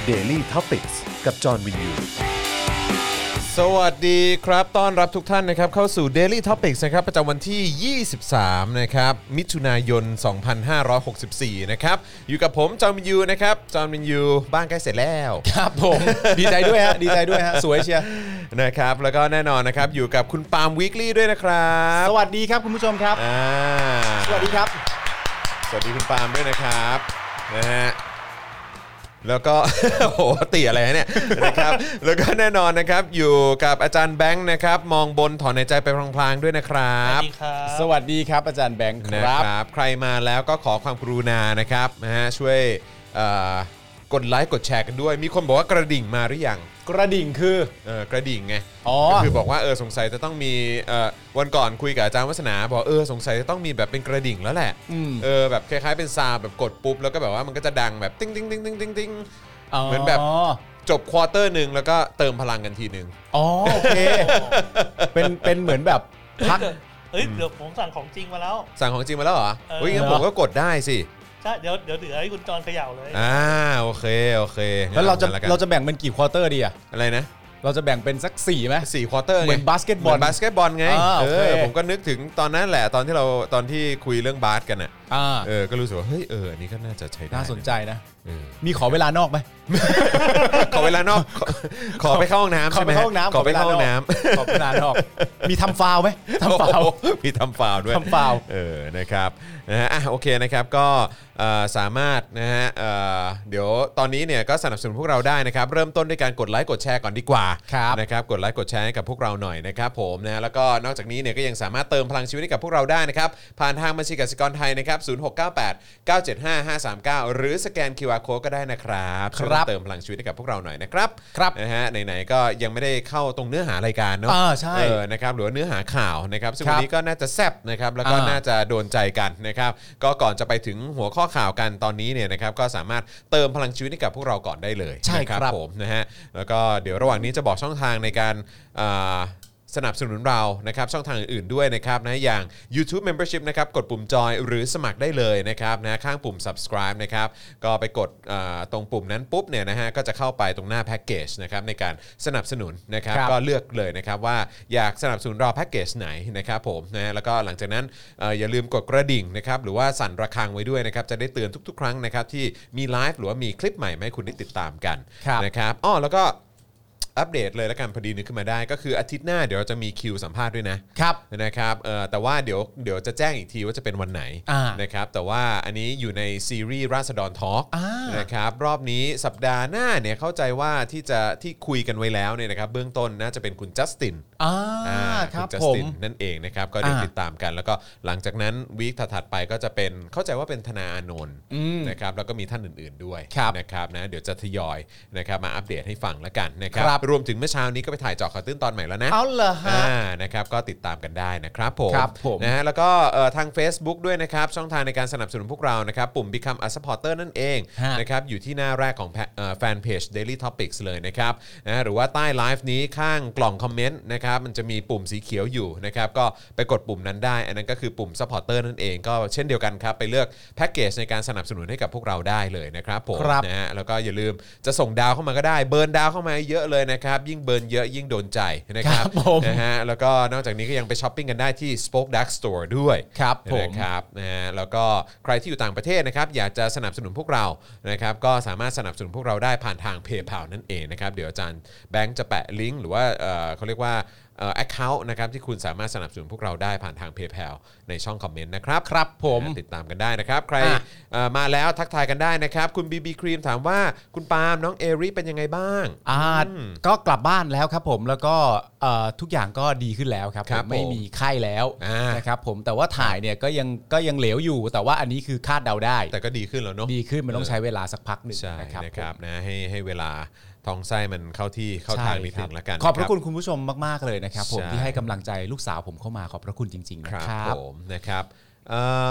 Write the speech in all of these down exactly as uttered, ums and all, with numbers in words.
Daily Topics กับจอห์นวินยูสวัสดีครับต้อนรับทุกท่านนะครับเข้าสู่ Daily Topics นะครับประจำวันที่ยี่สิบสามนะครับมิถุนายนสองพันห้าร้อยหกสิบสี่นะครับอยู่กับผมจอห์นวินยูนะครับจอห์นวินยูบ้านใกล้เสร็จแล้วครับผมดีใจด้วยฮะดีใจด้วยฮะสวยเชียร์นะครับแล้วก็แน่นอนนะครับอยู่กับคุณปาล์มวีคลี่ด้วยนะครับสวัสดีครับคุณผู้ชมครับอ่าสวัสดีครับสวัสดีคุณปาล์มด้วยนะครับนะฮะแล้วก็ โอ้โหตีอะไรเนี่ยนะครับแล้วก็แน่นอนนะครับอยู่กับอาจารย์แบงค์นะครับมองบนถอนในใจไปพลางๆด้วยนะครับสวัสดีครับสวัสดีครับอาจารย์แบงค์ครับใครมาแล้วก็ขอความกรุณานะครับนะฮะช่วยกดไลค์กดแชร์กันด้วยมีคนบอกว่ากระดิ่งมาหรือยังกระดิ่งคือเออกระดิ่งไงอ๋อก็คือบอกว่าเออสงสัยจะต้องมีเอ่อวันก่อนคุยกับอาจารย์วัฒนาบอกเออสงสัยจะต้องมีแบบเป็นกระดิ่งแล้วแหละเออแบบคล้ายๆเป็นซาวแบบกดปุ๊บแล้วก็แบบว่ามันก็จะดังแบบติ้งติ้งติ้งติ้งติ้งติ้งเหมือนแบบจบควอเตอร์นึงแล้วก็เติมพลังกันทีนึงอ๋อโอเคเป็นเป็นเหมือนแบบพักเฮ้ยเดี๋ยวผมสั่งของจริงมาแล้วสั่งของจริงมาแล้วเหรอเฮ้ยงั้นผมก็กดได้สิใช่เดี๋ยวเดี๋ยวเดี๋ยวให้คุณจอนเขย่าเลยอ่าโอเคโอเคแล้วเราจะเราจะแบ่งเป็นกี่ควอเตอร์ดีอะอะไรนะเราจะแบ่งเป็นสักสี่ไหมสี่ควอเตอร์เหมือนบาสเกตบอลบาสเกตบอลไงเออผมก็นึกถึงตอนนั้นแหละตอนที่เราตอนที่คุยเรื่องบาสกันอ่ะเออก็รู้สึกว่าเฮ้ยเออนี่ก็น่าจะใช้ได้น่าสนใจนะมีขอเวลานอกไหมขอเวลานอกขอไปเข้าห้องน้ำขอไปเข้าห้องน้ำขอไปเข้าห้องน้ำขอเวลานอกมีทำฟาวไหมทำฟาวมีทำฟาวด้วยทำฟาวเออนะครับนะฮะอ่ะโอเคนะครับก็สามารถนะฮะเดี๋ยวตอนนี้เนี่ยก็สนับสนุนพวกเราได้นะครับเริ่มต้นด้วยการกดไลค์กดแชร์ก่อนดีกว่านะครับกดไลค์กดแชร์ให้กับพวกเราหน่อยนะครับผมนะแล้วก็นอกจากนี้เนี่ยก็ยังสามารถเติมพลังชีวิตให้กับพวกเราได้นะครับผ่านทางบัญชีกสิกรไทยนะครับศูนย์ หก เก้า แปด เก้า เจ็ด ห้า ห้า สาม เก้าหรือสแกน คิว อาร์ Code ก็ได้นะครับช่วยเติมพลังชีวิตให้กับพวกเราหน่อยนะครับครับนะฮะไหนๆก็ยังไม่ได้เข้าตรงเนื้อหารายการเนาะอ่าใช่เออนะครับหรือว่าเนื้อหาข่าวนะครับซึ่งวันนี้ก็น่าจะแซ่บนะครับแล้วก็น่าจะโดนใจกันนะครับก็ก่อนจะไปถึงหัวข้อข่าวกันตอนนี้เนี่ยนะครับก็สามารถเติมพลังชีวิตให้กับพวกเราก่อนได้เลยใช่ครับผมนะฮะแล้วก็เดี๋ยวระหว่างนี้จะบอกช่องทางในการสนับสนุนเรานะครับช่องทางอื่นๆด้วยนะครับนะอย่าง YouTube Membership นะครับกดปุ่มจอยหรือสมัครได้เลยนะครับนะข้างปุ่ม Subscribe นะครับก็ไปกดตรงปุ่มนั้นปุ๊บเนี่ยนะฮะก็จะเข้าไปตรงหน้าแพ็กเกจนะครับในการสนับสนุนนะครับก็เลือกเลยนะครับว่าอยากสนับสนุนเราแพ็กเกจไหนนะครับผมนะแล้วก็หลังจากนั้นอย่าลืมกดกระดิ่งนะครับหรือว่าสั่นระฆังไว้ด้วยนะครับจะได้เตือนทุกๆครั้งนะครับที่มีไลฟ์หรือว่ามีคลิปใหม่ให้คุณได้ติดตามกันนะครับอ้อแล้วก็อัปเดตเลยแล้วกันพอดีนึกขึ้นมาได้ก็คืออาทิตย์หน้าเดี๋ยวจะมีคิวสัมภาษณ์ด้วยนะครับนะครับเอ่อแต่ว่าเดี๋ยวเดี๋ยวจะแจ้งอีกทีว่าจะเป็นวันไหนนะครับแต่ว่าอันนี้อยู่ในซีรีส์ราษฎรทอล์กนะครับรอบนี้สัปดาห์หน้าเนี่ยเข้าใจว่าที่จะที่คุยกันไว้แล้วเนี่ยนะครับเบื้องต้นน่าจะเป็นคุณจัสตินอ่าครับผมนั่นเองนะครับก็เดี๋ยวติดตามกันแล้วก็หลังจากนั้นวีคถัดไปก็จะเป็นเข้าใจว่าเป็นธนาอานนท์นะครับแล้วก็มีท่านอื่นๆด้วยนะครับนะเดี๋ยวจะทยอยนะครับมาอัปเดตให้ฟังแล้วกันนะครับรวมถึงเมื่อเช้านี้ก็ไปถ่ายเจาะข่าวตื้นตอนใหม่แล้วนะเอาเหรอฮะนะครับก็ติดตามกันได้นะครับผมครับผมนะฮะแล้วก็ทาง Facebook ด้วยนะครับช่องทางในการสนับสนุนพวกเรานะครับปุ่ม Become a Supporter นั่นเองนะครับอยู่ที่หน้าแรกของแฟนเพจ Daily Topics เลยนะครับนะหรือว่าใต้ไลฟ์นี้ข้างกล่องคอมเมนต์นะครับมันจะมีปุ่มสีเขียวอยู่นะครับก็ไปกดปุ่มนั้นได้อันนั้นก็คือปุ่ม Supporter นั่นเองก็เช่นเดียวกันครับไปเลือกแพ็กเกจในการสนับสนุนให้กับพวกเราได้เลยนะครับผมนะฮะแล้วก็อย่าลืมจะส่งดาวเข้ามาก็ได้เบิร์นดาวเข้ามาเยอะเลยนะครับยิ่งเบิร์นเยอะยิ่งโดนใจนะครับนะฮะแล้วก็นอกจากนี้ก็ยังไปช้อปปิ้งกันได้ที่ Spoke Dark Store ด้วยครับผมนะครับนะฮะแล้วก็ใครที่อยู่ต่างประเทศนะครับอยากจะสนับสนุนพวกเรานะครับก็สามารถสนับสนุนพวกเราได้ผ่านทาง PayPal นั่นเองนะครับเดี๋ยวอาจารย์แบงค์จะแปะลิงก์หรือว่าเอ่อเขาเรียกว่าเอ่อ account นะครับที่คุณสามารถสนับสนุนพวกเราได้ผ่านทาง PayPal ในช่องคอมเมนต์นะครับครับผมติดตามกันได้นะครับใครมาแล้วทักทายกันได้นะครับคุณ บี บี Cream ถามว่าคุณปาล์มน้องเอริเป็นยังไงบ้างอ่าก็กลับบ้านแล้วครับผมแล้วก็ทุกอย่างก็ดีขึ้นแล้วครับไม่มีไข้แล้วนะครับผมแต่ว่าถ่ายเนี่ยก็ยังก็ยังเหลวอยู่แต่ว่าอันนี้คือคาดเดาได้แต่ก็ดีขึ้นแล้วเนาะดีขึ้นมันต้องใช้เวลาสักพักนึงนะครับนะให้ให้เวลาท้องไส้มันเข้าที่เข้าทางนิดนึงแล้วกันขอบพระคุณคุณผู้ชมมากๆเลยนะครับผมที่ให้กำลังใจลูกสาวผมเข้ามาขอบพระคุณจริงๆนะครับผมนะครับ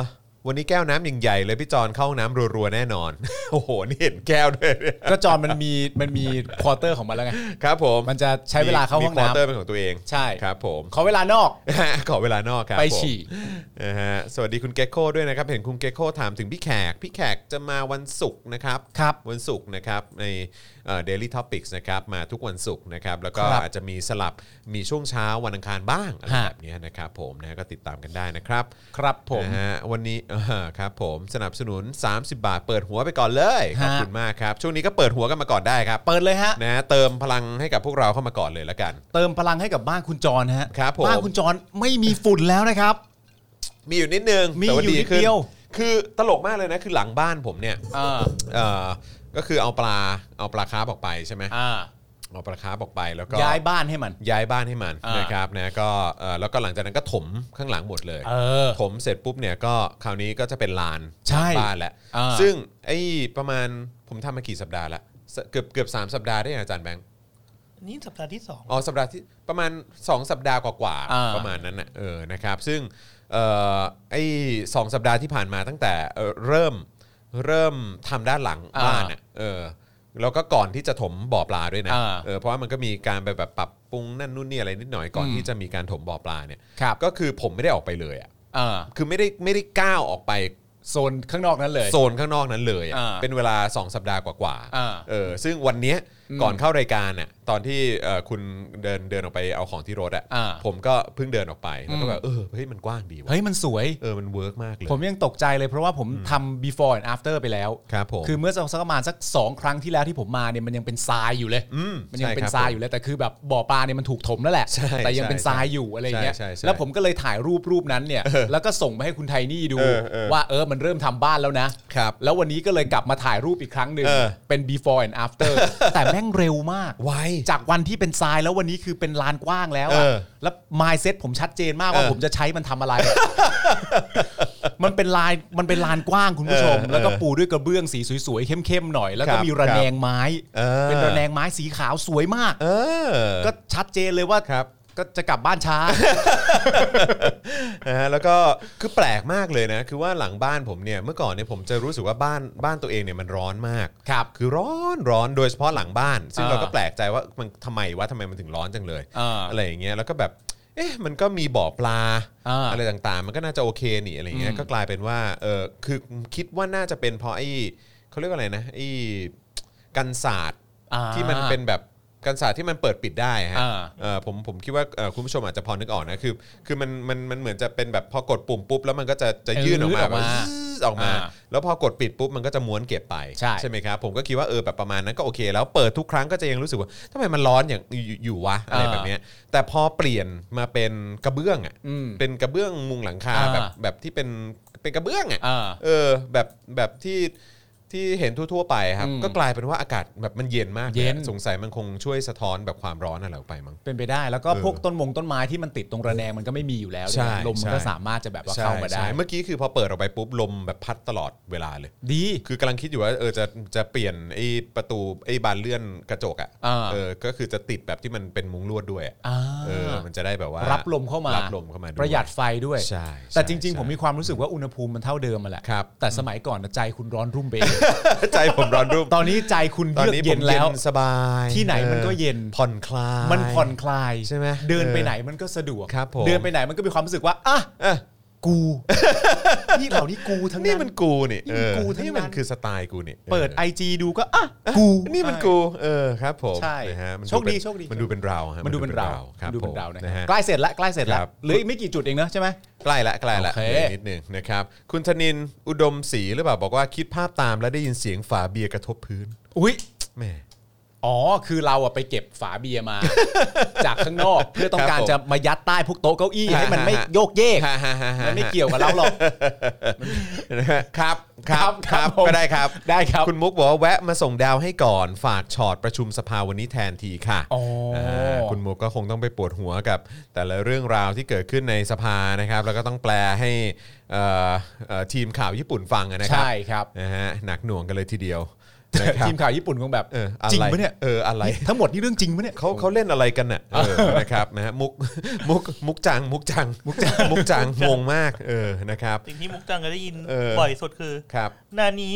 วันนี้แก้วน้ำยังใหญ่เลยพี่จอนเข้าห้องน้ำรัวๆแน่นอน โอ้โหนี่เห็นแก้วด้วยก็จอนมันมีมันมีควอเตอร์ของมันแล้วไงครับผมมันจะใช้เวลาเข้าห้องมีควอน้ำเตอร์เป็นของตัวเองใช่ครับผมขอเวลานอกขอเวลานอกครับไปผมฉี่นะฮะสวัสดีคุณเกคโก้ด้วยนะครับเห็นคุณเกคโก้ถามถึงพี่แขกพี่แขกจะมาวันศุกร์นะครับครับวันศุกร์นะครับในเอ่อ Daily Topics นะครับมาทุกวันศุกร์นะครับแล้วก็ครับอาจจะมีสลับมีช่วงเช้าวันอังคารบ้างอะไรฮะแบบนี้นะครับผมนะก็ติดตามกันได้นะครับครับผมนะฮะวันนี้เออครับผมสนับสนุนสามสิบบาทเปิดหัวไปก่อนเลยขอบฮะคุณมากครับช่วงนี้ก็เปิดหัวกันมาก่อนได้ครับเปิดเลยฮะนะเติมพลังให้กับพวกเราเข้ามาก่อนเลยละกันเติมพลังให้กับบ้านคุณจรฮะครับผมบ้านคุณจรไม่มีฝุ่นแล้วนะครับมีอยู่นิดนึงมีแต่ว่าอยู่นิดขึ้นเดียวคือตลกมากเลยนะคือหลังบ้านผมเนี่ยอ่าเอ่อก็คือเอาปลาเอาปลาคาร์ฟออกไปใช่ไหมอ่าเอาปลาคาร์ฟออกไปแล้วก็ย้ายบ้านให้มันย้ายบ้านให้มันอ่านนะครับนะก็เอ่อแล้วก็หลังจากนั้นก็ถมข้างหลังหมดเลยเออถมเสร็จปุ๊บเนี่ยก็คราวนี้ก็จะเป็นลานใช่บ้านแล้วอ่าซึ่งไอ้ประมาณผมทำมากี่สัปดาห์ละสเกือบเกือบสามสัปดาห์ได้ยังอาจารย์แบงค์นี่สัปดาห์ที่สองอ๋อสัปดาห์ที่ประมาณสองสัปดาห์กว่าอ่าๆประมาณนั้นน่ะเออนะครับซึ่งเอ่อไอ้สองสัปดาห์ที่ผ่านมาตั้งแต่เอ่อเริ่มเริ่มทำด้านหลังบ้านน่ะเออแล้วก็ก่อนที่จะถมบ่อปลาด้วยนะอ่าเออเพราะว่ามันก็มีการไปแบบปรับปรุงนั่นนู่นนี่อะไรนิดหน่อยก่อนอืมที่จะมีการถมบ่อปลาเนี่ยครับก็คือผมไม่ได้ออกไปเลยอ่ะอ่าคือไม่ได้ไม่ได้ก้าวออกไปโซนข้างนอกนั้นเลยโซนข้างนอกนั้นเลยอะอ่าเป็นเวลาสองสัปดาห์กว่าอ่าๆเออซึ่งวันเนี้ยอืมก่อนเข้ารายการน่ะตอนที่เอ่อคุณเดินเดินออกไปเอาของที่รถอ่ะอ่าผมก็เพิ่งเดินออกไปแล้วก็อืมแบบเออเฮ้ยมันกว้างดีว่ะเฮ้ยมันสวยเออมันเวิร์กมากเลยผมยังตกใจเลยเพราะว่าผมทำ before and after ไปแล้วครับผมคือเมื่อสักประมาณสักสองครั้งที่แล้วที่ผมมาเนี่ยมันยังเป็นทรายอยู่เลยอืมมันยังเป็นใช่ครับทรายอยู่เลยแต่คือแบบบ่อปลาเนี่ยมันถูกถมแล้วแหละใช่แต่ยังเป็นใช่ทรายอยู่อะไรอย่างเงี้ยใช่ใช่ใช่แล้วผมก็เลยถ่ายรูปรูปนั้นเนี่ยแล้วก็ส่งไปให้คุณไทนี่ดูเออเออว่าเออมันเริ่มทำบ้านแล้วนะครับ แล้ววันนี้ก็เลยกลับมาถ่ายรูปอีกครั้งหนึ่งเออเป็น before and after แต่แม่งเร็วมากไวจากวันที่เป็นทรายแล้ววันนี้คือเป็นลานกว้างแล้วอะเออแล้ว mindset ผมชัดเจนมากว่าเออผมจะใช้มันทำอะไร มันเป็นลายมันเป็นลานกว้างคุณผู้ชมเออแล้วก็ปูด้วยกระเบื้องสีสวยๆเข้มๆหน่อย แล้วคก็รับมีระแนงไม้เออเป็นระแนงไม้สีขาวสวยมากเออก็ชัดเจนเลยว่าครับก็จะกลับบ้านช้านะฮะแล้วก็คือแปลกมากเลยนะคือว่าหลังบ้านผมเนี่ยเมื่อก่อนเนี่ยผมจะรู้สึกว่าบ้านบ้านตัวเองเนี่ยมันร้อนมากครับคือร้อนร้อนโดยเฉพาะหลังบ้าน ซึ่งอ่าเราก็แปลกใจว่ามันทำไมวะทำไมมันถึงร้อนจังเลยอ่าอะไรอย่างเงี้ยแล้วก็แบบเอ๊ะมันก็มีบ่อปลาอ่าอะไรต่างๆ มันก็น่าจะโอเคนี่อะไรเงี้ยอืมก็กลายเป็นว่าเออคือคิดว่าน่าจะเป็นเพราะไอ้เขาเรียกว่าอะไรนะไอ้กันศาสตร์อ่าที่มันเป็นแบบกันศาสตร์ที่มันเปิดปิดได้ฮะอ่าเออผมผมคิดว่าเอ่อคุณผู้ชมอาจจะพอนึกออกนะคือคือมันมันมันเหมือนจะเป็นแบบพอกดปุ่มปุ๊บแล้วมันก็จะจะยื่นออกมาเออออกมาแบบซึ๊ดออกมาอ่าแล้วพอกดปิดปุ๊บมันก็จะม้วนเก็บไปใช่ไหมครับผมก็คิดว่าเออแบบประมาณนั้นก็โอเค แล้วเปิดทุกครั้งก็จะยังรู้สึกว่าทำไมมันร้อนอย่างอยู่อยู่วะอะไรแบบเนี้ยแต่พอเปลี่ยนมาเป็นกระเบื้องอ่ะอืมเป็นกระเบื้องมุงหลังคาอ่าแบบแบบที่เป็นเป็นกระเบื้องอ่ะอ่าเออแบบแบบที่ที่เห็นทั่วๆไปครับอืมก็กลายเป็นว่าอากาศแบบมันเย็นมากลเย็นสงสัยมันคงช่วยสะท้อนแบบความร้อนอะไรออกไปมั้งเป็นไปได้แล้วก็เออพวกต้นมงต้นไม้ที่มันติดตรงระแนงมันก็ไม่มีอยู่แล้วใช่ลมมันก็ใช่สามารถจะแบบว่าใช่เข้ามาได้ใช่เมื่อกี้คือพอเปิดออกไปปุ๊บลมแบบพัดตลอดเวลาเลยดีคือกำลังคิดอยู่ว่าเออจะจะเปลี่ยนไอ้ประตูไอ้บานเลื่อนกระจกอ่ะอ่าเออก็คือจะติดแบบที่มันเป็นมุ้งลวดด้วยอะอ่าเออมันจะได้แบบว่ารับลมเข้ามารับลมเข้ามาด้วยประหยัดไฟด้วยใช่แต่จริงใช่ๆ ผมมีความรู้สึกว่าอุณหภูมิมันเท่าเดิมมาแหละครับแต่สมัยก่อนน่ะใจคุณร้อนรุ่มเบงใจผมร้อนรุ่มตอนนี้ใจคุณตอนเยือกนี้ผเย็มนเย็แล้วนสบายที่ไหนมันก็เย็นผ่อนคลายมันผ่อนคลายใช่ไหมเดินไปเออไหนมันก็สะดวกครับผมเดินไปไหนมันก็มีความรู้สึกว่าอ่ะเออกู นี่เหล่านี้กูทั้งนี่นั้นมันกูนี่นี่มันกูเออทั้งนั้นนี่มันคือสไตล์กูนี่เปิดออไอจี ดูก็อ่ะกูนี่มันกูเออครับผมใช่นะฮะมันโชคดีเป็นโชคดีมันดูเป็นเราฮะมันดูเป็นเราครับมันดูเป็นเราผมนะนะฮะใกล้เสร็จแล้วใกล้เสร็จแล้วครับเหลืออีกไม่กี่จุดเองเนอะใช่ไหมใกล้ละใกล้ละโอเคเหลือนิดหนึงนะครับคุณธนินอุดมศรีหรือเปล่าบอกว่าคิดภาพตามแล้วได้ยินเสียงฝาเบียร์กระทบพื้นอุ้ยแหมอ๋อคือเราอะไปเก็บฝาเบียร์มา จากข้างนอกเพื่อต้องการครับผมจะมายัดใต้พวกโต๊ะเก้าอี้ฮะให้มันไม่ฮะโยกเยกฮ่าฮ่าฮ่าฮ่ามันไม่เกี่ยวกับเราหรอกนะฮะครับครับครับครับผมก็ได้ครับได้ครับคุณมุกบอกว่าแวะมาส่งดาวให้ก่อนฝากชอตประชุมสภาวันนี้แทนทีค่ะอ๋ออ่าคุณมุกก็คงต้องไปปวดหัวกับ แต่ละเรื่องราวที่เกิดขึ้นในสภานะครับ แล้วก็ต้องแปลให้เอ่อเอ่อทีมข่าวญี่ปุ่นฟังอะนะครับใช่ครับนะฮะหนักหน่วงกันเลยทีเดียวทีมข่าวญี่ปุ่นคงแบบเอออะไรจริงปะเนี่ยเอออะไรทั้งหมดนี่เรื่องจริงปะเนี่ยเขาเขาเล่นอะไรกันน่ะเออนะครับนะฮะมุกมุกมุกจังมุกจังมุกจังมุกจังงงมากเออนะครับสิ่งที่มุกจังก็ได้ยินเออบ่อยสุดคือครับนานี้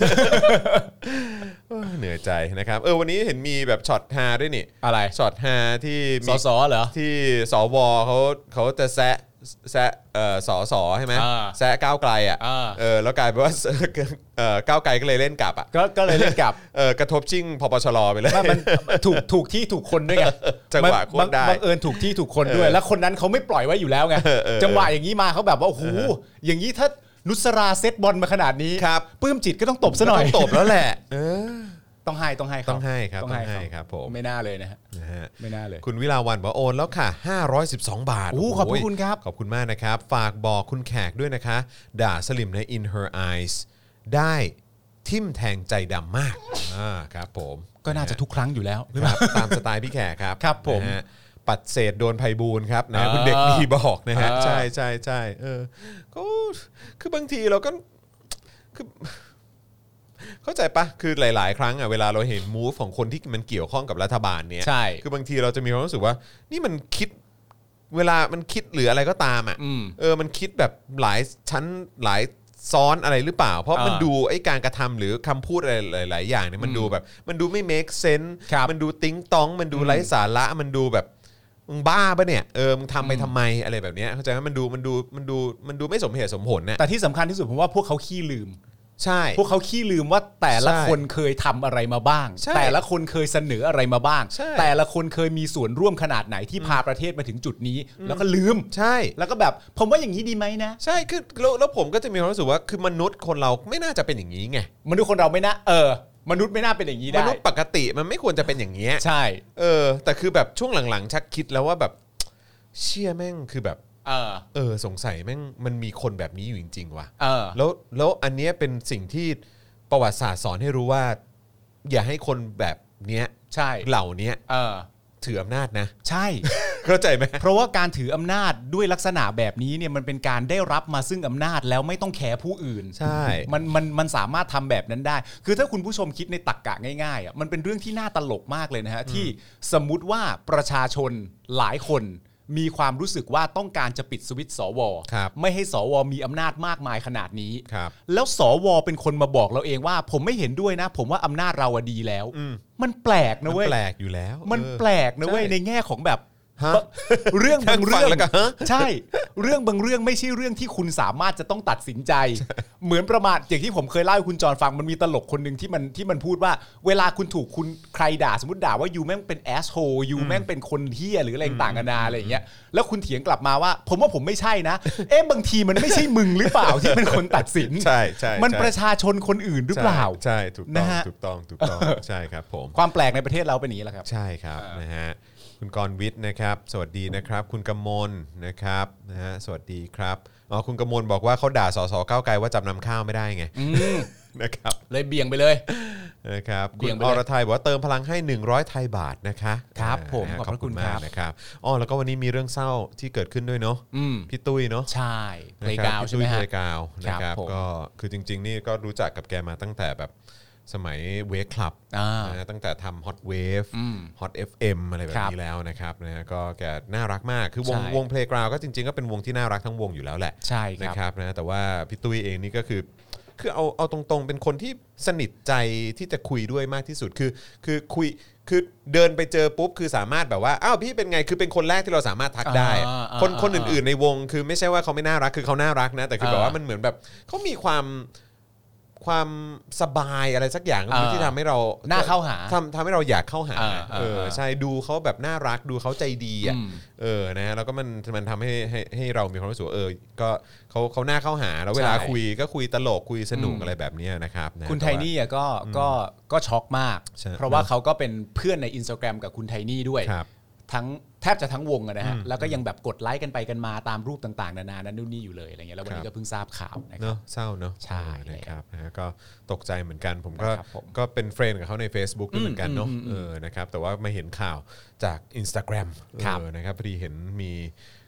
เออเหนื่อยใจนะครับเออวันนี้เห็นมีแบบช็อตฮาด้วยนี่อะไรช็อตฮาที่สมีสเหรอที่สวเขาเขาจะแซะแซะเอ่อสสใช่ไหมอ่าแซะก้าวไกลอ่ะอ่าเออแล้วกลายเป็นว่า เอ่อก้าวไกลก็เลยเล่นกลับอ่ะก็ก็เลยเล่นกลับเออกระทบชิ่งพปชรไปเลยมันมันถูกถูกที่ถูกคนด้วยไงจังหวะมันโคตรได้บังเอิญถูกที่ถูกคนด้วยเออแล้วคนนั้นเขาไม่ปล่อยไว้อยู่แล้วไงเออเออจังหวะอย่างนี้มาเขาแบบว่าโอ้โหอย่างนี้ถ้านุสราเซตบอลมาขนาดนี้ครับปลื้มจิตก็ต้องตบซะหน่อยก็ต้องตบแล้วแหละเออต้องให้ต้องให้เขาต้องให้ครับต้องให้ต้องให้เขาครับผมไม่น่าเลยนะฮะนะฮะไม่น่าเลยคุณวิลาวันบอกว่าโอนแล้วค่ะห้าร้อยสิบสองบาทโอ้ขอบพระคุณครับขอบคุณมากนะครับ ฝากบอกคุณแขกด้วยนะคะ ด่าสลิมใน In Her Eyes ได้ทิ่มแทงใจดำมากอ่าครับผมก็น่าจะทุกครั้งอยู่แล้วครับตามสไตล์พี่แขกครับครับผมนะฮะปัดเศษโดนไพบูลย์ครับนะเออคุณเด็กดีบอกนะฮะเออใช่ใช่ใช่เออก็คือบางทีเราก็คือเข้าใจปะคือหลาย ๆ ครั้งอ่ะเวลาเราเห็นมูฟของคนที่มันเกี่ยวข้องกับรัฐบาลเนี้ยใช่คือบางทีเราจะมีความรู้สึกว่านี่มันคิดเวลามันคิดหรืออะไรก็ตามอ่ะอืมเออมันคิดแบบหลายชั้นหลายซ้อนอะไรหรือเปล่า เพราะอ่ามัมันดูไอ้การกระทำหรือคำพูดอะไรหลาย ๆ อย่างเนี่ยมันดูแบบมันดูไม่ make sense ครับมันดูติ้งต้องมันดูไร้สาระมันดูแบบมึงบ้าปะเนี่ยเออมึงทำไปทำไมอะไรแบบเนี้ยเข้าใจไหมมันดูมันดูมันดูมันดูไม่สมเหตุสมผลเนี่ยแต่ที่สำคัญที่สุดผมว่าพวกเขาขี้ลืมใช่พวกเขาขี้ลืมว่าแต่ละใช่คนเคยทำอะไรมาบ้างใช่แต่ละคนเคยเสนออะไรมาบ้างใช่แต่ละคนเคยมีส่วนร่วมขนาดไหนที่พาประเทศมาถึงจุดนี้ แล้วก็ลืมใช่แล้วก็แบบผมว่าอย่างนี้ดีไหมนะใช่คือแล้วแล้วผมก็จะมีความรู้สึกว่าคือมนุษย์คนเราไม่น่าจะเป็นอย่างนี้ไงมนุษย์คนเราไม่น่าเออ มนุษย์ไม่น่าเป็นอย่างนี้มได้นุษย์ปกติมันไม่ควรจะเป็นอย่างเงี้ยใช่เออแต่คือแบบช่วงหลังๆชักคิดแล้วว่าแบบเชี่ยแม่งคือแบบเออเออสงสัยแม่งมันมีคนแบบนี้อยู่จริงๆว่ะเออแล้วแล้วอันเนี้ยเป็นสิ่งที่ประวัติศาสตร์สอนให้รู้ว่า อย่าให้คนแบบเนี้ยใช่เหล่านี้เออถืออำนาจนะใช่เข้าใจไหมเพราะว่าการถืออำนาจด้วยลักษณะแบบนี้เนี่ยมันเป็นการได้รับมาซึ่งอำนาจแล้วไม่ต้องแคร์ผู้อื่นใช่มันมันมันสามารถทำแบบนั้นได้ คือถ้าคุณผู้ชมคิดในตรรกะง่ายๆอ่ะมันเป็นเรื่องที่น่าตลกมากเลยนะฮะที่สมมุติว่าประชาชนหลายคนมีความรู้สึกว่าต้องการจะปิดสวิตช์สวครับไม่ให้สวมีอำนาจมากมายขนาดนี้ครับแล้วสวเป็นคนมาบอกเราเองว่า ผมไม่เห็นด้วยนะ ผมว่าอำนาจเราอะดีแล้วอืมมันแปลกมันะนเว้ยแปลกอยู่แล้วมันเออแปลกนะเว้ยใช่ในแง่ของแบบฮะเรื่องบางเรื่องฟังแล้วก็ฮะใช่ เรื่องบางเรื่องไม่ใช่เรื่องที่คุณสามารถจะต้องตัดสินใจ เหมือนประมาณอย่างที่ผมเคยเล่าให้คุณจรฟังมันมีตลกคนหนึ่งที่มันที่มันพูดว่า เวลาคุณถูกคุณใครด่าสมมติด่าว่ายูแม่งเป็นแอสโฮยูแม่งเป็นคนเฮี้ยหรืออะไรต่างกันานาอะไรอย่างเงี้ยแล้วคุณเถียงกลับมาว่า ผมว่าผมไม่ใช่นะ เอ๊ะบางทีมันไม่ใช่มึงหรือเปล่าที่เป็นคนตัดสินใช่ใช่มันใช่ประชาชนคนอื่นหรือเปล่าใช่ถูกต้องนะฮะถูกต้องถูกต้องใช่ครับผมความแปลกในประเทศเราเป็นอย่างนี้แหละครับใช่ครับอ่านนะฮะคุณกรณ์วิทย์นะครับ สวัสดีนะครับ คุณกมลนะครับนะฮะสวัสดีครับอ๋อคุณกมลบอกว่าเขาด่าสสก้าวไกลว่าจำนำข้าวไม่ได้ไงอืมนะครับเลยเบี่ยงไปเลยนะครับเบี่คุณยงไปอเลยรทัยบอกว่าเติมพลังให้หนึ่งร้อยไทยบาทนะคะครับผมนะฮะขอบพระคุณมากครับนะครับอ๋อแล้วก็วันนี้มีเรื่องเศร้าที่เกิดขึ้นด้วยเนาะอืมพี่ตุ้ยเนาะใช่เพลนะย์คกรับราวพี่ใช่ไหมตุ้ยฮะเพลย์กราวนะคครัรับบผมก็คือจริง ๆ นี่ก็รู้จักกับแกมาตั้งแต่แบบสมัยเวกคลับอ่านะตั้งแต่ทำ Hot Wave อืม Hot เอฟ เอ็ม อะไรแบบครับนี้แล้วนะครับนะฮะก็แกน่ารักมากคือวงใช่วงเพลงกราวก็จริงๆก็เป็นวงที่น่ารักทั้งวงอยู่แล้วแหละใช่คนะรับครับนะแต่ว่าพี่ตุ้ยเองนี่ก็คือคือเอาเอาตรงๆ เป็นคนที่สนิทใจที่จะคุยด้วยมากที่สุดคือคือคุยคือเดินไปเจอปุ๊บคือสามารถแบบว่าอ้าวพี่เป็นไงคือเป็นคนแรกที่เราสามารถทักได้อ่าอ่าคนอ่าคนอื่นๆในวงคือไม่ใช่ว่าเขาไม่น่ารักคือเขาน่ารักนะแต่คือแบบอ่าว่ามันเหมือนแบบเขามีความความสบายอะไรสักอย่างอ่าที่ทำให้เราน่าเข้าหาทำทำให้เราอยากเข้าหาอ่าอ่าเออใช่ดูเขาแบบน่ารักดูเขาใจดีอ่ะอืมเออนะแล้วก็มันมันทำให้ให้ให้เรามีความรู้สึกว่าเออก็เขาเขาน่าเข้าหาแล้วเวลาใช่คุยก็คุยตลกคุยสนุกอืมอะไรแบบเนี้ยนะครับะคุณไทแต่ว่านี่อ่ะก็ก็ก็ช็อกมากใช่เพราะว่าเขาก็เป็นเพื่อนใน Instagram กับคุณไทนี่ด้วยครับทั้งแทบจะทั้งวงอะนะฮะแล้วก็ยังแบบกดไลค์กันไปกันมาตามรูปต่างๆนานานั้นนู่นนี่อยู่เลยอะไรเงี้ยแล้ววันนี้ก็เพิ่งทราบข่าวนะคเนรับอะเศร้าเนอะใช่เออนะครับนะฮะก็ตกใจเหมือนกันผมก็นะครับผมก็เป็นเฟรนด์กับเขาใน Facebook ด้วยเหมือนกันเนาะอืมอืมอืมเออนะครับแต่ว่ามาเห็นข่าวจาก Instagram ครับเออนะครับพอดีเห็นมี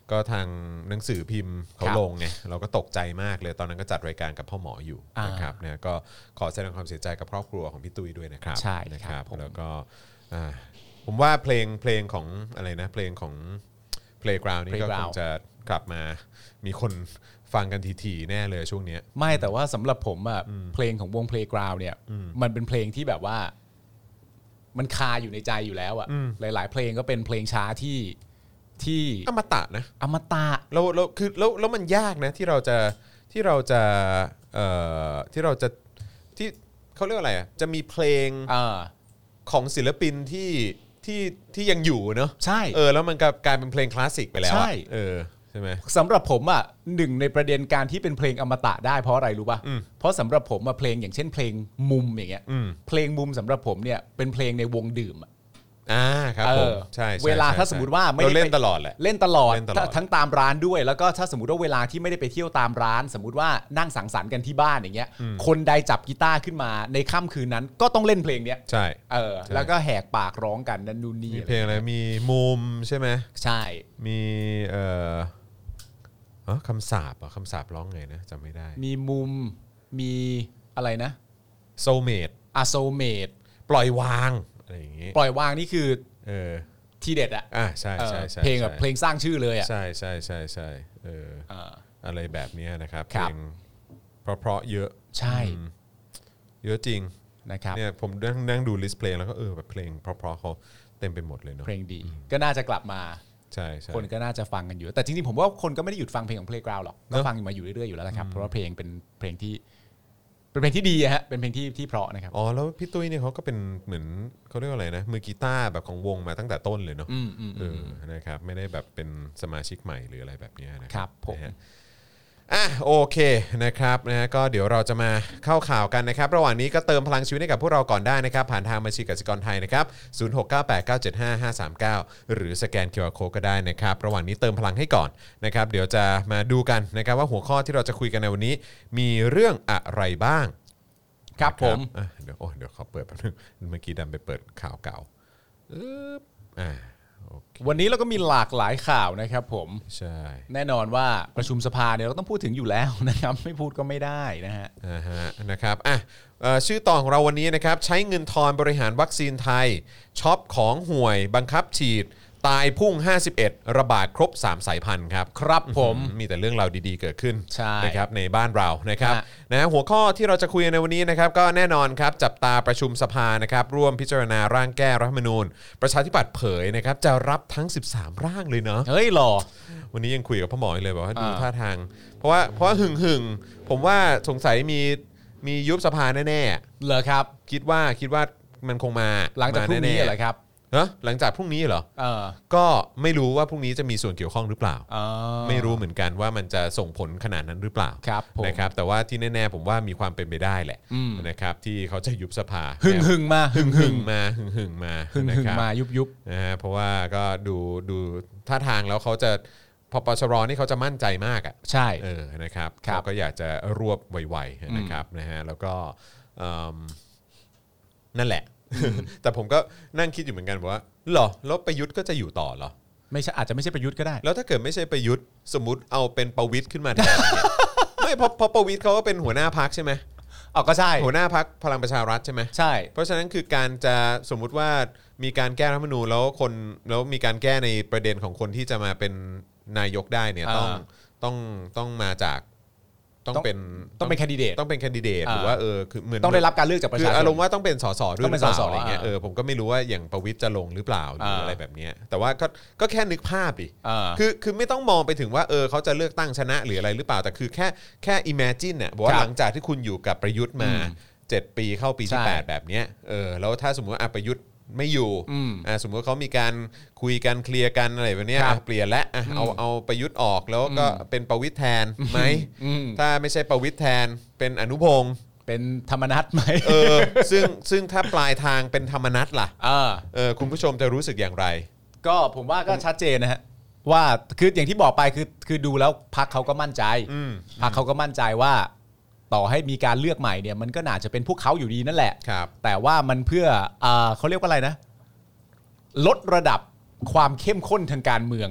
ก็ทางหนังสือพิมพ์เขาครับลงไงเราก็ตกใจมากเลยตอนนั้นก็จัดรายการกับพ่อหมออยู่อ่านนะครับเนี่ยก็ขอแสดงความเสียใจกับครอบครัวของพี่ตุ้ยด้วยนะครับใช่นะคครัรับบผมแล้วก็อ่าผมว่าเพลงเพลงของอะไรนะเพลงของ Playground นี่ก็คง Playground จะกลับมามีคนฟังกันทีๆแน่เลยช่วงเนี้ยไม่แต่ว่าสำหรับผมอ่ะเพลงของวง Playground เนี่ยมันเป็นเพลงที่แบบว่ามันคาอยู่ในใจอยู่แล้วอ่ะหลาย ๆ เพลงก็เป็นเพลงช้าที่ที่อมตะนะอมตะแล้วแล้วคือแล้วแล้วมันยากนะที่เราจะที่เราจะเอ่อที่เราจะที่เขาเรียกว่าอะไรอ่ะจะมีเพลงเออของศิลปินที่ที่ที่ยังอยู่เนอะใช่เออแล้วมันก็กลายเป็นเพลงคลาสสิกไปแล้วอะใช่เออใช่ไหมสำหรับผมอ่ะหนึ่งในประเด็นการที่เป็นเพลงอมตะได้เพราะอะไรรู้ป่ะอืมเพราะสำหรับผมอ่ะเพลงอย่างเช่นเพลงมุมอย่างเงี้ยอืมเพลงมุมสำหรับผมเนี่ยเป็นเพลงในวงดื่มอะอ่าครับเอผมอใช่ใช่เวลาใช่ถ้าสมมติว่าไม่เราได้เล่นไปตลอดแหละเล่นตลอดเล่นตลอดทั้งตามร้านด้วย แล้วก็ถ้าสมมติว่าเวลาที่ไม่ได้ไปเที่ยวตามร้าน สมมติว่านั่งสังสรรค์กันที่บ้านอย่างเงี้ยคนใดจับกีตาร์ขึ้นมาในค่ำคืนนั้นก็ต้องเล่นเพลงเนี้ยใช่เออแล้วก็แหกปากร้องกันนั่นนู่นนี่มีเพลงอะไรมีมุมใช่ไหมใช่มีเอ่ออ๋อคำสาปเหรอคำสาปร้องไงนะจำไม่ได้มีมุมมีอะไรนะโซเมดอาโซเมดปล่อยวางอะไรอย่างงี้ปล่อยวางนี่คือเออทีเด็ดอะอ่ะใช่เออใช่ใช่เพลงแบบเพลงสร้างชื่อเลยอะใช่ใช่ใช่ใช่เออเอออะไรแบบเนี้ยนะครับคเพรัลบงเพราะๆเยอะใช่อืมเยอะจริงนะครับเนี่ยผมนั่งนั่งดูลิสต์เพลงแล้วก็เออแบบเพลงเพราะๆเขาเต็มไปหมดเลยเนาะเพลงดีก็น่าจะกลับมาใช่ใช่คนก็น่าจะฟังกันอยู่ แต่จริงๆผมว่าคนก็ไม่ได้หยุดฟังเพลงของ Playground หรอกก็เนอะฟังมาอยู่เรื่อยๆอยู่แล้วนะครับเพราะว่าเพลงเป็นเพลงที่เป็นเพลงที่ดีอะฮะเป็นเพลงที่ที่เพราะนะครับอ๋อแล้วพี่ตุ้ยเนี่ยเขาก็เป็นเหมือนเขาเรียกว่าอะไรนะมือกีตาร์แบบของวงมาตั้งแต่ต้นเลยเนาะอืมอืมเออนะครับไม่ได้แบบเป็นสมาชิกใหม่หรืออะไรแบบเนี้ยนะครับผมนะฮะอ่ะโอเคนะครับนะฮะก็เดี๋ยวเราจะมาเข้าข่าวกันนะครับระหว่างนี้ก็เติมพลังชีวิตให้กับพวกเราก่อนได้นะครับผ่านทางบัญชีกสิกรไทยนะครับศูนย์ หก เก้า แปด เก้า เจ็ด ห้า ห้า สาม เก้าหรือสแกน คิว อาร์ Code ก็ได้นะครับระหว่างนี้เติมพลังให้ก่อนนะครับเดี๋ยวจะมาดูกันนะครับว่าหัวข้อที่เราจะคุยกันในวันนี้มีเรื่องอะไรบ้างครับผมอ่ะเดี๋ยวโอ้เดี๋ยวขอเปิดแป๊บนึงเมื่อกี้ดันไปเปิดข่าวเก่าอึ๊บอ่าโอเควันนี้เราก็มีหลากหลายข่าวนะครับผมใช่แน่นอนว่าประชุมสภาเนี่ยเราต้องพูดถึงอยู่แล้วนะครับไม่พูดก็ไม่ได้นะฮะอ่าฮะนะครับอ่ะเอ่อชื่อต่อของเราวันนี้นะครับใช้เงินทอนบริหารวัคซีนไทยช็อปของห่วยบังคับฉีดตายพุ่งห้าสิบเอ็ดระบาดครบสามสายพันธุ์ครับครับผมมีแต่เรื่องราวดีๆเกิดขึ้นใช่นะครับในบ้านเรานะครับฮะนะหัวข้อที่เราจะคุยกันในวันนี้นะครับก็แน่นอนครับจับตาประชุมสภานะครับร่วมพิจารณาร่างแก้รัฐธรรมนูญ ประชาธิปัตย์เผยนะครับจะรับทั้งสิบสามร่างเลยเนาะเฮ้ยหล่อวันนี้ยังคุยกับพ่อหมออยู่เลยบอกว่าดูอ่าท่าทาง เพราะว่าเพราะว่าหึงหึงๆผมว่าสงสัยมีมียุบสภาแน่ๆเหรอครับคิดว่าคิดว่ามันคงมาหลังจากพรุ่งนี้มเหรอครับเนอะหลังจากพรุ่งนี้เหรอเออก็ไม่รู้ว่าพรุ่งนี้จะมีส่วนเกี่ยวข้องหรือเปล่าอ๋อไม่รู้เหมือนกันว่ามันจะส่งผลขนาดนั้นหรือเปล่าครับผมนะครับแต่ว่าที่แน่ๆผมว่ามีความเป็นไปได้แหละอืมนะครับที่เขาจะยุบสภาหึงหึงมาหึงหึหึงงมาหึงหึงมาหึงนะหึงครับมายุบยุบนะฮะเพราะว่าก็ดูดูท่าทางแล้วเขาจะพปชรนี่เขาจะมั่นใจมากอ่ะใช่เออนะครับครับเขาก็อยากจะรวบไวๆนะครับนะฮะแล้วก็เอิ่มนั่นแหละ แต่ผมก็นั่งคิดอยู่เหมือนกันว่าเหรอแล้วประยุทธ์ก็จะอยู่ต่อเหรอไม่ใช่อาจจะไม่ใช่ประยุทธ์ก็ได้แล้วถ้าเกิดไม่ใช่ประยุทธ์สมมุติเอาเป็นประวิทย์ขึ้นมาแทนเนี่ย ไม่เพราะเพราะประวิทย์เขาก็เป็นหัวหน้าพรรคใช่ไหมอ๋อก็ใช่หัวหน้าพรรคพลังประชารัฐใช่ไหมใช่เพราะฉะนั้นคือการจะสมมุติว่ามีการแก้รัฐธรรมนูญแล้วคนแล้วมีการแก้ในประเด็นของคนที่จะมาเป็นนายกได้เนี่ยต้องต้องต้องมาจากต้องเป็นต้องเป็นแคนดิเดตต้องเป็นแคนดิเดตหรือว่าเออคือเหมือนต้องได้รับการเลือกจากประคืชาอชนอารมณ์ว่าต้องเป็นสสด้วยต้องเป็นหรืปล่าสสอะไรเงี้ยอ่าเออผมก็ไม่รู้ว่าอย่างประวิตรจะลงหรือเปล่าหรืออะไรอ่าแบบเนี้ยแต่ว่าก็ก็แค่นึกภาพดิอ่าคือคือไม่ต้องมองไปถึงว่าเออเขาจะเลือกตั้งชนะหรืออะไรหรือเปล่าแต่คือแค่แค่ imagine เนี่ยบอกว่าครับหลังจากที่คุณอยู่กับประยุทธ์มาอืมเจ็ดปีเข้าปีที่ใช่แปดแบบเนี้ยเออแล้วถ้าสมมติว่าอ่ะประยุทธ์ไม่อยู่อืมอ่าสมมติเขามีการคุยกันเคลียร์กันอะไรแบบเนี้ยครับอ่ะเปลี่ยนและอ่ะเอาเอาประยุทธ์ออกแล้วก็เป็นประวิตรแทนไหมอืมถ้าไม่ใช่ประวิตรแทนเป็นอนุพงศ์เป็นธรรมนัตไหมเออซึ่งซึ่งถ้าปลายทางเป็นธรรมนัตล่ะเออเออคุณผู้ชมจะรู้สึกอย่างไรก็ผมว่าก็ชัดเจนนะฮะว่าคืออย่างที่บอกไปคือคือดูแล้วพักเขาก็มั่นใจอืมพักเขาก็มั่นใจว่า ต่อให้มีการเลือกใหม่เนี่ยมันก็น่าจะเป็นพวกเขาอยู่ดีนั่นแหละครับแต่ว่ามันเพื่ออ่าเขาเรียกว่าอะไรนะ ลดระดับความเข้มข้นทางการเมือง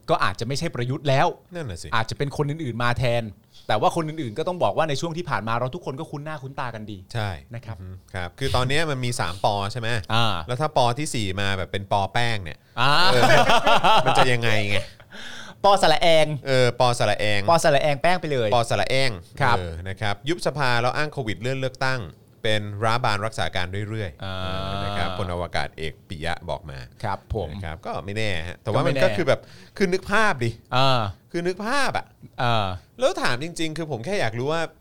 ก็อาจจะไม่ใช่ประยุทธ์แล้วนั่นน่ะสิอาจจะเป็นคนอื่นๆมาแทน แต่ว่าคนอื่นๆก็ต้องบอกว่าในช่วงที่ผ่านมาเราทุกคนก็คุ้นหน้าคุ้นตากันดีใช่นะครับอืมครับคือตอนนี้มันมีสามปอใช่ไหมอ่าแล้วถ้าปอที่สี่มาแบบเป็นปอแป้งเนี่ยอ่าเออมันจะยังไงไงปอสระแองเออปอสระแองปอสระแองแป้งไปเลยปอสระแองครับเออนะครับยุบสภาแล้วอ้างโควิดเลื่อนเลือกตั้ง เป็นร้าบานรักษาการเรื่อยอ่าๆเออนะครับพลอวกาศเอกปิยะบอกมาครับผมนะครับก็ไม่แน่ฮะแต่ว่าก็ไม่มันแน่ก็คือแบบคือนึกภาพดิอ่าคือนึกภาพอ่ะอ่าแล้วถามจริง ๆ คือผมแค่อยากรู้ว่า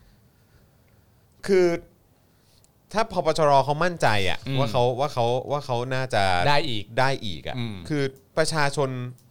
คือถ้าพปชรเขามั่นใจอ่ะอืมว่าเขาว่าเขาว่าเขาน่าจะได้อีกได้อีกอ่ะอืมคือประชาชน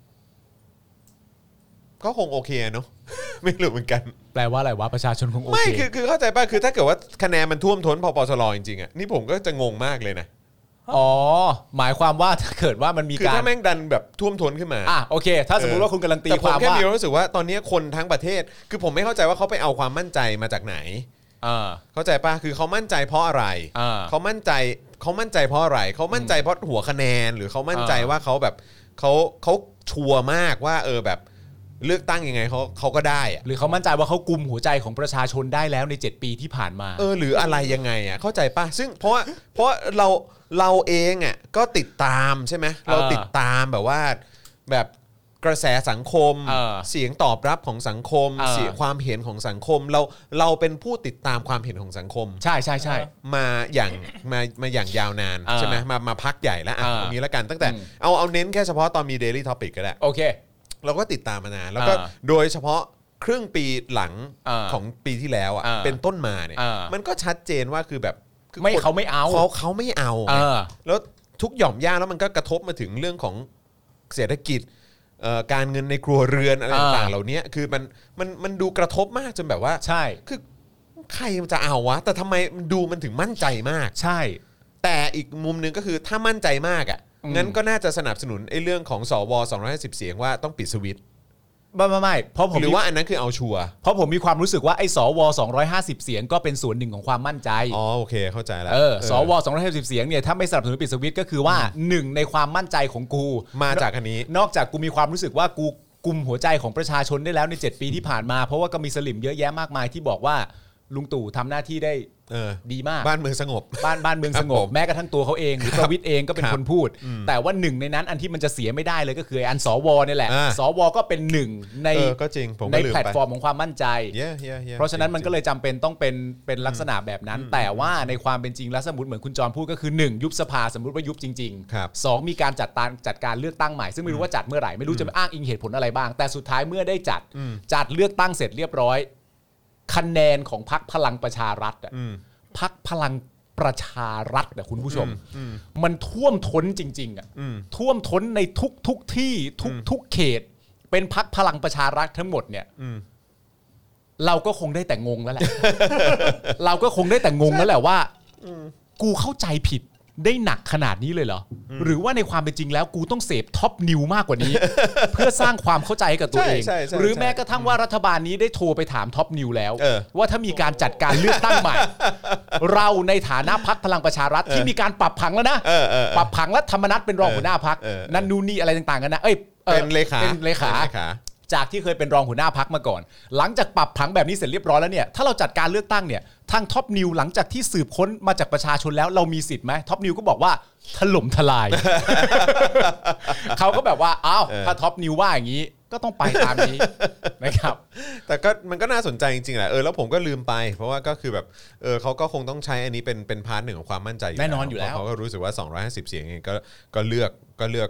ก็คงโอเคเนอะ ไม่รู้เหมือนกันแปลว่าอะไรวะประชาชนคงโอไม่เคคือคือเข้าใจป่ะคือถ้าเกิดว่าคะแนนมันท่วมท้นพปชรจริงๆอ่ะนี่ผมก็จะงงมากเลยนะอ๋อหมายความว่าถ้าเกิดว่ามันมีคือการถ้าแม่งดันแบบท่วมท้นขึ้นมาอ่ะโอเค ถ้าสมมติว่าคุณกำลังตีแต่คผมวามแค่ว่ามีความรู้สึกว่าตอนนี้คนทั้งประเทศ คือผมไม่เข้าใจว่าเขาไปเอาความมั่นใจมาจากไหนอ่าเข้าใจป่ะคือเขามั่นใจเพราะอะไรอ่าเขามั่นใจเขามั่นใจเพราะอะไรเขามั่นใจเพราะหัวคะแนน หรือเขามั่นใจอ่าว่าเขาแบบเขาเขาชัวร์มากว่าเออแบบเลือกตั้งยังไงเขาเขาก็ได้อะหรือเขามั่นใจว่าเขากุมหัวใจของประชาชนได้แล้วในเจ็ดปีที่ผ่านมาเออหรืออะไรยังไงอ่ะเข้าใจป่ะซึ่งเพราะว่าเพราะเราเราเองอ่ะก็ติดตามใช่ไหมเราติดตามแบบว่าแบบกระแสสังคมเออเสียงตอบรับของสังคมเออเสียงความเห็นของสังคม เราเราเป็นผู้ติดตามความเห็นของสังคมใช่ใช่ใช่มาอย่างมามาอย่างยาวนานเออใช่ไหมมามาพักใหญ่แล้วอ่ะเออตรงนี้แล้วกันตั้งแต่อืมเอาเอาเน้นแค่เฉพาะตอนมี Daily Topic ก็ได้โอเคเราก็ติดตามมานานแล้วก็เออโดยเฉพาะครึ่งปีหลังเออของปีที่แล้วอ่ะเออเป็นต้นมาเนี่ยเออมันก็ชัดเจนว่าคือแบบคือไม่คนเขาไม่เอาเขาเขาไม่เอาเออแล้วทุกหย่อมย่าแล้วมันก็กระทบมาถึงเรื่องของเศรษฐกิจเอ่อการเงินในครัวเรือนอะไรเออต่างๆเหล่านี้คือมันมันมันดูกระทบมากจนแบบว่าใช่คือใครมันจะเอาวะแต่ทำไมมันดูมันถึงมั่นใจมากใช่แต่อีกมุมหนึงก็คือถ้ามั่นใจมากอ่ะอืมงั้นก็น่าจะสนับสนุนไอ้เรื่องของสวสองร้อยห้าสิบเสียงว่าต้องปิดสวิตช์ไม่ไม่ไม่เพราะผมหรือว่าอันนั้นคือเอาชัวร์เพราะผมมีความรู้สึกว่าไอ้สวสองร้อยห้าสิบเสียงก็เป็นส่วนหนึ่งของความมั่นใจอ๋อโอเคเข้าใจแล้วเออสวสองร้อยห้าสิบเสียงเนี่ยถ้าไม่สนับสนุนปิดสวิตช์ก็คือว่าหนึ่งในความมั่นใจของกูมาจากอันนี้นอกจากกูมีความรู้สึกว่ากูกุมหัวใจของประชาชนได้แล้วในเจ็ดปีที่ผ่านมาเพราะว่าก็มีสลิมเยอะแยะมากมายที่บอกว่าลุงตู่ทำหน้าที่ได้เออดีมากบ้านเมืองสงบบ้านบ้านเมืองครับสงผบมแม้กระทั่งตัวเขาเองหรือประวิตรเองก็เป็นครับคนพูด แต่ว่าหนึ่งในนั้นอันที่มันจะเสียไม่ได้เลยก็คือไอ้อันสวเนี่ยแหละอ่าสวก็เป็นหนึ่งในเออก็จริงผมในก็ลืมแพลตไปฟอร์มของความมั่นใจเย้เย้เย้เพราะฉะนั้นมันก็จงเลยจำเป็นต้องเป็นเป็นลักษณะแบบนั้น แต่ว่าในความเป็นจริงแล้วสมมติเหมือนคุณจรพูดก็คือหนึ่งยุบสภาสมมติว่ายุบจริงครับสองมีการจัดการจัดการเลือกตั้งใหม่ซึ่งไม่รู้ว่าจัดเมื่อไหร่ไม่รู้จะไปอ้างอิงเหตุผลอะไรบ้าง แต่สุดท้ายเมื่อได้จัดจัดเลือกตั้งเสร็จเรียบร้อย คะแนนของพรรคพลังประชารัฐอะอืมพรรคพลังประชารัฐอะคุณผู้ชม มันท่วมท้นจริงๆอะอืมท่วมท้นในทุกทุกที่ทุกทุกเขต เป็นพรรคพลังประชารัฐทั้งหมดเนี่ยอืมเราก็คงได้แต่งงแล้วแหละ เราก็คงได้แต่งงแล้วแหละว่ากูเข้าใจผิดได้หนักขนาดนี้เลยเหรอ หรือว่าในความเป็นจริงแล้วกูต้องเสพท็อปนิวมากกว่านี้ เพื่อสร้างความเข้าใจให้กับตัวเองใช่ใช่ใช่หรือแม้กระทั่งว่ารัฐบาลนี้ได้โทรไปถามท็อปนิวแล้วเออว่าถ้ามีการจัดการเลือกตั้งใหม่ เราในฐานะพรรคพลังประชารัฐที่มีการปรับผังแล้วนะเออเออเออปรับผังและธรรมนัฐเป็นรองหัวหน้าพรรคเออเออนั่นนู่นนี่อะไรต่างๆกันนะเอ้ยอ่อเป็นเลขาเป็นเลขาเป็นเลขาจากที่เคยเป็นรองหัวหน้าพักมาก่อน หลังจากปรับผังแบบนี้เสร็จเรียบร้อยแล้วเนี่ยถ้าเราจัดการเลือกตั้งเนี่ยทางท็อปนิวหลังจากที่สืบค้นมาจากประชาชนแล้วเรามีสิทธิ์ไหมท็อปนิวก็บอกว่าถล่มทลาย เขาก็แบบว่าอ้าวถ้าท็อปนิวว่าอย่างนี้ก็ต้องไปตามนี้ นะครับแต่ก็มันก็น่าสนใจจริงๆแหละเออแล้วผมก็ลืมไป เพราะว่าก็คือแบบเออเขาก็คงต้องใช้อันนี้เป็นเป็นพาร์ทหนึ่งของความมั่นใจอยู่แน่นอนอยู่แล้วเพราะเขาก็รู้สึกว่าสองร้อยห้าสิบเสียงเองก็ก็เลือกก็เลือก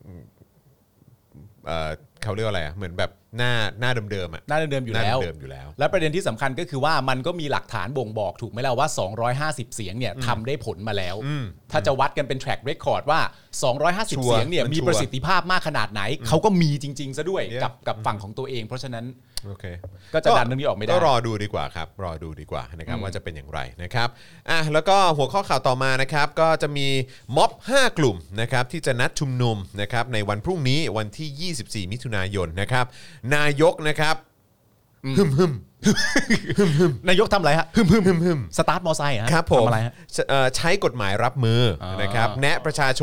เออเขาเรียกว่าอะไรอ่ะเหมือนแบบหน้าหน้าเดิมๆอ่ะน่าเดิมๆอยู่หน้าแล้วเดิมๆอยู่แล้วและประเด็นที่สำคัญก็คือว่ามันก็มีหลักฐานบ่งบอกถูกไหมล่ะว่าสองร้อยห้าสิบเสียงเนี่ยทำได้ผลมาแล้วอืมถ้าจะวัดกันเป็น track record ว่าสองร้อยห้าสิบชัวร์เสียงเนี่ยมันมีชัวร์ประสิทธิภาพมากขนาดไหนเขาก็มีจริงๆซะด้วย Yeah กับกับฝั่งของตัวเอง เพราะฉะนั้นโอเคก็จะดันเรื่องนี้ออกไม่ได้ก็รอดูดีกว่าครับรอดูดีกว่านะครับอืมว่าจะเป็นอย่างไรนะครับอ่ะแล้วก็หัวข้อข่าวต่อมานะครับก็จะมีม็อบห้ากลุ่มนะครับที่จะนัดชุมนุมนะครับในวันพรุ่งนี้วันที่ยี่สิบสี่มิถุนายนนะครับนายกนะครับฮึมฮึมนายกทำอะไรฮะฮึมฮึมฮึมฮึมสตาร์ทมอไซค์ฮะครับผมทำอะไรฮะเอ่อใช้กฎหมายรับมืออา นะครับแนะประชาชน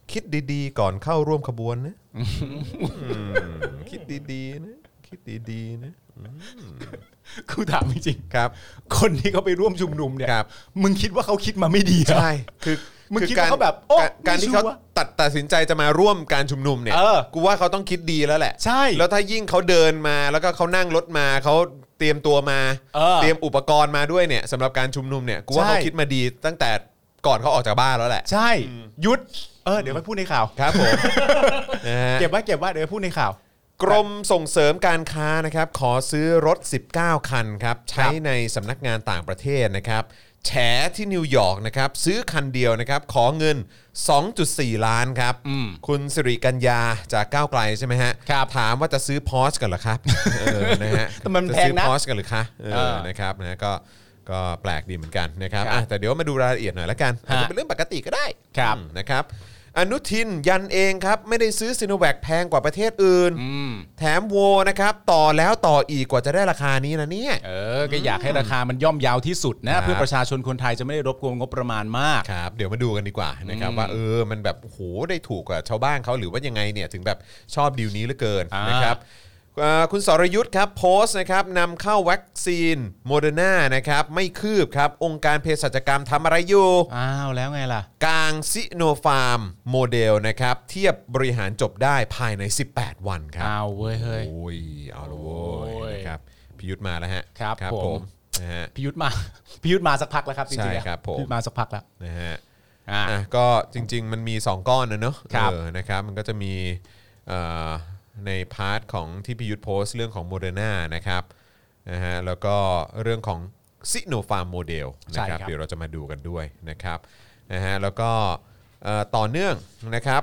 คิดดีๆก่อนเข้าร่วมขบวนนะคิดดีๆนะคิดดีๆนะกูถามจริงๆครับคนที่เขาไปร่วมชุมนุมเนี่ยมึงคิดว่าเขาคิดมาไม่ดีใช่คือมึงคิดว่าเขาแบบการที่เขาตัดตัดสินใจจะมาร่วมการชุมนุมเนี่ยกูว่าเขาต้องคิดดีแล้วแหละใช่แล้วถ้ายิ่งเขาเดินมาแล้วก็เขานั่งรถมาเขาเตรียมตัวมาเตรียมอุปกรณ์มาด้วยเนี่ยสำหรับการชุมนุมเนี่ยกูว่าเขาคิดมาดีตั้งแต่ก่อนเขาออกจากบ้านแล้วแหละใช่ยุดเออเดี๋ยวไปพูดในข่าวครับผมเก็บไว้เก็บไว้เดี๋ยวไปพูดในข่าวกรมส่งเสริมการค้านะครับขอซื้อรถสิบเก้าคันครับใช้ในสำนักงานต่างประเทศนะครับแฉที่นิวยอร์กนะครับซื้อคันเดียวนะครับขอเงิน สองจุดสี่ ล้านครับคุณสิริกัญญาจากก้าวไกลใช่ไหมฮะถามว่าจะซื้อ Porsche กันเหรอครับเออนะฮะแต่มันแพงนะจะซื้อ Porsche กันหรือคะเออนะครับนะก็ก็แปลกดีเหมือนกันนะครับแต่เดี๋ยวมาดูรายละเอียดหน่อยละกันอาจจะเป็นเรื่องปกติก็ได้นะครับอนุทินยันเองครับไม่ได้ซื้อซิโนแวคแพงกว่าประเทศอื่นแถมโวนะครับต่อแล้วต่ออีกกว่าจะได้ราคานี้นะเนี่ยเออก็อยากให้ราคามันย่อมยาวที่สุดนะเพื่อประชาชนคนไทยจะไม่ได้รบกวนงบประมาณมากครับเดี๋ยวมาดูกันดีกว่านะครับว่าเออมันแบบโหได้ถูกกว่าชาวบ้านเขาหรือว่ายังไงเนี่ยถึงแบบชอบดีลนี้เหลือเกินนะครับคุณสรยุทธ์ครับโพสต์นะครับนำเข้าวัคซีนโมเดอร์นานะครับไม่คืบครับองค์การเภสัชกรรมทำอะไรอยู่อ้าวแล้วไงล่ะกางซิโนฟาร์มโมเดลนะครับเทียบบริหารจบได้ภายในสิบแปดวันครับอ้าวเว้ยเฮ้ยโอ้ยเอาละเว้ยนะครับพิยุทธมาแล้วฮะครับครับผมนะฮะพิยุทธมาพิยุทธมาสักพักแล้วครับจริงๆใช่ครับผมพิยุทธมาสักพักแล้วนะฮะอ่ะก็จริงๆมันมีสองก้อนนะเนอะเออนะครับมันก็จะมีเอ่อในพาร์ทของที่พิยุทธโพสต์เรื่องของโมเดอร์นานะครับนะฮะแล้วก็เรื่องของซิโนฟาร์มโมเดลนะครับเดี๋ยวเราจะมาดูกันด้วยนะครับนะฮะแล้วก็ต่อเนื่องนะครับ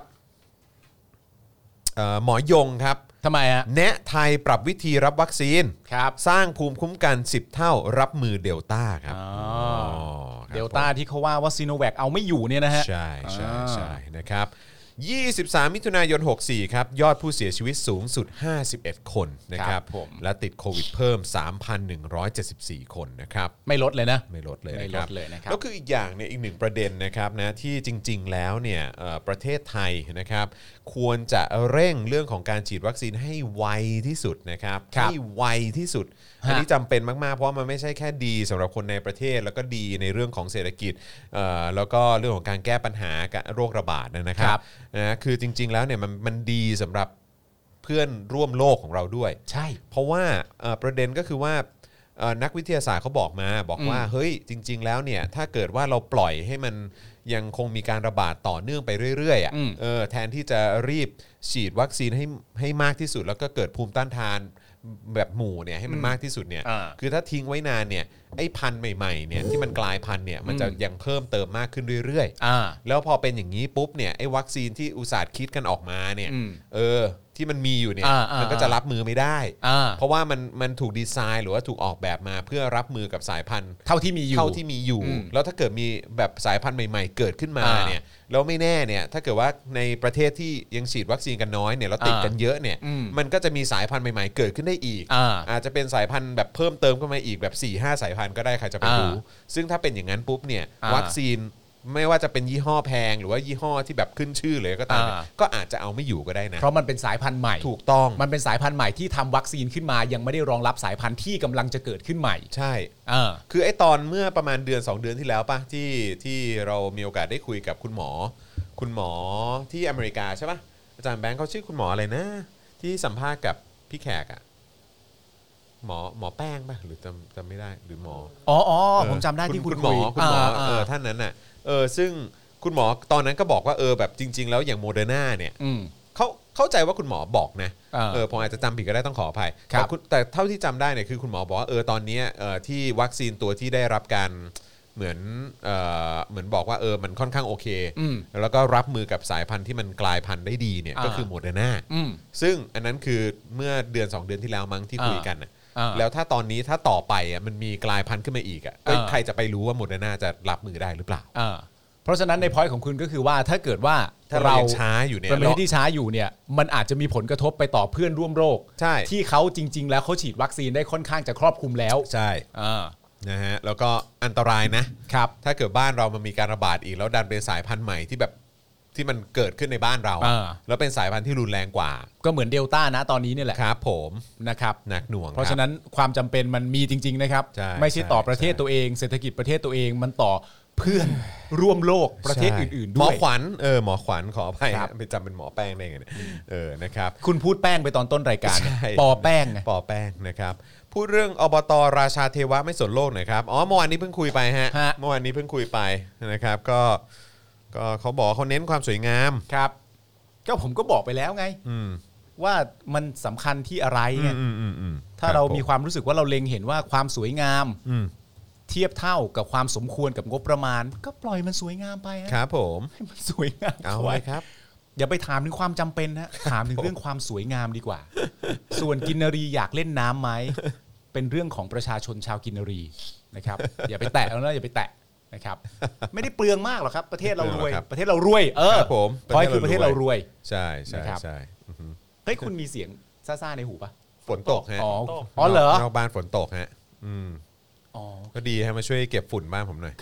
หมอยงครับทำไมฮะแนะไทยปรับวิธีรับวัคซีนครับสร้างภูมิคุ้มกันสิบเท่ารับมือเดลต้าครับเดลต้าที่เขาว่าว่าซีโนแวคเอาไม่อยู่เนี่ยนะฮะใช่ใช่ใช่นะครับยี่สิบสามมิถุนายนหกสี่ครับยอดผู้เสียชีวิตสูงสุดห้าสิบเอ็ดคนนะครับและติดโควิดเพิ่ม สามพันหนึ่งร้อยเจ็ดสิบสี่ คนนะครับไม่ลดเลยนะไม่ลดเลยนะครับแล้วคืออีกอย่างเนี่ยอีกหนึ่งประเด็นนะครับนะที่จริงๆแล้วเนี่ยประเทศไทยนะครับควรจะเร่งเรื่องของการฉีดวัคซีนให้ไวที่สุดนะครับให้ไวที่สุดอันนี้จำเป็นมากๆเพราะว่ามันไม่ใช่แค่ดีสำหรับคนในประเทศแล้วก็ดีในเรื่องของเศรษฐกิจแล้วก็เรื่องของการแก้ปัญหาโรคระบาดนะครับนะคือจริงๆแล้วเนี่ยมันมันดีสำหรับเพื่อนร่วมโลกของเราด้วยใช่เพราะว่าประเด็นก็คือว่านักวิทยาศาสตร์เขาบอกมาบอกว่าเฮ้ยจริงๆแล้วเนี่ยถ้าเกิดว่าเราปล่อยให้มันยังคงมีการระบาดต่อเนื่องไปเรื่อยๆอ่ะเออแทนที่จะรีบฉีดวัคซีนให้ให้มากที่สุดแล้วก็เกิดภูมิต้านทานแบบหมู่เนี่ยให้มันมากที่สุดเนี่ยคือถ้าทิ้งไว้นานเนี่ยไอ้พันธุ์ใหม่ๆเนี่ยที่มันกลายพันธุ์เนี่ยมันจะยังเพิ่มเติมมากขึ้นเรื่อยๆแล้วพอเป็นอย่างนี้ปุ๊บเนี่ยไอ้วัคซีนที่อุตสาหคิดกันออกมาเนี่ยเออที่มันมีอยู่เนี่ยมันก็จะรับมือไม่ได้เพราะว่ามันมันถูกดีไซน์หรือว่าถูกออกแบบมาเพื่อรับมือกับสายพันธุ์เท่าที่มีอยู่เท่าที่มีอยู่แล้วถ้าเกิดมีแบบสายพันธุ์ใหม่ๆเกิดขึ้นมาเนี่ยแล้วไม่แน่เนี่ยถ้าเกิดว่าในประเทศที่ยังฉีดวัคซีนกันน้อยเนี่ยแล้วติดกันเยอะเนี่ยมันก็จะมีสายพันธุ์ใหม่ๆเกิดขึ้นได้อีกอาจจะเป็นสายพันธุ์แบบเพิ่มเติมขึ้นมาอีกแบบ สี่ห้า สายพันธุ์ก็ได้ใครจะไปรู้ซึ่งถ้าเป็นอย่างนั้นปุ๊บเนี่ยวัคซีนไม่ว่าจะเป็นยี่ห้อแพงหรือว่ายี่ห้อที่แบบขึ้นชื่อเลยก็ตามก็อาจจะเอาไม่อยู่ก็ได้นะเพราะมันเป็นสายพันธุ์ใหม่ถูกต้องมันเป็นสายพันธุ์ใหม่ที่ทำวัคซีนขึ้นมายังไม่ได้รองรับสายพันธุ์ที่กำลังจะเกิดขึ้นใหม่ใช่คือไอ้ตอนเมื่อประมาณเดือนสองเดือนที่แล้วป่ะที่ที่เรามีโอกาสได้คุยกับคุณหมอคุณหมอที่อเมริกาใช่ป่ะอาจารย์แบงค์เขาชื่อคุณหมออะไรนะที่สัมภาษณ์กับพี่แขกอะหมอหมอแป้งป่ะหรือจำจำไม่ได้หรือหมออ๋ออ๋อผมจำได้ที่คุณหมอคุณหมอเออท่านนั้นน่ะเออซึ่งคุณหมอตอนนั้นก็บอกว่าเออแบบจริงๆแล้วอย่างโมเดอร์นาเนี่ยเขาเข้าใจว่าคุณหมอบอกนะเออผมอาจจะจำผิดก็ได้ต้องขออภัยแต่เท่าที่จำได้เนี่ยคือคุณหมอบอกว่าเออตอนนี้เออที่วัคซีนตัวที่ได้รับการเหมือนเอ่อเหมือนบอกว่าเออมันค่อนข้างโอเคแล้วก็รับมือกับสายพันธุ์ที่มันกลายพันธุ์ได้ดีเนี่ยก็คือโมเดอร์นาซึ่งอันนั้นคือเมื่อเดือนสองเดือนที่แล้วมั้งที่คุยกันน่ะแล้วถ้าตอนนี้ถ้าต่อไปอ่ะมันมีกลายพันธุ์ขึ้นมาอีกอ่ะใครจะไปรู้ว่าโมเดอร์นาจะรับมือได้หรือเปล่าเพราะฉะนั้นในพอยต์ของคุณก็คือว่าถ้าเกิดว่าเราช้าอยู่เนี่ยเป็นประเทศที่ช้าอยู่เนี่ยมันอาจจะมีผลกระทบไปต่อเพื่อนร่วมโลกที่เขาจริงๆแล้วเขาฉีดวัคซีนได้ค่อนข้างจะครอบคลุมแล้วใช่นะฮะแล้วก็อันตรายนะครับถ้าเกิดบ้านเรามันมีการระบาดอีกแล้วดันเป็นสายพันธุ์ใหม่ที่แบบที่มันเกิดขึ้นในบ้านเราอ่าแล้วเป็นสายพันธุ์ที่รุนแรงกว่าก็เหมือนเดลต้านะตอนนี้เนี่ยแหละครับผมนะครับหนักหน่วงเพราะฉะนั้นความจำเป็นมันมีจริงๆนะครับใช่ไม่ใช่ต่อใช่ประเทศตัวเองเศรษฐกิจประเทศตัวเองมันต่อเพื่อนร่วมโลกประเทศอื่นๆหมด้อวยขวัญเออหมอขวัญขออภัยครับไปจำเป็นหมอแป้งได้ไงเนี่ยเออนะครับคุณพูดแป้งไปตอนต้นรายการเนี่ยใช่ปอแป้งไงปอแป้งนะครับพูดเรื่องอบตราชาเทวะไม่สนโลกหน่อยครับอ๋อเมื่อวานนี้เพิ่งคุยไปฮะฮะเมื่อวานนี้เพิ่งคุยไปนะครับก็ก็เขาบอกเขาเน้นความสวยงามครับ ก็ผมก็บอกไปแล้วไงอืมว่ามันสำคัญที่อะไรไงอืมอืมอืมถ้าเรามีความรู้สึกว่าเราเล็งเห็นว่าความสวยงามอืมเทียบเท่ากับความสมควรกับงบประมาณ ก็ปล่อยมันสวยงามไปฮะครับผมให้มันสวยงามเอาไว้เลยครับอย่าไปถามถึงความจำเป็นนะถามถึงเรื่องความสวยงามดีกว่า ส่วนกินนรีอยากเล่นน้ำไหมเป็นเรื่องของประชาชนชาวกินนรีนะครับ อย่าไปแตะแล้วนะอย่าไปแตะนะครับ ไม่ได้เปลืองมากหรอกครับ ประเทศเรารวยไม่เปลืองหรอกครับประเทศเรารวย เออครับผมพอยคือประเทศเรารวยใช่ใช่นะครับใช่อือฮึเฮ้ยคุณมีเสียงซ่าๆในหูปะฝนตกฮะอ๋ออ๋อเหรอนอกบ้านฝนตกฮะอืมอ๋อก็ดีฮะมาช่วยเก็บฝุ่นบ้านผมหน่อย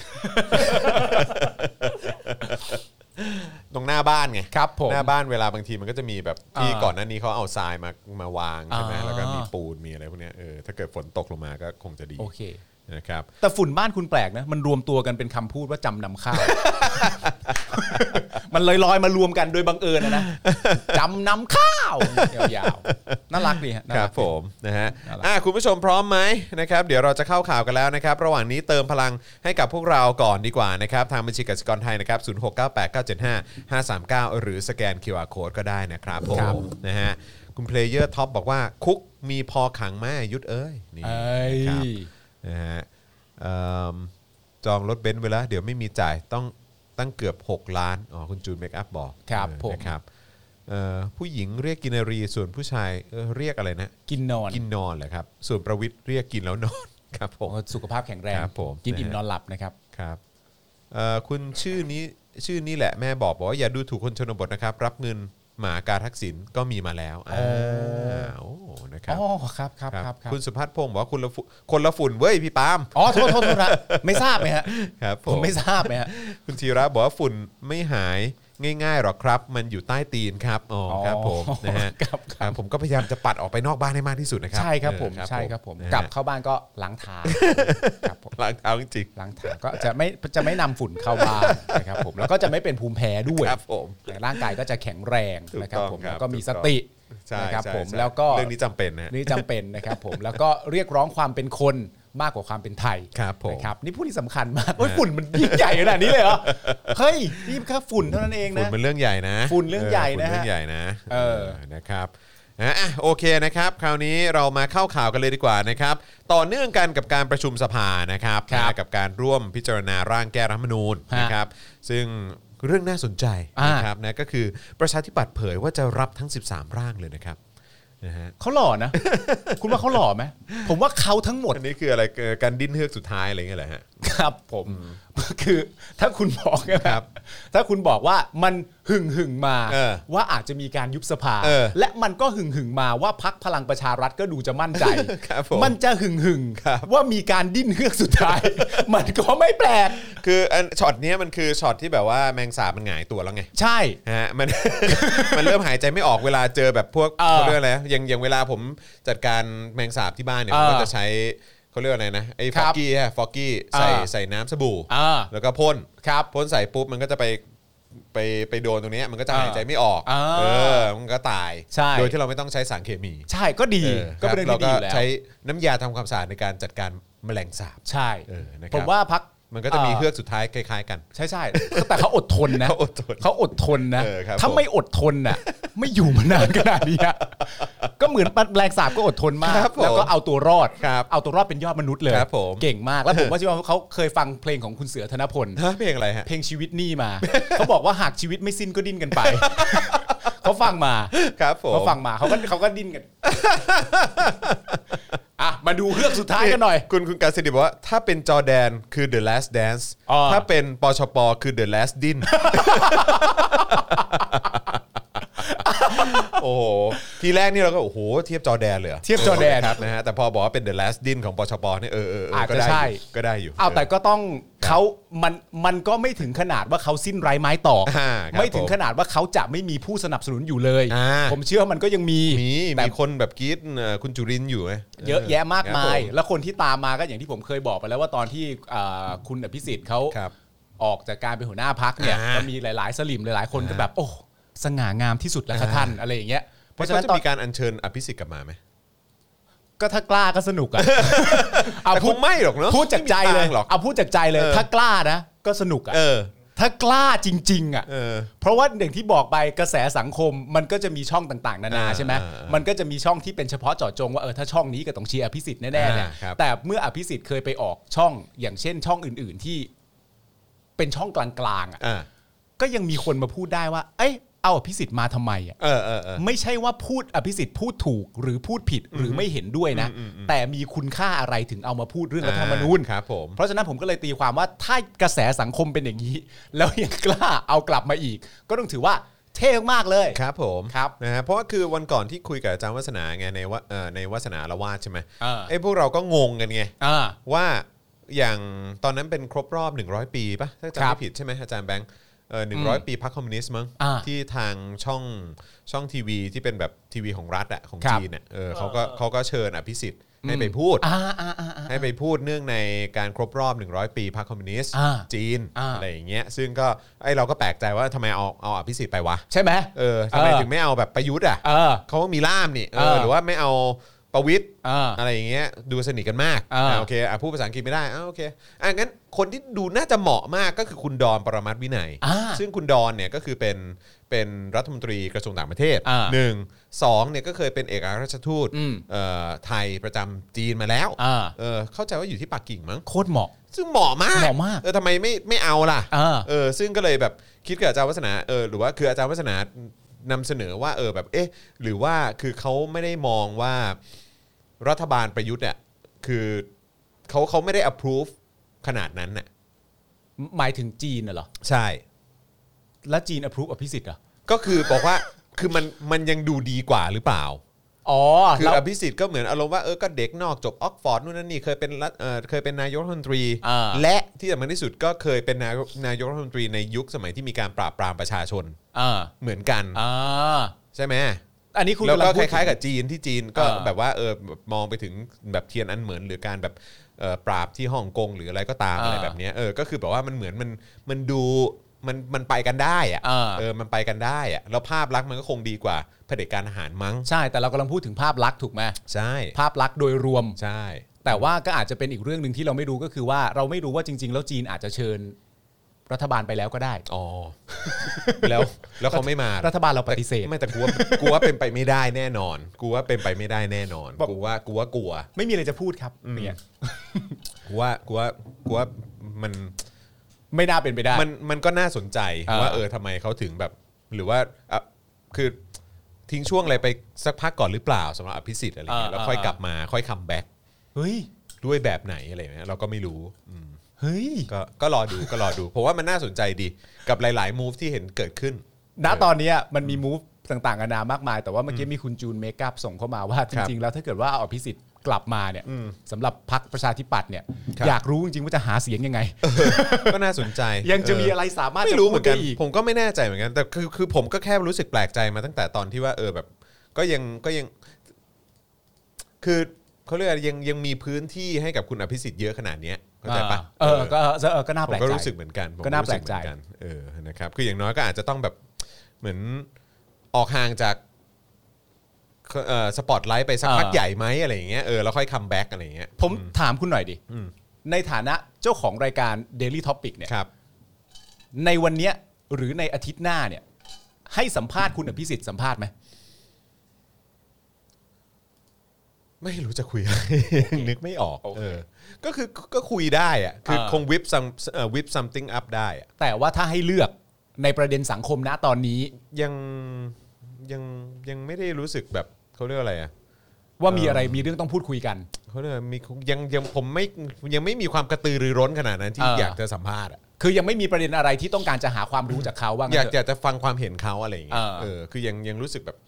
ตรงหน้าบ้านไงครับผมหน้าบ้านเวลาบางทีมันก็จะมีแบบที่อ่าก่อนหน้านี้เขาเอาทรายมามาวางใช่ไหมอ่าแล้วก็มีปูนมีอะไรพวกเนี้ยเออถ้าเกิดฝนตกลงมาก็คงจะดีโอเคนะครับแต่ฝุ่นบ้านคุณแปลกนะมันรวมตัวกันเป็นคำพูดว่าจำนำข้าว มันลอยๆมารวมกันโดยบังเอิญนะนะจำนำข้าวยาวๆน่ารักดีฮะน่าครัรักบดีผมนะฮะน่ารักอ่ะคุณผู้ชมพร้อมไหมนะครับเดี๋ยวเราจะเข้าข่าวกันแล้วนะครับระหว่างนี้เติมพลังให้กับพวกเราก่อนดีกว่านะครับทางบัญชีกสิกรไทยนะครับศูนย์ หก เก้า แปด เก้า เจ็ด ห้า ห้า สาม เก้า หรือสแกน คิว อาร์ Code ก็ได้นะครับผครับมนะฮะคุณเพลเยอร์ท็อปบอกว่าคุกมีพอขังแม่ยุดเอ้ยนี่เอ้ยครับนะฮะเอิ่มจองรถเบนซ์ไว้แล้วเดี๋ยวไม่มีจ่ายต้องตั้งเกือบหกล้านอ๋อคุณจูนเมคอัพบอกครับเออผมนะครับเอ่อผู้หญิงเรียกกินรีส่วนผู้ชายเอ่อเรียกอะไรนะกินนอนกินนอนเหรอครับ ส่วนประวิทย์เรียกกินแล้วนอน ครับผมโอ้สุขภาพแข็งแรงครับผมกินอิ่มนะฮะนอนหลับนะครับครับเอ่อคุณชื่อนี้ชื่อนี้แหละแม่บอกบอกว่าอย่าดูถูกคนชนบทนะครับ รับเงินหมากาทักษิณก็มีมาแล้วอ่าโอ้นะครับอ๋อครับครับครับครับครับคุณสุพัฒน์พงศ์บอกว่าคุณละฝุ่นคนละฝุ่นเว้ยพี่ปาล์มอ๋อโทษโทษโทษนะไม่ทราบไหมฮะครับผผมมไม่ทราบไหมฮะคุณธีระบอกว่าฝุ่นไม่หายง่ายๆหรอกครับ มันอยู่ใต้ตีนครับอ๋อครับผมนะฮะครับครับผมก็พยายามจะปัดออกไปนอกบ้านให้มากที่สุดนะครับใช่ครับผมเออใช่ครับผมนะฮะกลับเข้าบ้านก็ล้างเท้าครับผมล้างเท้าจริงล้างเท้าก็จะไม่จะไม่นำฝุ่นเข้าบ้านนะครับผมแล้วก็จะไม่เป็นภูมิแพ้ด้วยๆครับผมแต่ร่างกายก็จะแข็งแรงถูกนะครับต้องผมครับแล้วก็มีถูกสต้องติใช่นะครับใช่ผมใช่แล้วก็เรื่องนี้จำเป็นนะนี่จำเป็นนะครับผมแล้วก็เรียกร้องความเป็นคนมากกว่าความเป็นไทยครับผมนะครับนี่พูดที่สำคัญมากโอ้ยฝุ่นมันยิ่งใหญ่ขนาดนี้เลยเหรอเฮ้ยนี่แค่ฝุ่นเท่านั้นเองฝุ่นนะมันเรื่องใหญ่นะฝุ่นเรื่องใหญ่นะฮะฝุ่เรื่องใหญ่นะเออนะครับนะอ่ะโอเคนะครับ คราวนี้เรามาเข้าข่าวกันเลยดีกว่านะครับ ต่อเนื่องกันกับการประชุมสภานะครับครับนะกับการร่วมพิจารณาร่างแก้รัฐธรรมนูญฮะนะครับ ซึ่งเรื่องน่าสนใจอ่านนะครับนะก็คือประชาธิปัตย์เผยว่าจะรับทั้งสิบสามร่างเลยนะครับนะฮะเขาหล่อนะ คุณว่าเขาหล่อไหมผมว่าเขาทั้งหมดอันนี้คืออะไรเอ่อการดิ้นเฮือกสุดท้ายอะไรเงี้ยเหรอฮะครับผมคือถ้าคุณบอกนะครับ ถ้าคุณบอกว่ามันหึ่งหึ่งมาเออว่าอาจจะมีการยุบสภาเออและมันก็หึ่งหึ่งมาว่าพักพลังประชารัฐก็ดูจะมั่นใจครับผมมันจะหึ่งหึ่งครับว่ามีการดิ้นเฮือกสุดท้าย มันก็ไม่แปลกคืออันช็อตเนี้ยมันคือช็อตที่แบบว่าแมงสาบมันหงายตัวแล้วไงใช่ฮะมัน มันเริ่มหายใจไม่ออกเวลาเจอแบบพวกเออเขาเรียกอะไรนะอย่างอย่างเวลาผมจัดการแมงสาบที่บ้านเนี่ยเอผอมก็จะใช้เขาเรียกว่าอะไรนะไอ้คฟรัอบ กกี้ฮะฟอกกี้ใส่เออใส่น้ำสบู่อ่าแล้วก็พ่นครับพ่นใส่ปุ๊บมันก็จะไปไปไปโดนตรงเนี้ยมันก็จะเออหายใจไม่ออกเออเออมันก็ตายใช่โดยที่เราไม่ต้องใช้สารเคมีใช่ก็ดีเออก็เป็นเรื่องเราที่ดีอยู่แล้วใช้น้ำยาทำความสะอาดในการจัดการแมลงสาบใช่เออนะครับผมว่าพักมันก็จะมีเฮือกสุดท้ายคล้ายๆกันใช่ใช่แต่เขาอดทนนะเขาอดทนเขาอดทนนะเออครับถ้าผมไม่อดทนน่ะ ไม่อยู่มานานขนาดนี้อะก็เหมือนแมลงสาบก็อดทนมากครับผมแล้วก็เอาตัวรอดครับเอาตัวรอดเป็นยอดมนุษย์เลยครับผมเก่งมากแล้วผมว่าที่ว่าเขาเคยฟังเพลงของคุณเสือธนพลฮะเพลงอะไรฮะเพลงชีวิตนี่มา เขาบอกว่าหากชีวิตไม่สิ้นก็ดิ้นกันไป เขาฟังมาครับผมเขาฟังมาเขาก็เขาก็ดิ้นกันอ่ะมาดูเฮือกสุดท้ายกันหน่อยคุณคุณการสิริบอกว่าถ้าเป็นจอร์แดนคือ The Last Dance อ๋อถ้าเป็นปชปคือ The Last Din เโอ้โหทีแรกนี่เราก็โอ้โหเทียบจอร์แดนเลยเทียบจอร์แดนครับนะฮะแต่พอบอกว่าเป็น The Last Din ของปชปเนี่ยเออเอออาจก็จะได้ใช่ก็ได้อยู่เอาแต่ก็ต้องเขามันมันก็ไม่ถึงขนาดว่าเขาสิ้นไร้ไม้ตอกอ่าครับไม่ถึงขนาดว่าเขาจะไม่มีผู้สนับสนุนอยู่เลยอ่าผมเชื่อว่ามันก็ยังมีมีแต่มีคนแบบกรี๊ดเอ่อคุณจุรินทร์อยู่ไหมเยอะแยะมากมายครับผแล้วคนที่ตามมาก็อย่างที่ผมเคยบอกไปแล้วว่าตอนที่อ่าคุณอภิสิทธิ์เขาครับออกจากการเป็นหัวหน้าพักเนี่ยอ่าก็มีหลายๆสลิมหลายๆคนก็อ่าแบบโอ้สง่างามที่สุดแล้วค่ะอ่าท่านอะไรอย่างเงี้ยเพเพราะราะฉะฉะนั้นั้น นตอนจะมีการอัญเชิญอภิสิทธิ์กลับมาไหมก็ถ้ากล้าก็สนุกอะแต่คงไม่หรอกเนอะพูดจากใจเลยไม่มีทางหรอกเอาพูดจากใจเลยเออถ้ากล้านะก็สนุกอะเออถ้ากล้าจริงๆอ่ะเออเพราะว่าอย่างที่บอกไปกระแสสังคมมันก็จะมีช่องต่างๆนานาอ่าใช่ไหมอ่ามันก็จะมีช่องที่เป็นเฉพาะเจาะจงว่าเออถ้าช่องนี้ก็ต้องเชียร์อภิสิทธิ์แน่ๆเนี่ยอ่าครับแต่เมื่ออภิสิทธิ์เคยไปออกช่องอย่างเช่นช่องอื่นๆที่เป็นช่องกลางๆอ่ะอ่าก็ยังมีคนมาพูดได้ว่าเอ้ยเอาอภิสิทธิ์มาทำไมอ่ะเออเออเออไม่ใช่ว่าพูดอภิสิทธิ์พูดถูกหรือพูดผิดหรือไม่เห็นด้วยนะอืมอืมอืมแต่มีคุณค่าอะไรถึงเอามาพูดเรื่องรัฐธรรมนูญครับผมเพราะฉะนั้นผมก็เลยตีความว่าถ้ากระแสสังคมเป็นอย่างนี้ แล้วยังกล้าเอากลับมาอีก ก็ต้องถือว่าเท่มากเลยครับผมครับนะฮะเพราะว่าคือวันก่อนที่คุยกับอาจารย์วัฒนาไงในว่าเอ่อในวัฒนาละวาดใช่ไหมอ่าไอ้พวกเราก็งงกันไงอ่าว่าอย่างตอนนั้นเป็นครบรอบหนึ่งร้อยปีป่ะถ้าจำครัไม่บผิดใช่ไหมอาจารย์แบงค์เออหนึ่งร้อยปีพรรคคอมมิวนิสต์มั้งอ่าที่ทางช่องช่องทีวีที่เป็นแบบทีวีของรัฐอะของครับจีนอะเออเขาก็เขาก็เชิญอภิสิทธิ์ให้ไปพูดอ่าอ่าอ่าอ่าให้ไปพูดเนื่องในการครบรอบหนึ่งร้อยปีพรรคคอมมิวนิสต์อ่าจีนอ่าอะไรอย่างเงี้ยซึ่งก็ไอเราก็แปลกใจว่าทำไมเอาเอาอภิสิทธิ์ไปวะใช่ไหมเออทำไมเออถึงไม่เอาแบบประยุทธ์อ่ะเออเขาก็มีล่ามนี่เอเอออหรือว่าไม่เอาประวิตรอ่าอะไรอย่างเงี้ยดูสนิทกันมากเอออ่าโอเคอ่ะพูดภาษาอังกฤษไม่ได้อ่าโอเคอ่ะงั้นคนที่ดูน่าจะเหมาะมากก็คือคุณดอนปรมัตถ์วินัยอ่าซึ่งคุณดอนเนี่ยก็คือเป็นเป็นรัฐมนตรีกระทรวงต่างประเทศอ่าหนึ่งสองเนี่ยก็เคยเป็นเอกอัครราชทูตอืมเอ่อไทยประจำจีนมาแล้วอ่าเออเข้าใจว่าอยู่ที่ปักกิ่งมั้งโคตรเหมาะซึ่งเหมาะมากเหมาะมากเออทำไมไม่ไม่เอาล่ะอ่าเออซึ่งก็เลยแบบคิดกับอาจารย์วัฒนาเออหรือว่าคืออาจารย์วัฒนานำเสนอว่าเออแบบเอ๊ะหรือว่าคือเขาไม่ได้มองว่ารัฐบาลประยุทธ์อ่ะคือเขาเขาไม่ได้ approve ขนาดนั้นน่ะหมายถึงจีนน่ะเหรอใช่แล้วจีน approve อภิสิทธิ์เหรอก็คือบอกว่าคือมันมันยังดูดีกว่าหรือเปล่าอ๋อคือแล้วอภิสิทธิ์ก็เหมือนอารมณ์ว่าเออก็เด็กนอกจบออกฟอร์ดนู่นนั่นนี่เคยเป็นรัฐเออเคยเป็นนายกรัฐมนตรีอ่าและที่สำคัญที่สุดก็เคยเป็นนายกนายกรัฐมนตรีในยุคสมัยที่มีการปราบปรามประชาชนอ่าเหมือนกันอ่าใช่ไหมอันนี้คุณแล้วกำลัก็งพูคดถึงล้ายๆกับจีนที่จีนก็เออแบบว่าเออมองไปถึงแบบเทียนอันเหมือนหรือการแบบเอ่อปราบที่ฮ่องกงหรืออะไรก็ตามเออออะไรแบบเนี้ยเออก็คือแบบว่ามันเหมือนมันมันดูมันมันไปกันได้อะเออเออมันไปกันได้อะแล้วภาพลักษณ์มันก็คงดีกว่าเผด็จการทหารมั้งใช่แต่เรากำลังพูดถึงภาพลักษณ์ถูกไหมใช่ภาพลักษณ์โดยรวมใช่แต่ว่าก็อาจจะเป็นอีกเรื่องหนึ่งที่เราไม่รู้ก็คือว่าเราไม่รู้ว่าจริง ๆ แล้วจีนอาจจะเชิญรัฐบาลไปแล้วก็ได้อ๋อแล้วแล้วเขาไม่มารัฐบาลเราปฏิเสธไม่แต่กูว่ากูว่าเป็นไปไม่ได้แน่นอนกูว่าเป็นไปไม่ได้แน่นอนบอกกูว่ากูว่ากลัวไม่มีอะไรจะพูดครับเนี่ยกูว่ากูว่ากูว่ามันไม่น่าเป็นไปได้มันมันก็น่าสนใจอ่าว่าเออทำไมเขาถึงแบบ หรือว่าอ่ะคือทิ้งช่วงอะไรไปสักพักก่อนหรือเปล่าสำหรับอภิสิทธิ์อะไรเงี้ยแล้วค่อยกลับมาค่อยคัมแบ็กเฮ้ยด้วยแบบไหนอะไรเงี้ยเราก็ไม่รู้อืมเฮ้ยก็ก็รอดูก็รอดูเพราะว่ามันน่าสนใจดีกับหลายๆมูฟที่เห็นเกิดขึ้นณตอนเนี้ยมันมีมูฟต่างๆนานามากมาย แต่ว่าเมื่อกี้มีคุณจูนเมคอัพส่งเข้ามาว่าจริงๆแล้วถ้าเกิดว่าเอาอภิสิทธิ์กลับมาเนี่ยสำหรับพรรคประชาธิปัตย์เนี่ยครับอยากรู้จริงๆว่าจะหาเสียงยังไงก็น่าสนใจยังจะมีเอะไรสามารถไม่จะรู้พูเหมืดอนกัได้นอีกผมก็ไม่แน่ใจเหมือนกันแต่คือคือผมก็แค่รู้สึกแปลกใจมาตั้งแต่ตอนที่ว่าเออแบบ ก็ยังก็ยัง คือเขาเรียกอะไรยังยังมีพื้นที่ให้กับคุณอภิสิทธิ์เยอะขนาดเนี้ยเข้าใจปะเออก็เออก็น่าผแปลมกก็ใจรู้สึกเหมือนกันผมก็น่าแปลกใจรู้สึเหมือนนเออนะครับคืออย่างน้อยก็อาจจะต้องแบบเหมือนออกห่างจากเอ่อสปอตไลท์ไปสักพักใหญ่ไหมอะไรอย่างเงี้ยเออแล้วค่อยคัมแบ็กอะไรอย่างเงี้ยผมถามคุณหน่อยดิอืมในฐานะเจ้าของรายการ Daily Topic เนี่ยครับในวันเนี้ยหรือในอาทิตย์หน้าเนี่ยให้สัมภาษณ์คุณอภิสิทธิ์สัมภาษณ์ไหมไม่รู้จะคุยอะไร นึกไม่ออกเออก็คือก็คุยได้อะคือคงวิปซัมวิปซัมติงอัพได้อะแต่ว่าถ้าให้เลือกในประเด็นสังคมณตอนนี้ยังยังยังไม่ได้รู้สึกแบบเขาเรียกอะไรอ่ะว่ามีอะไรมีเรื่องต้องพูดคุยกันเขาเรียกว่ามียังยังผมไม่ยังไม่มีความกระตือรือร้นขนาดนั้นที่เออออยากจะสัมภาษณ์อ่ะคือยังไม่มีประเด็นอะไรที่ต้องการจะหาความรู้จากเขาว่างั้อยากนเถอยาอะกจะฟังความเห็นเขาอะไรอย่างเงี้ยเออเออคือยังยังรู้สึกแบบอืม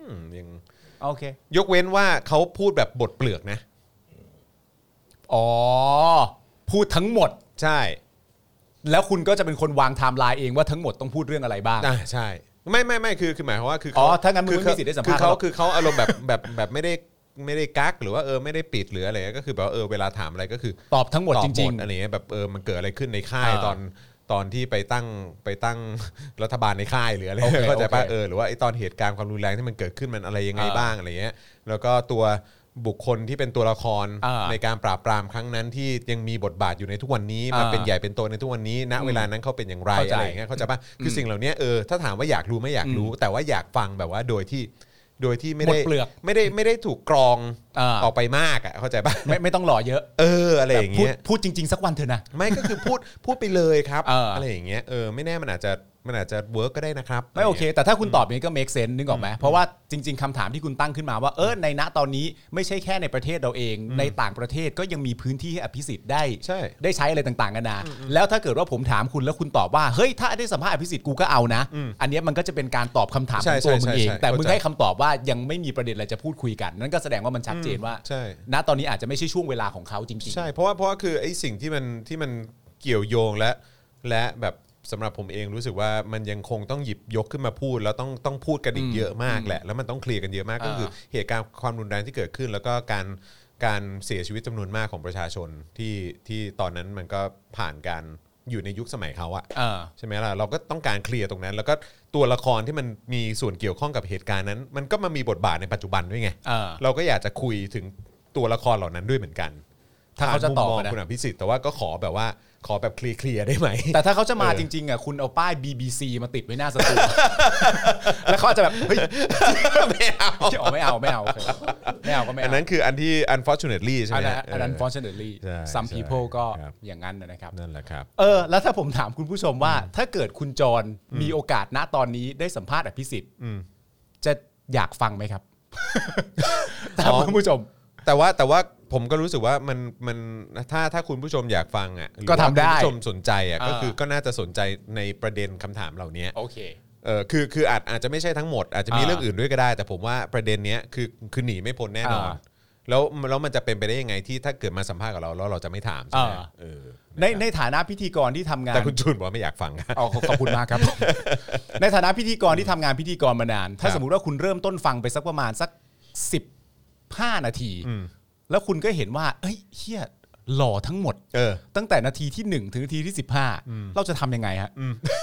มยังโอเคยกเว้นว่าเขาพูดแบบบทเปลือกนะอ๋อพูดทั้งหมดใช่แล้วคุณก็จะเป็นคนวางไทม์ไลน์เองว่าทั้งหมดต้องพูดเรื่องอะไรบ้างอ่าใช่ไม่ไม่ไม่คือคือหมายความว่าคืออ๋อถ้างั้นมึงไม่มีสิทธิ์ได้สัมภาษณ์คือเขาคือเขาอารมณ์แบบแบบแบบไม่ได้ไม่ได้กักหรือว่าเออไม่ได้ปิดหรืออะไรก็คือแบบเออเวลาถามอะไรก็คือตอบทั้งหมดจริงๆอะไรเงี้ยแบบเออมันเกิดอะไรขึ้นในค่ายตอนตอนที่ไปตั้งไปตั้งรัฐบาลในค่ายหรืออะไรเข้าใจป่ะเออหรือว่าไอ้ตอนเหตุการณ์ความรุนแรงที่มันเกิดขึ้นมันอะไรยังไงบ้างอะไรเงี้ยแล้วก็ตัวบุคคลที่เป็นตัวละครในการปราบปรามครั้งนั้นที่ยังมีบทบาทอยู่ในทุกวันนี้มาเป็นใหญ่เป็นโตในทุกวันนี้ณเวลานั้นเขาเป็นอย่างไรอะไรอย่างเงี้ยเข้าใจป่ะคือสิ่งเหล่านี้เออถ้าถามว่าอยากรู้ไม่อยากรู้แต่ว่าอยากฟังแบบว่าโดยที่โดยที่ไม่ได้ไม่ได้ไม่ได้ถูกกรองออกไปมากอ่ะเข้าใจป่ะไม่ไม่ต้องหล่อเยอะเอออะไรอย่างเงี้ยพูดจริงๆสักวันเถอะนะไม่ก็คือพูดพูดไปเลยครับอะไรอย่างเงี้ยเออไม่แน่มันอาจจะมันอาจจะเวิร์กก็ได้นะครับไม่โอเคแต่ถ้าคุณตอบอย่างนี้ก็ make sense นึกออกไหมเพราะว่าจริงๆคำถามที่คุณตั้งขึ้นมาว่าเออในณตอนนี้ไม่ใช่แค่ในประเทศเราเองในต่างประเทศก็ยังมีพื้นที่ให้อภิสิทธิ์ได้ได้ใช้อะไรต่างๆกันานาแล้วถ้าเกิดว่าผมถามคุณแล้วคุณตอบว่าเฮ้ยถ้าได้สัมภาษณ์อภิสิทธิ์กูก็เอานะอันนี้มันก็จะเป็นการตอบคำถามของตัวมึงเองแต่มึงให้คำตอบว่ายังไม่มีประเด็นอะไรจะพูดคุยกันนั่นก็แสดงว่ามันชัดเจนว่าณตอนนี้อาจจะไม่ใช่ช่วงเวลาของเขาจริงๆใช่เพราะว่าเพราะว่าคือไอ้สิ่งที่มันที่มันเกี่ยวโยงและและแบบสำหรับผมเองรู้สึกว่ามันยังคงต้องหยิบยกขึ้นมาพูดแล้วต้องต้องพูดกันอีกเยอะมากแหละแล้วมันต้องเคลียร์กันเยอะมากก็คือเหตุการณ์ความรุนแรงที่เกิดขึ้นแล้วก็การการเสียชีวิตจำนวนมากของประชาชนที่ที่ตอนนั้นมันก็ผ่านการอยู่ในยุคสมัยเขาอะใช่ไหมล่ะเราก็ต้องการเคลียร์ตรงนั้นแล้วก็ตัวละครที่มันมีส่วนเกี่ยวข้องกับเหตุการณ์นั้นมันก็มามีบทบาทในปัจจุบันด้วยไงเราก็อยากจะคุยถึงตัวละครเหล่านั้นด้วยเหมือนกันถ้าเขาจะตอบนะคุณอภิสิทธิ์แต่ว่าก็ขอแบบว่าขอแบบเคลียร์ๆได้ไหมแต่ถ้าเขาจะมาจริงๆอ่ะคุณเอาป้าย บี บี ซี มาติดไว้หน้าสตูแล้วเขาจะแบบเฮ้ยไม่เอาไม่เอาไม่เอาไม่เอาก็ไม่เอาอันนั้นคืออันที่ unfortunately ใช่ไหมอันนั้น unfortunately some people ก็อย่างนั้นนะครับนั่นแหละครับเออแล้วถ้าผมถามคุณผู้ชมว่าถ้าเกิดคุณจรมีโอกาสณตอนนี้ได้สัมภาษณ์อภิสิทธิ์จะอยากฟังไหมครับถามคุณผู้ชมแต่ว่าแต่ว่าผมก็รู้สึกว่ามันมันถ้าถ้าคุณผู้ชมอยากฟังอ่ะก็ทำได้คุณผู้ชมสนใจอ่ะก็คือก็น่าจะสนใจในประเด็นคำถามเหล่านี้โอเคเออคือคืออาจอาจจะไม่ใช่ทั้งหมดอาจจะมีเรื่องอื่นด้วยก็ได้แต่ผมว่าประเด็นเนี้ยคือคือหนีไม่พ้นแน่นอนแล้วแล้วมันจะเป็นไปได้ยังไงที่ถ้าเกิดมาสัมภาษณ์กับเราแล้วเราจะไม่ถามใช่ไหมเออในในฐานะพิธีกรที่ทำงานแต่คุณจูนบอกไม่อยากฟังอ๋อขอบคุณมากครับในฐานะพิธีกรที่ทำงานพิธีกรมานานถ้าสมมุติว่าคุณเริ่มต้นฟังไปสักประมาณสักสิบห้านาทีแล้วคุณก็เห็นว่าเอ้ยเหี้ยหล่อทั้งหมดเออตั้งแต่นาทีที่หนึ่งถึงนาทีที่สิบห้าเราจะทำยังไงฮะ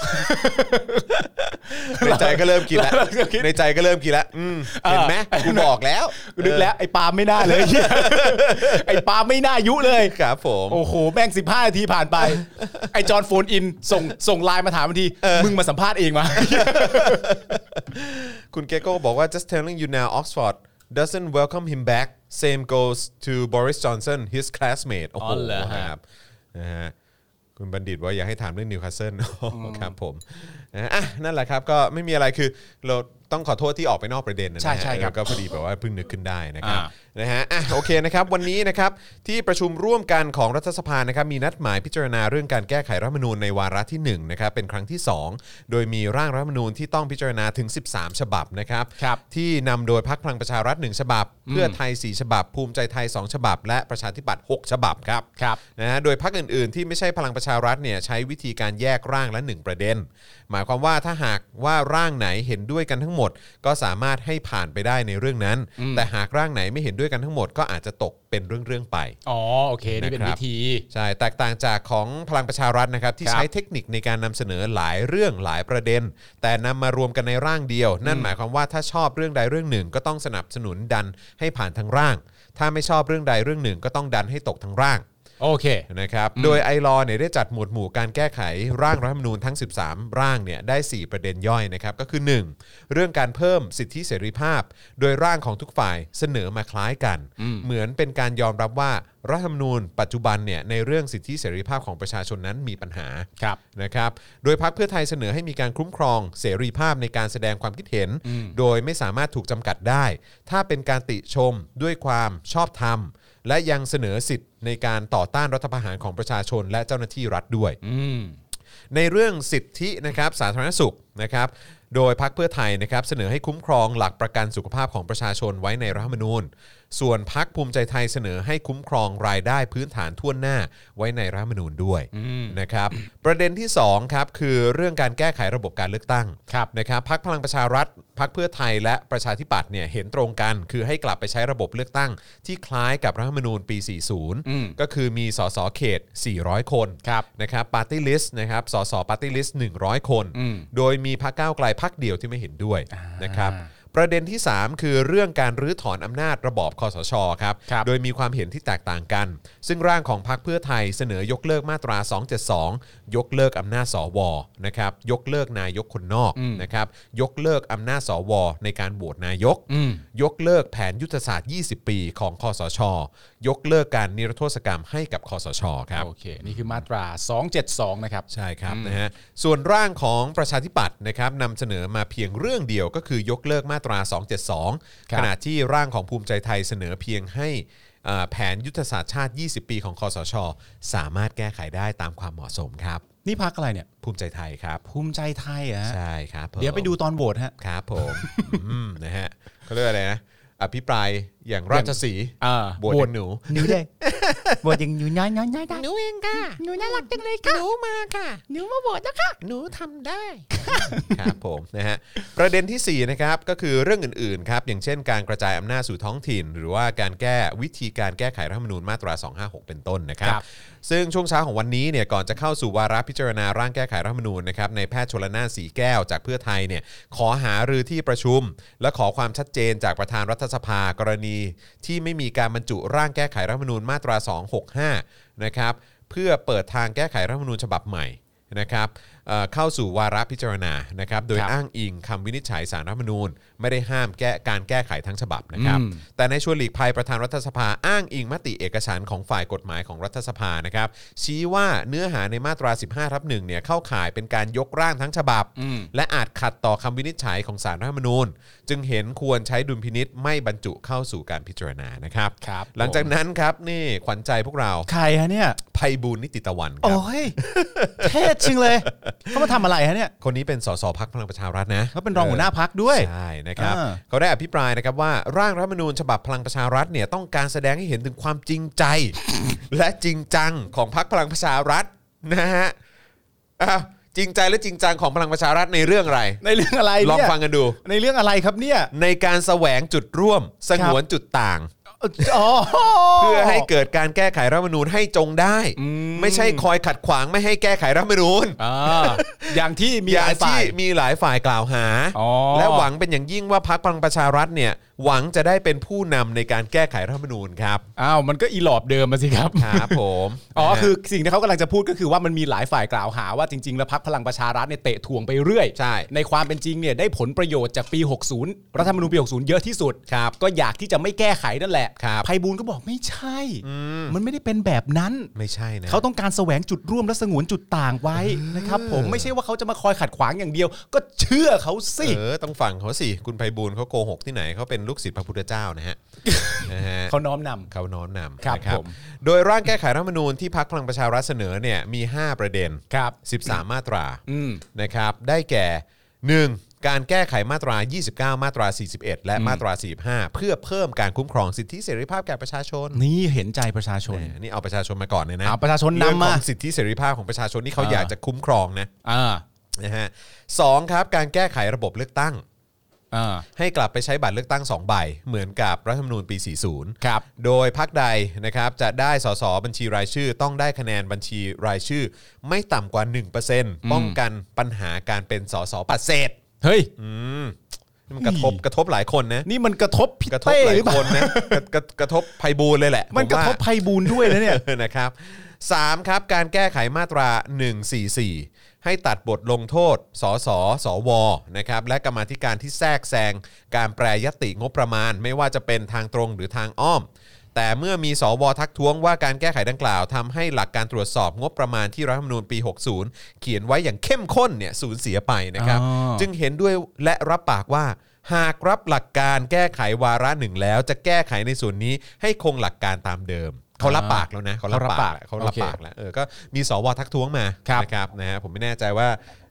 ในใจก็เริ่มคิดแล้วในใจก็เริ่มคิดแล้วเห็นไหมกูบอกแล้วนึกแล้วไอ้ปาล์มไม่น่าเลยไอ้ปาล์มไม่น่ายุเลยครับผมโอ้โหแม่งสิบห้านาทีผ่านไปไอ้จอห์นโฟนอินส่งส่งไลน์มาถามทันทีมึงมาสัมภาษณ์เองมาคุณเกโก้บอกว่า just telling you now Oxford doesn't welcome him back same goes to Boris Johnson his classmate โอ้โหครับนะฮะคุณบัณฑิตว่าอยากให้ถามเรื่องนิวคาสเซิลครับผมอ่ะนั่นแหละครับก็ไม่มีอะไรคือเราต้องขอโทษที่ออกไปนอกประเด็นนะใช่ใช่ครับก็พอดีแบบว่าเพิ่งนึกขึ้นได้นะครับนะฮะอ่ะโอเคนะครับวันนี้นะครับที่ประชุมร่วมกันของรัฐสภานะครับมีนัดหมายพิจารณาเรื่องการแก้ไขรัฐธรรมนูญในวาระที่หนึ่งนะครับเป็นครั้งที่สองโดยมีร่างรัฐธรรมนูญที่ต้องพิจารณาถึงสิบสามฉบับนะครับที่นำโดยพรรคพลังประชารัฐหนึ่งฉบับเพื่อไทยสี่ฉบับภูมิใจไทยสองฉบับและประชาธิปัตย์หกฉบับครับนะฮะโดยพรรคอื่นๆที่ไม่ใช่พลังประชารัฐเนี่ยใช้วิธีการแยกร่างละหนึ่งประเด็นหมายความว่าถ้าหากว่าร่างไหนเห็นด้วยกันทั้งหมดก็สามารถให้ผ่านไปได้ในเรื่องนั้นแต่หากร่างไหนไม่เห็นด้วยกันทั้งหมดก็อาจจะตกเป็นเรื่องๆไปอ๋อโอเคนี่เป็นวิธีใช่แตกต่างจากของพลังประชารัฐนะครับที่ใช้เทคนิคในการนำเสนอหลายเรื่องหลายประเด็นแต่นำมารวมกันในร่างเดียวนั่นหมายความว่าถ้าชอบเรื่องใดเรื่องหนึ่งก็ต้องสนับสนุนดันให้ผ่านทั้งร่างถ้าไม่ชอบเรื่องใดเรื่องหนึ่งก็ต้องดันให้ตกทั้งร่างโอเคนะครับโดยไอลอเนี่ยได้จัดหมวดหมู่การแก้ไขร่างรัฐธรรมนูญทั้งสิบสามร่างเนี่ยได้สี่ประเด็นย่อยนะครับก็คือหนึ่งเรื่องการเพิ่มสิทธิเสรีภาพโดยร่างของทุกฝ่ายเสนอมาคล้ายกันเหมือนเป็นการยอมรับว่ารัฐธรรมนูญปัจจุบันเนี่ยในเรื่องสิทธิเสรีภาพของประชาชนนั้นมีปัญหานะครับโดยพรรคเพื่อไทยเสนอให้มีการคุ้มครองเสรีภาพในการแสดงความคิดเห็นโดยไม่สามารถถูกจำกัดได้ถ้าเป็นการติชมด้วยความชอบธรรมและยังเสนอสิทธิ์ในการต่อต้านรัฐประหารของประชาชนและเจ้าหน้าที่รัฐด้วยในเรื่องสิทธินะครับสาธารณสุขนะครับโดยพรรคเพื่อไทยนะครับเสนอให้คุ้มครองหลักประกันสุขภาพของประชาชนไว้ในรัฐธรรมนูญส่วนพรรคภูมิใจไทยเสนอให้คุ้มครองรายได้พื้นฐานทั่วหน้าไว้ในรัฐธรรมนูญด้วยนะครับประเด็นที่สองครับคือเรื่องการแก้ไขระบบการเลือกตั้งนะครับพรรคพลังประชารัฐพรรคเพื่อไทยและประชาธิปัตย์เนี่ยเห็นตรงกันคือให้กลับไปใช้ระบบเลือกตั้งที่คล้ายกับรัฐธรรมนูญปีสี่สิบก็คือมีสสเขตสี่ร้อยคนนะครับปาร์ตี้ลิสต์นะครับสสปาร์ตี้ลิสต์หนึ่งร้อยคนโดยมีพรรคก้าวไกลพรรคเดียวที่ไม่เห็นด้วยนะครับประเด็นที่สามคือเรื่องการรื้อถอนอำนาจระบอบคสชครับโดยมีความเห็นที่แตกต่างกันซึ่งร่างของพรรคเพื่อไทยเสนอยกเลิกมาตราสองเจ็ดสองยกเลิกอำนาจสวนะครับยกเลิกนายกคนนอกนะครับยกเลิกอำนาจสวในการโหวตนายกยกเลิกแผนยุทธศาสตร์ยี่สิบปีของคสชยกเลิกการนิรโทษกรรมให้กับคสชครับโอเคนี่คือมาตราสองเจ็ดสองนะครับใช่ครับนะฮะส่วนร่างของประชาธิปัตย์นะครับนำเสนอมาเพียงเรื่องเดียวก็คือยกเลิกมาตราสองเจ็ดสองขณะที่ร่างของภูมิใจไทยเสนอเพียงให้แผนยุทธศาสตร์ชาติยี่สิบปีของคสชสามารถแก้ไขได้ตามความเหมาะสมครับนี่พรรคอะไรเนี่ยภูมิใจไทยครับภูมิใจไทยอ่ะใช่ครับเดี๋ยวไปดูตอนโหวตฮะครับผมนะฮะเขาเรียกอะไรนะอภิปรายอย่างราชสีห์โหวตหนูหนูได้โหวตอย่างหนูน้อยน้อยน้อยหนูเองค่ะหนูน่ารักจังเลยค่ะหนูมาค่ะหนูมาโหวตนะคะหนูทำได้ครับผมนะฮะประเด็นที่สี่นะครับก็คือเรื่องอื่นๆครับอย่างเช่นการกระจายอำนาจสู่ท้องถิ่นหรือว่าการแก้วิธีการแก้ไขรัฐธรรมนูญมาตราสองห้าหกเป็นต้นนะครับซึ่งช่วงเช้าของวันนี้เนี่ยก่อนจะเข้าสู่วาระพิจารณาร่างแก้ไขรัฐธรรมนูญนะครับในแพทย์ชลน่านสีแก้วจากเพื่อไทยเนี่ยขอหารือที่ประชุมและขอความชัดเจนจากประธานรัฐสภากรณีที่ไม่มีการบรรจุร่างแก้ไขรัฐธรรมนูญมาตราสองหกห้านะครับเพื่อเปิดทางแก้ไขรัฐธรรมนูญฉบับใหม่นะครับเอ่อเข้าสู่วาระพิจารณานะครับโดยอ้างอิงคำวินิจฉัยศาลรัฐธรรมนูญไม่ได้ห้ามแก้การแก้ไขทั้งฉบับนะครับแต่ในชวนหลีกภัยประธานรัฐสภาอ้างอิงมติเอกฉันท์ของฝ่ายกฎหมายของรัฐสภานะครับชี้ว่าเนื้อหาในมาตราสิบห้าทับหนึ่งเนี่ยเข้าข่ายเป็นการยกร่างทั้งฉบับและอาจขัดต่อคำวินิจฉัยของศาลรัฐธรรมนูญจึงเห็นควรใช้ดุลพินิจไม่บรรจุเข้าสู่การพิจารณานะครับหลังจากนั้นครับนี่ขวัญใจพวกเราใครฮะเนี่ยไพบูลย์นิติตะวันครับโอ้ยเท่จริงเลยเขามาทำอะไรฮะเนี่ยคนนี้เป็นสสพรรคพลังประชารัฐนะเขาเป็นรองหัวหน้าพรรคด้วยใช่นะครับเขาได้อภิปรายนะครับว่าร่างรัฐธรรมนูญฉบับพลังประชารัฐเนี่ยต้องการแสดงให้เห็นถึงความจริงใจและจริงจังของพรรคพลังประชารัฐนะฮะจริงใจและจริงจังของพลังประชารัฐในเรื่องอะไรในเรื่องอะไรเนี่ยลองฟังกันดูในเรื่องอะไรครับเนี่ยในการแสวงจุดร่วมสงวนจุดต่างเพื่อให้เกิดการแก้ไขรัฐธรรมนูญให้จงได้ไม่ใช่คอยขัดขวางไม่ให้แก้ไขรัฐธรรมนูญอย่างที่มีหลายฝ่ายมีหลายฝ่ายกล่าวหาและหวังเป็นอย่างยิ่งว่าพรรคพลังประชารัฐเนี่ยหวังจะได้เป็นผู้นำในการแก้ไขรัฐธรรมนูญครับอ้าวมันก็อีหลอบเดิมมาสิครับครับผมอ๋อคือสิ่งที่เขากำลังจะพูดก็คือว่ามันมีหลายฝ่ายกล่าวหาว่าจริงๆแล้วพรรคพลังประชารัฐเนี่ยเตะถ่วงไปเรื่อยใช่ในความเป็นจริงเนี่ยได้ผลประโยชน์จากปีหกสิบรัฐธรรมนูญปีหกสิบเยอะที่สุดก็อยากที่จะไม่แก้ไขนั่นแหละไพบูลย์ก็บอกไม่ใช่มันไม่ได้เป็นแบบนั้นไม่ใช่นะเขาต้องการแสวงจุดร่วมและสงวนจุดต่างไว้นะครับผมไม่ใช่ว่าเขาจะมาคอยขัดขวางอย่างเดียวก็เชื่อเขาสิเออต้องฟังเขาสิคุณไพบูลย์เขาโกหกที่ไหนเขาเป็นลูกศิษย์พระพุทธเจ้านะฮะเขาน้อมนำเขาน้อมนำครับผมโดยร่างแก้ไขรัฐธรรมนูญที่พรรคพลังประชารัฐเสนอเนี่ยมีห้าประเด็นครับสิบสามมาตรานะครับได้แก่หนึ่งการแก้ไขมาตรายี่สิบเก้ามาตราสี่สิบเอ็ดและมาตราสี่สิบห้าเพื่อเพิ่มการคุ้มครองสิทธิเสรีภาพแก่ประชาชนนี่เห็นใจประชาชนนี่เอาประชาชนมาก่อนเลยนะเอาประชาชนนำมาสิทธิเสรีภาพของประชาชนที่เขาอยากจะคุ้มครองนะนะฮะสองครับการแก้ไขระบบเลือกตั้งให้กลับไปใช้บัตรเลือกตั้งสองใบเหมือนกับรัฐธรรมนูญปีสี่สิบครับโดยพรรคใดนะครับจะได้สสบัญชีรายชื่อต้องได้คะแนนบัญชีรายชื่อไม่ต่ำกว่า หนึ่งเปอร์เซ็นต์ ป้องกันปัญหาการเป็นสสปฏิเสธเฮ้ยอืมมันกระทบกระทบหลายคนนะนี่มันกระทบกระทบหลายคนนะกระกระทบไพบูลย์เลยแหละมันกระทบไพบูลย์ด้วยนะเนี่ยนะครับสามครับการแก้ไขมาตราหนึ่งร้อยสี่สิบสี่ให้ตัดบทลงโทษสสสวนะครับและกรรมาธิการที่แทรกแซงการแปรยติงบประมาณไม่ว่าจะเป็นทางตรงหรือทางอ้อมแต่เมื่อมีสวทักท้วงว่าการแก้ไขดังกล่าวทำให้หลักการตรวจสอบงบประมาณที่รัฐธรรมนูญปีหกสิบเขียนไว้อย่างเข้มข้นเนี่ยสูญเสียไปนะครับจึงเห็นด้วยและรับปากว่าหากรับหลักการแก้ไขวาระหนึ่งแล้วจะแก้ไขในส่วนนี้ให้คงหลักการตามเดิมเขารับปากแล้วนะเขารับปากเขารับปากแล้วเออก็มีสวทักท้วงมานะครับนะฮะผมไม่แน่ใจว่า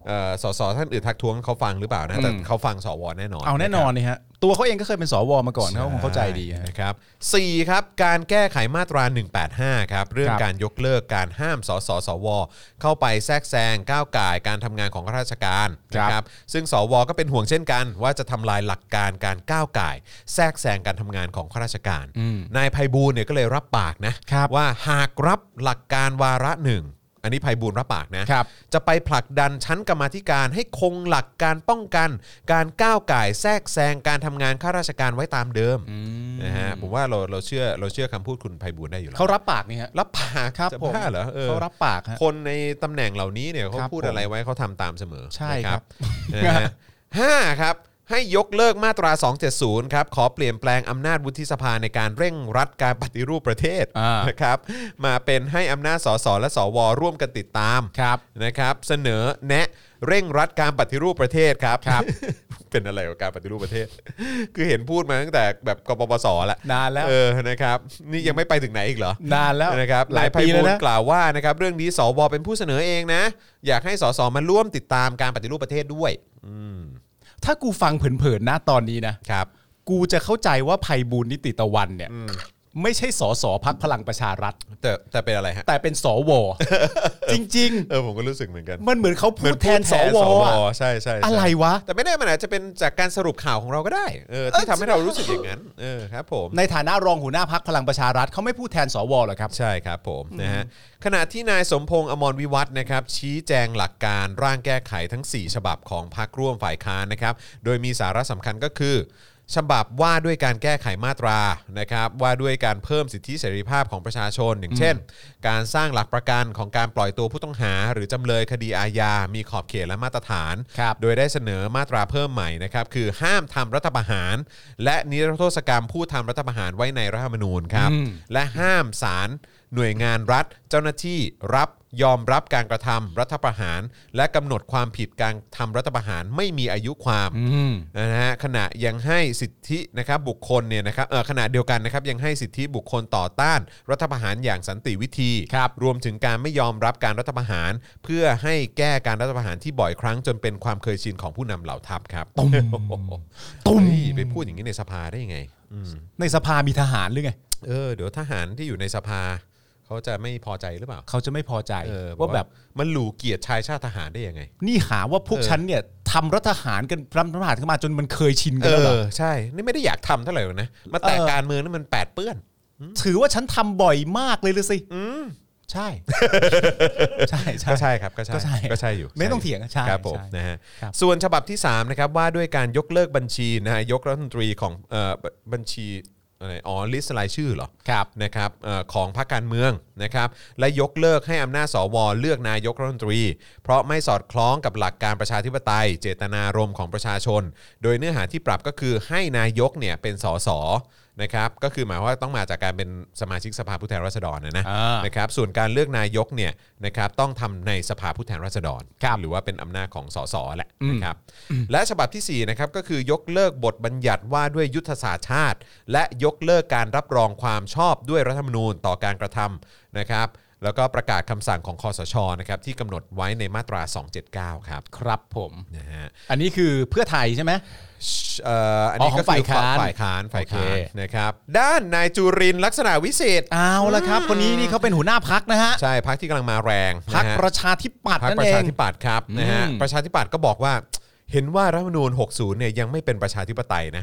เอ่อสสท่านอื่นทักท้วงเขาฟังหรือเปล่านะแต่เขาฟังสวแน่นอนเอาแน่นอนนี่ฮะตัวเขาเองก็เคยเป็นสวมาก่อนเขาคงเข้าใจดีนะครับสี่ครับการแก้ไขมาตราหนึ่งแปดห้าครับเรื่องการยกเลิกการห้ามสสสวเข้าไปแทรกแซงก้าวก่ายการทำงานของข้าราชการนะครับซึ่งสวก็เป็นห่วงเช่นกันว่าจะทำลายหลักการการก้าวก่ายแทรกแซงการทำงานของข้าราชการนายไพบูลย์เนี่ยก็เลยรับปากนะว่าหากรับหลักการวาระหนึ่งอันนี้ไพบูลย์รับปากนะจะไปผลักดันชั้นกรรมาธิการให้คงหลักการป้องกันการก้าวก่ายแทรกแซงการทำงานข้าราชการไว้ตามเดิมนะฮะผมว่าเราเราเชื่อเราเชื่อคำพูดคุณไพบูลย์ได้อยู่แล้วเขารับปากนี่ฮะรับปากครับจะบ้าเหรอเขารับปากคนในตำแหน่งเหล่านี้เนี่ยเขาพูดอะไรไว้เขาทำตามเสมอใช่ครับห้าครับให้ยกเลิกมาตราสองเจ็ดศูนย์ครับขอเปลี่ยนแปลงอำนาจวุฒิสภาในการเร่งรัดการปฏิรูปประเทศนะครับมาเป็นให้อำนาจสสและสวร่วมกันติดตามนะครับเสนอแนะเร่งรัดการปฏิรูปประเทศครับรบ เป็นอะไรกับการปฏิรูปประเทศ คือเห็นพูดมาตั้งแต่แบบกปปสแหละนานแล้วเออนะครับนี่ยังไม่ไปถึงไหนอีกเหรอนานแล้วนะครับหลายปีแล้วนะกล่าวว่านะครับเรื่องนี้สวเป็นผู้เสนอเองนะอยากให้สสมาร่วมติดตามการปฏิรูปประเทศด้วยอืมถ้ากูฟังเผินๆนะตอนนี้นะครับกูจะเข้าใจว่าไพบูลย์นิติตะวันเนี่ยไม่ใช่สสพรรคพลังประชารัฐแต่แต่เป็นอะไรฮะแต่เป็นสวจริงๆเออผมก็รู้สึกเหมือนกันมันเหมือนเขาพูดแทนสวใช่ใช่อะไรวะแต่ไม่แน่มันอาจจะเป็นจากการสรุปข่าวของเราก็ได้เออที่ทำให้เรารู้สึกอย่างนั้นเออครับผมในฐานะรองหัวหน้าพรรคพลังประชารัฐเขาไม่พูดแทนสวหรอครับใช่ครับผมนะฮะขณะที่นายสมพงษ์อมรวิวัฒน์นะครับชี้แจงหลักการร่างแก้ไขทั้งสี่ฉบับของพรรคร่วมฝ่ายค้านนะครับโดยมีสาระสำคัญก็คือฉบับว่าด้วยการแก้ไขมาตรานะครับว่าด้วยการเพิ่มสิทธิเสรีภาพของประชาชนอย่างเช่นการสร้างหลักประกันของการปล่อยตัวผู้ต้องหาหรือจำเลยคดีอาญามีขอบเขตและมาตรฐานโดยได้เสนอมาตราเพิ่มใหม่นะครับคือห้ามทำรัฐประหารและนิรโทษกรรมผู้ทำรัฐประหารไว้ในรัฐธรรมนูญครับและห้ามศาลหน่วยงานรัฐเจ้าหน้าที่รับยอมรับการกระทำรัฐประหารและกำหนดความผิดการทำรัฐประหารไม่มีอายุความนะฮะขณะยังให้สิทธินะครับบุคคลเนี่ยนะครับเออขณะเดียวกันนะครับยังให้สิทธิบุคคลต่อต้านรัฐประหารอย่างสันติวิธีรวมถึงการไม่ยอมรับการรัฐประหารเพื่อให้แก้การรัฐประหารที่บ่อยครั้งจนเป็นความเคยชินของผู้นำเหล่าทัพครับตุ้มตุ้มไปพูดอย่างนี้ในสภาได้ยังไงในสภามีทหารหรือไงเออเดี๋ยวทหารที่อยู่ในสภาเขาจะไม่พอใจหรือเปล่าเขาจะไม่พอใจว่าแบบมันหลู่เกียรติชายชาติทหารได้ยังไงนี่หาว่าพวกฉันเนี่ยทำรัฐประหารกันรำรัฐประหารขึ้นมาจนมันเคยชินกันแล้วเหรอใช่นี่ไม่ได้อยากทำเท่าไหร่นะมาแต่การเมืองนี่มันแปดเปื้อนถือว่าฉันทำบ่อยมากเลยเลยสิใช่ใช่ก็ใช่ครับก็ใช่ก็ใช่อยู่ไม่ต้องเถียงใช่ครับผมนะฮะส่วนฉบับที่สามนะครับว่าด้วยการยกเลิกบัญชีนะฮะยกรัฐมนตรีของเอ่อบัญชีอ๋อลิสต์รายชื่อเหรอครับนะครับเอ่อของพรรคการเมืองนะครับและยกเลิกให้อำนาจสวเลือกนายกรัฐมนตรีเพราะไม่สอดคล้องกับหลักการประชาธิปไตยเจตนารมณ์ของประชาชนโดยเนื้อหาที่ปรับก็คือให้นายกเนี่ยเป็นสสนะครับก็คือหมายว่าต้องมาจากการเป็นสมาชิกสภาผู้แทนราษฎรนะนะนะครับส่วนการเลือกนายกเนี่ยนะครับต้องทำในสภาผู้แทนราษฎรหรือว่าเป็นอำนาจของสสแหละนะครับและฉบับที่สี่นะครับก็คือยกเลิกบทบัญญัติว่าด้วยยุทธศาสตร์ชาติและยกเลิกการรับรองความชอบด้วยรัฐธรรมนูญต่อการกระทำนะครับแล้วก็ประกาศคำสั่งของคสชนะครับที่กำหนดไว้ในมาตราสองเจ็ดเก้าครับครับผมนะฮะอันนี้คือเพื่อไทยใช่ไหมเอ่ออันนี้ก็ฝ่ายค้านฝ่ายค้านฝ่ายค้านนะครับด้านนายจุรินทร์ลักษณะวิเศษเอาละครับคนนี้นี่เขาเป็นหัวหน้าพรรคนะฮะใช่พรรคที่กำลังมาแรงพรรคประชาธิปัตย์นั่นเองพรรคประชาธิปัตย์ครับนะฮะประชาธิปัตย์ก็บอกว่าเห็นว่ารัฐธรรมนูญหกสิบเนี่ยยังไม่เป็นประชาธิปไตย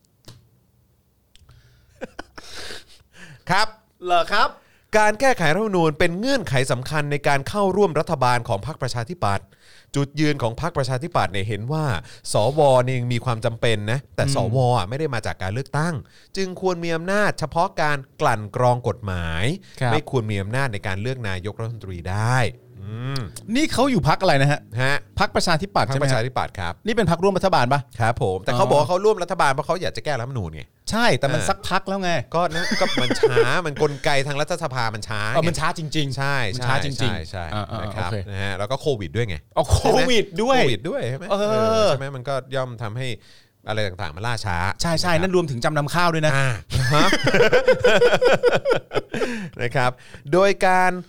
นะครับเหรอครับการแก้ไขรัฐธรรมนูญเป็นเงื่อนไขสำคัญในการเข้าร่วมรัฐบาลของพรรคประชาธิปัตย์จุดยืนของพรรคประชาธิปัตย์เนี่ยเห็นว่าสวเนี่ยมีความจำเป็นนะแต่สวอ่ะไม่ได้มาจากการเลือกตั้งจึงควรมีอำนาจเฉพาะการกลั่นกรองกฎหมายไม่ควรมีอำนาจในการเลือกนายกรัฐมนตรีได้นี่เขาอยู่พรรคอะไรนะฮะฮะพรรคประชาธิปัตย์ใช่ไหมประชาธิปัตย์ครับนี่เป็นพรรคร่วมรัฐบาลปะครับผมแต่เขาบอกว่าเขาร่วมรัฐบาลเพราะเขาอยากจะแก้รัฐธรรมนูญไงใช่แต่มันสักพักแล้วไงก็นะก็มันช้ามันกลไกทางรัฐสภามันช้ามันช้าจริงๆใช่มันช้าจริงๆใช่นะครับนะฮะแล้วก็โควิดด้วยไงอ๋อโควิดด้วยโควิดด้วยใช่ไหมใช่ไหมมันก็ย่อมทำให้อะไรต่างๆมันล่าช้าใช่ใช่นั่นรวมถึงจำนำข้าวด้วยนะนะครับโดยการ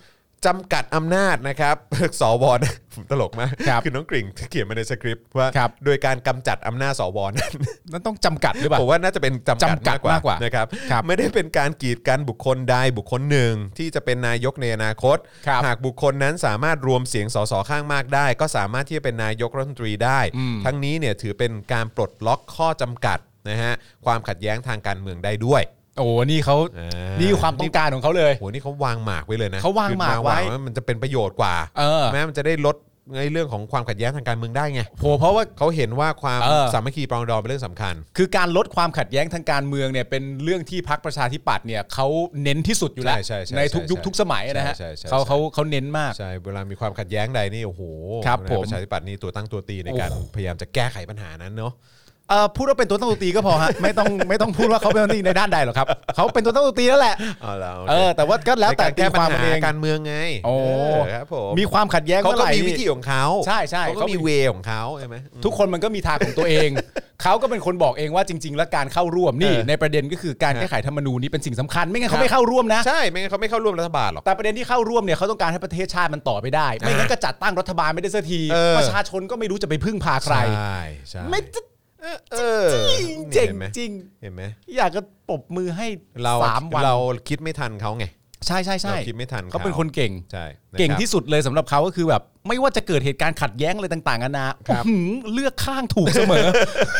จำกัดอำนาจนะครับสวนะผมตลกมากครับคือน้องกริ่งเขียนมาในสคริปต์ว่าครับโดยการกำจัดอำนาจสวนั้นนั่นต้องจำกัดหรือเปล่าผมว่าน่าจะเป็นจำกัดจำกัดมากกว่ามากกว่านะครับครับไม่ได้เป็นการกีดกันบุคคลใดบุคคลหนึ่งที่จะเป็นนายกในอนาคตครับหากบุคคลนั้นสามารถรวมเสียงสสข้างมากได้ ก็สามารถที่จะเป็นนายกรัฐมนตรีได้อืมทั้งนี้เนี่ยถือเป็นการปลดล็อกข้อจำกัดนะฮะความขัดแย้งทางการเมืองได้ด้วยโอ้นี่เขาอ่านี่คือความต้องการของเขาเลยโหนี่เขาวางหมากไว้เลยนะเขาวางหมากไว้คือมันจะเป็นประโยชน์กว่าเออแม้มันจะได้ลดในเรื่องของความขัดแย้งทางการเมืองได้ไงโหเพราะว่าเขาเห็นว่าความเออสามัคคีปรองดองเป็นเรื่องสำคัญคือการลดความขัดแย้งทางการเมืองเนี่ยเป็นเรื่องที่พรรคประชาธิปัตย์เนี่ยเขาเน้นที่สุดอยู่แล้วใช่ใช่ใช่ในทุกใช่ยุคทุกสมัยนะฮะใช่ใช่ใช่เขาเขาเขาเน้นมากใช่เวลามีความขัดแย้งใดนี่โอ้โหครับนะผมประชาธิปัตย์นี่ตัวตั้งตัวตีในการโอ้โหพยายามจะแก้ไขปัญหานั้นเนาะเอ่อพูดว่าเป็นตัวตั้งตัวตีก็พอฮะ ไม่ต้องไม่ต้องพูดว่าเขาเป็นตัวตั้งตัวตีในด้านใดหรอกครับเขาเป็นตัวตั้งตัวตีแล้วแหละเอาละโอเคเออแต่ว่าก็แล้วแต่ในการตีแก้คปัญวามมันหาเองการเมืองไงโอ้เออครับผมมีความขัดแย้งเขาเมื่อก็ไหร่มีวินี่ธีของเขาใช่ใช่เขาก็เขามีมีเวของเขาใช่ไหมทุกคนมันก็มีทางของตัวเอง เขาก็เป็นคนบอกเองว่าจริง ๆ แล้วการเข้าร่วมนี่เออในประเด็นก็คือการฮะแก้ไขธรรมนูญนี่เป็นสิ่งสำคัญไม่งั้นครัเขาบไม่เข้าร่วมนะใช่ไม่งั้นเขาไม่เข้าร่วมรัฐบาลหรอกแต่ประเด็นที่เข้าร่วมเนี่ยเขาต้องการให้ประเทศชาติมันต่อไปได้ ไม่งั้นก็จัดตั้งรัฐบาลไม่ได้สักทีเออประชาชนก็ไม่รู้จะไปพึ่งพาใครใช่ใช่ไม่จะเออเออเจ๋งห็นไหมจริงเห็นไหมอยากจะปรบมือให้เราสามวันเราคิดไม่ทันเขาไงใช่ใช่ใช่เราคิดไม่ทันเขาเป็นคนเก่งใช่นะครับเก่งที่สุดเลยสำหรับเขาก็คือแบบ ไม่ว่าจะเกิดเหตุการณ์ขัดแย้งอะไรต่างๆนานาครับอื้อหือเลือกข้างถูกเสมอ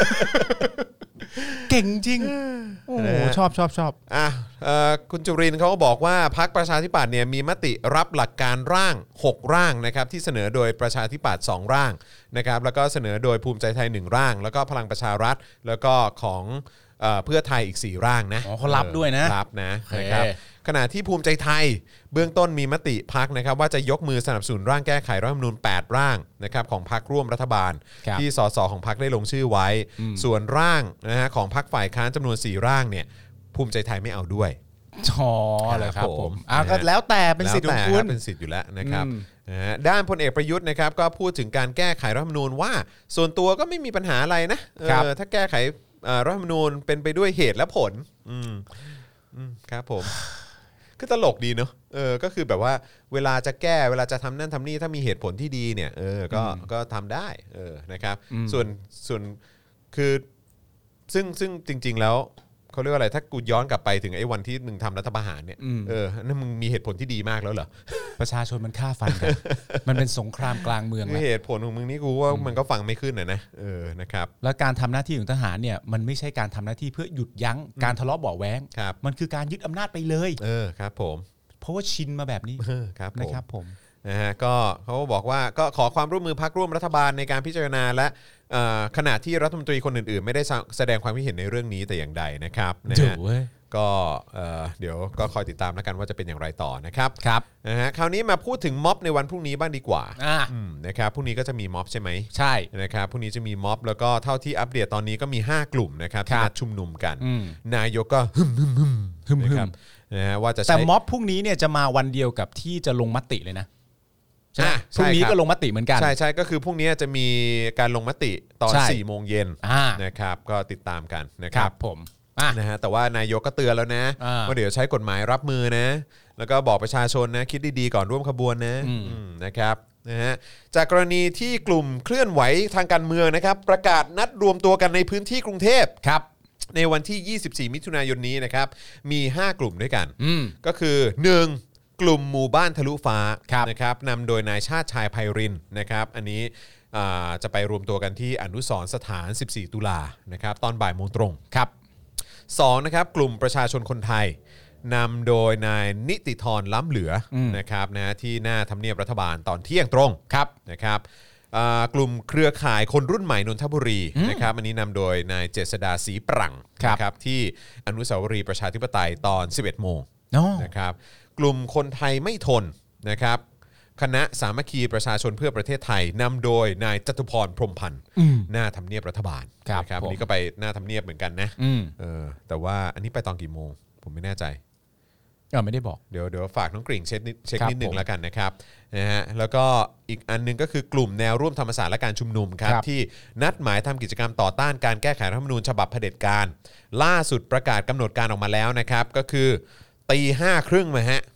เก่งจริงโอ้โหชอบชอบชอบอ่ะเอ่อคุณจุรินทร์เขาก็บอกว่าพรรคประชาธิปัตย์เนี่ยมีมติรับหลักการร่างหกร่างนะครับที่เสนอโดยประชาธิปัตย์สองร่างนะครับแล้วก็เสนอโดยภูมิใจไทยหนึ่งร่าง แล้วก็พลังประชารัฐแล้วก็ของเอ่อเพื่อไทยอีกสี่ร่างนะอ๋อเขารับด้วยนะรับนะโอเคนะครับขณะที่ภูมิใจไทยเบื้องต้นมีมติพรรคนะครับว่าจะยกมือสนับสนุนร่างแก้ไขรัฐธรรมนูญแปดร่างนะครับของพรรคร่วมรัฐบาลครับที่สสของพรรคได้ลงชื่อไว้ ส่วนร่างนะฮะของพรรคฝ่ายค้านจำนวนสี่ร่างเนี่ยภูมิใจไทยไม่เอาด้วยอ๋อเลยครับครับผผม มอ่ะก็นะฮะแล้วแต่เป็นสิทธิ์ของคุณแล้วแต่เป็นสิทธิ์อยู่แล้วนะครับอืมนะฮะด้านพลเอกประยุทธ์นะครับก็พูดถึงการแก้ไขรัฐธรรมนูญว่า ส่วนตัวก็ไม่มีปัญหาอะไรนะเออครับถ้าแก้ไขเอ่อรัฐธรรมนูญเป็นไปด้วยเหตุและผลอืมอืมครับผม คือตลกดีเนอะเออก็คือแบบว่าเวลาจะแก้เวลาจะทำนั่นทำนี่ถ้ามีเหตุผลที่ดีเนี่ยเออก็ก็ทำได้เออนะครับอืมส่วนส่วนคือซึ่งซึ่งจริง ๆ แล้วเขาเรียกว่าอะไรถ้ากูย้อนกลับไปถึงไอ้วันที่มึงทำรัฐประหารเนี่ยเออนั่นมึงมีเหตุผลที่ดีมากแล้วเหรอประชาชนมันฆ่าฟันกัน มันเป็นสงครามกลางเมืองคือนะเหตุผลของมึงนี่กูว่ามันก็ฟังไม่ขึ้นนะนะเออนะครับแล้วการทำหน้าที่ของทหารเนี่ยมันไม่ใช่การทำหน้าที่เพื่อหยุดยั้งการทะเลาะเบาะแว้งครับมันคือการยึดอำนาจไปเลยเออครับผมเพราะว่าชินมาแบบนี้เออครับผมนะครับผมนะฮะก็เขาก็บอกว่าก็ขอความร่วมมือพรรคร่วมรัฐบาลในการพิจารณาและเอ่อขณะที่รัฐมนตรีคนอื่นๆ ไม่ได้แสดงความคิดเห็นในเรื่องนี้แต่อย่างใดนะครับนะเจ๋ฮะวเว้ยก็เอ่อเดี๋ยวก็คอยติดตามแล้วกันว่าจะเป็นอย่างไรต่อนะครับครับนะฮะคราวนี้มาพูดถึงม็อบในวันพรุ่งนี้บ้างดีกว่าอ่าอืมนะครับพรุ่งนี้ก็จะมีม็อบใช่ไหมใช่นะครับพรุ่งนี้จะมีม็อบแล้วก็เท่าที่อัปเดตตอนนี้ก็มีห้ากลุ่มนะครับครัที่บนัดชุมนุมกันอืมนายกก็ฮึมฮึมฮึมฮึมฮึมนะครับนะฮะว่าจะแต่ใช้ม็อบพรุ่งนี้เนี่ยจะมาวันเดียวกับที่จะลงมติเลยนะใช่ไหมอ่ะพรุ่งนี้ใช่ครับก็ลงมติเหมือนกันใช่ใช่ก็คือพรุ่งนี้จะมีการลงมติตอนใช่สี่โมงเย็นอ่านะครับก็ติดตามกันนะคครัรับ บผมอ่ะนะฮะแต่ว่านายกก็เตือนแล้วนะอ่าว่าเดี๋ยวใช้กฎหมายรับมือนะ แล้วก็บอกประชาชนนะคิดดีๆก่อนร่วมขบวนนะอืมอืมนะครับนะฮะจากกรณีที่กลุ่มเคลื่อนไหวทางการเมืองนะครับ ประกาศนัดรวมตัวกันในพื้นที่กรุงเทพครับในวันที่ ยี่สิบสี่ มิถุนายนนี้นะครับมี ห้า กลุ่มด้วยกันอืมก็คือ หนึ่ง กลุ่มหมู่บ้านทะลุฟ้าครับนะครับนำโดยนายชาติชายไพรินทร์นะครับอันนี้อ่าจะไปรวมตัวกันที่อนุสรณ์สถาน สิบสี่ ตุลานะครับตอนบ่ายโมงตรงครับสองนะครับกลุ่มประชาชนคนไทยนำโดยนายนิติธรล้ำเหลืออมนะครับนะที่หน้าทำเนียบรัฐบาลตอนเที่ยงตรงครับนะครับอ่ากลุ่มเครือข่ายคนรุ่นใหม่นนทบุรีนะครับอันนี้นำโดยนายเจษดาศรีปรังครับนะครับที่อนุสาวรีย์ประชาธิปไตยตอน สิบเอ็ด โมงอ๋อนะครับกลุ่มคนไทยไม่ทนนะครับคณะสามัคคีประชาชนเพื่อประเทศไทยนำโดยนายจตุพรพรหมพันธ์อืมหน้าทำเนียบรัฐบาลครับนะครับผมอันนี้ก็ไปหน้าทำเนียบเหมือนกันนะอืมเออแต่ว่าอันนี้ไปตอนกี่โมง ผมไม่แน่ใจเออไม่ได้บอกเดี๋ยวเดี๋ยวฝากน้องกริ่งเช็คนิดเช็คครับนิดหนึ่ผงมแล้วกันนะครับนะฮะแล้วก็อีกอันหนึงก็คือกลุ่มแนวร่วมธรรมศาสตร์และการชุมนุมครับครับที่นัดหมายทำกิจกรรมต่อต้านการแก้ไขรัฐธรรมนูญฉบับเผด็จการ ล่าสุดประกาศกำหนดการออกมาแล้วนะครับก็คือตีห้าครึ่งมาฮะครับ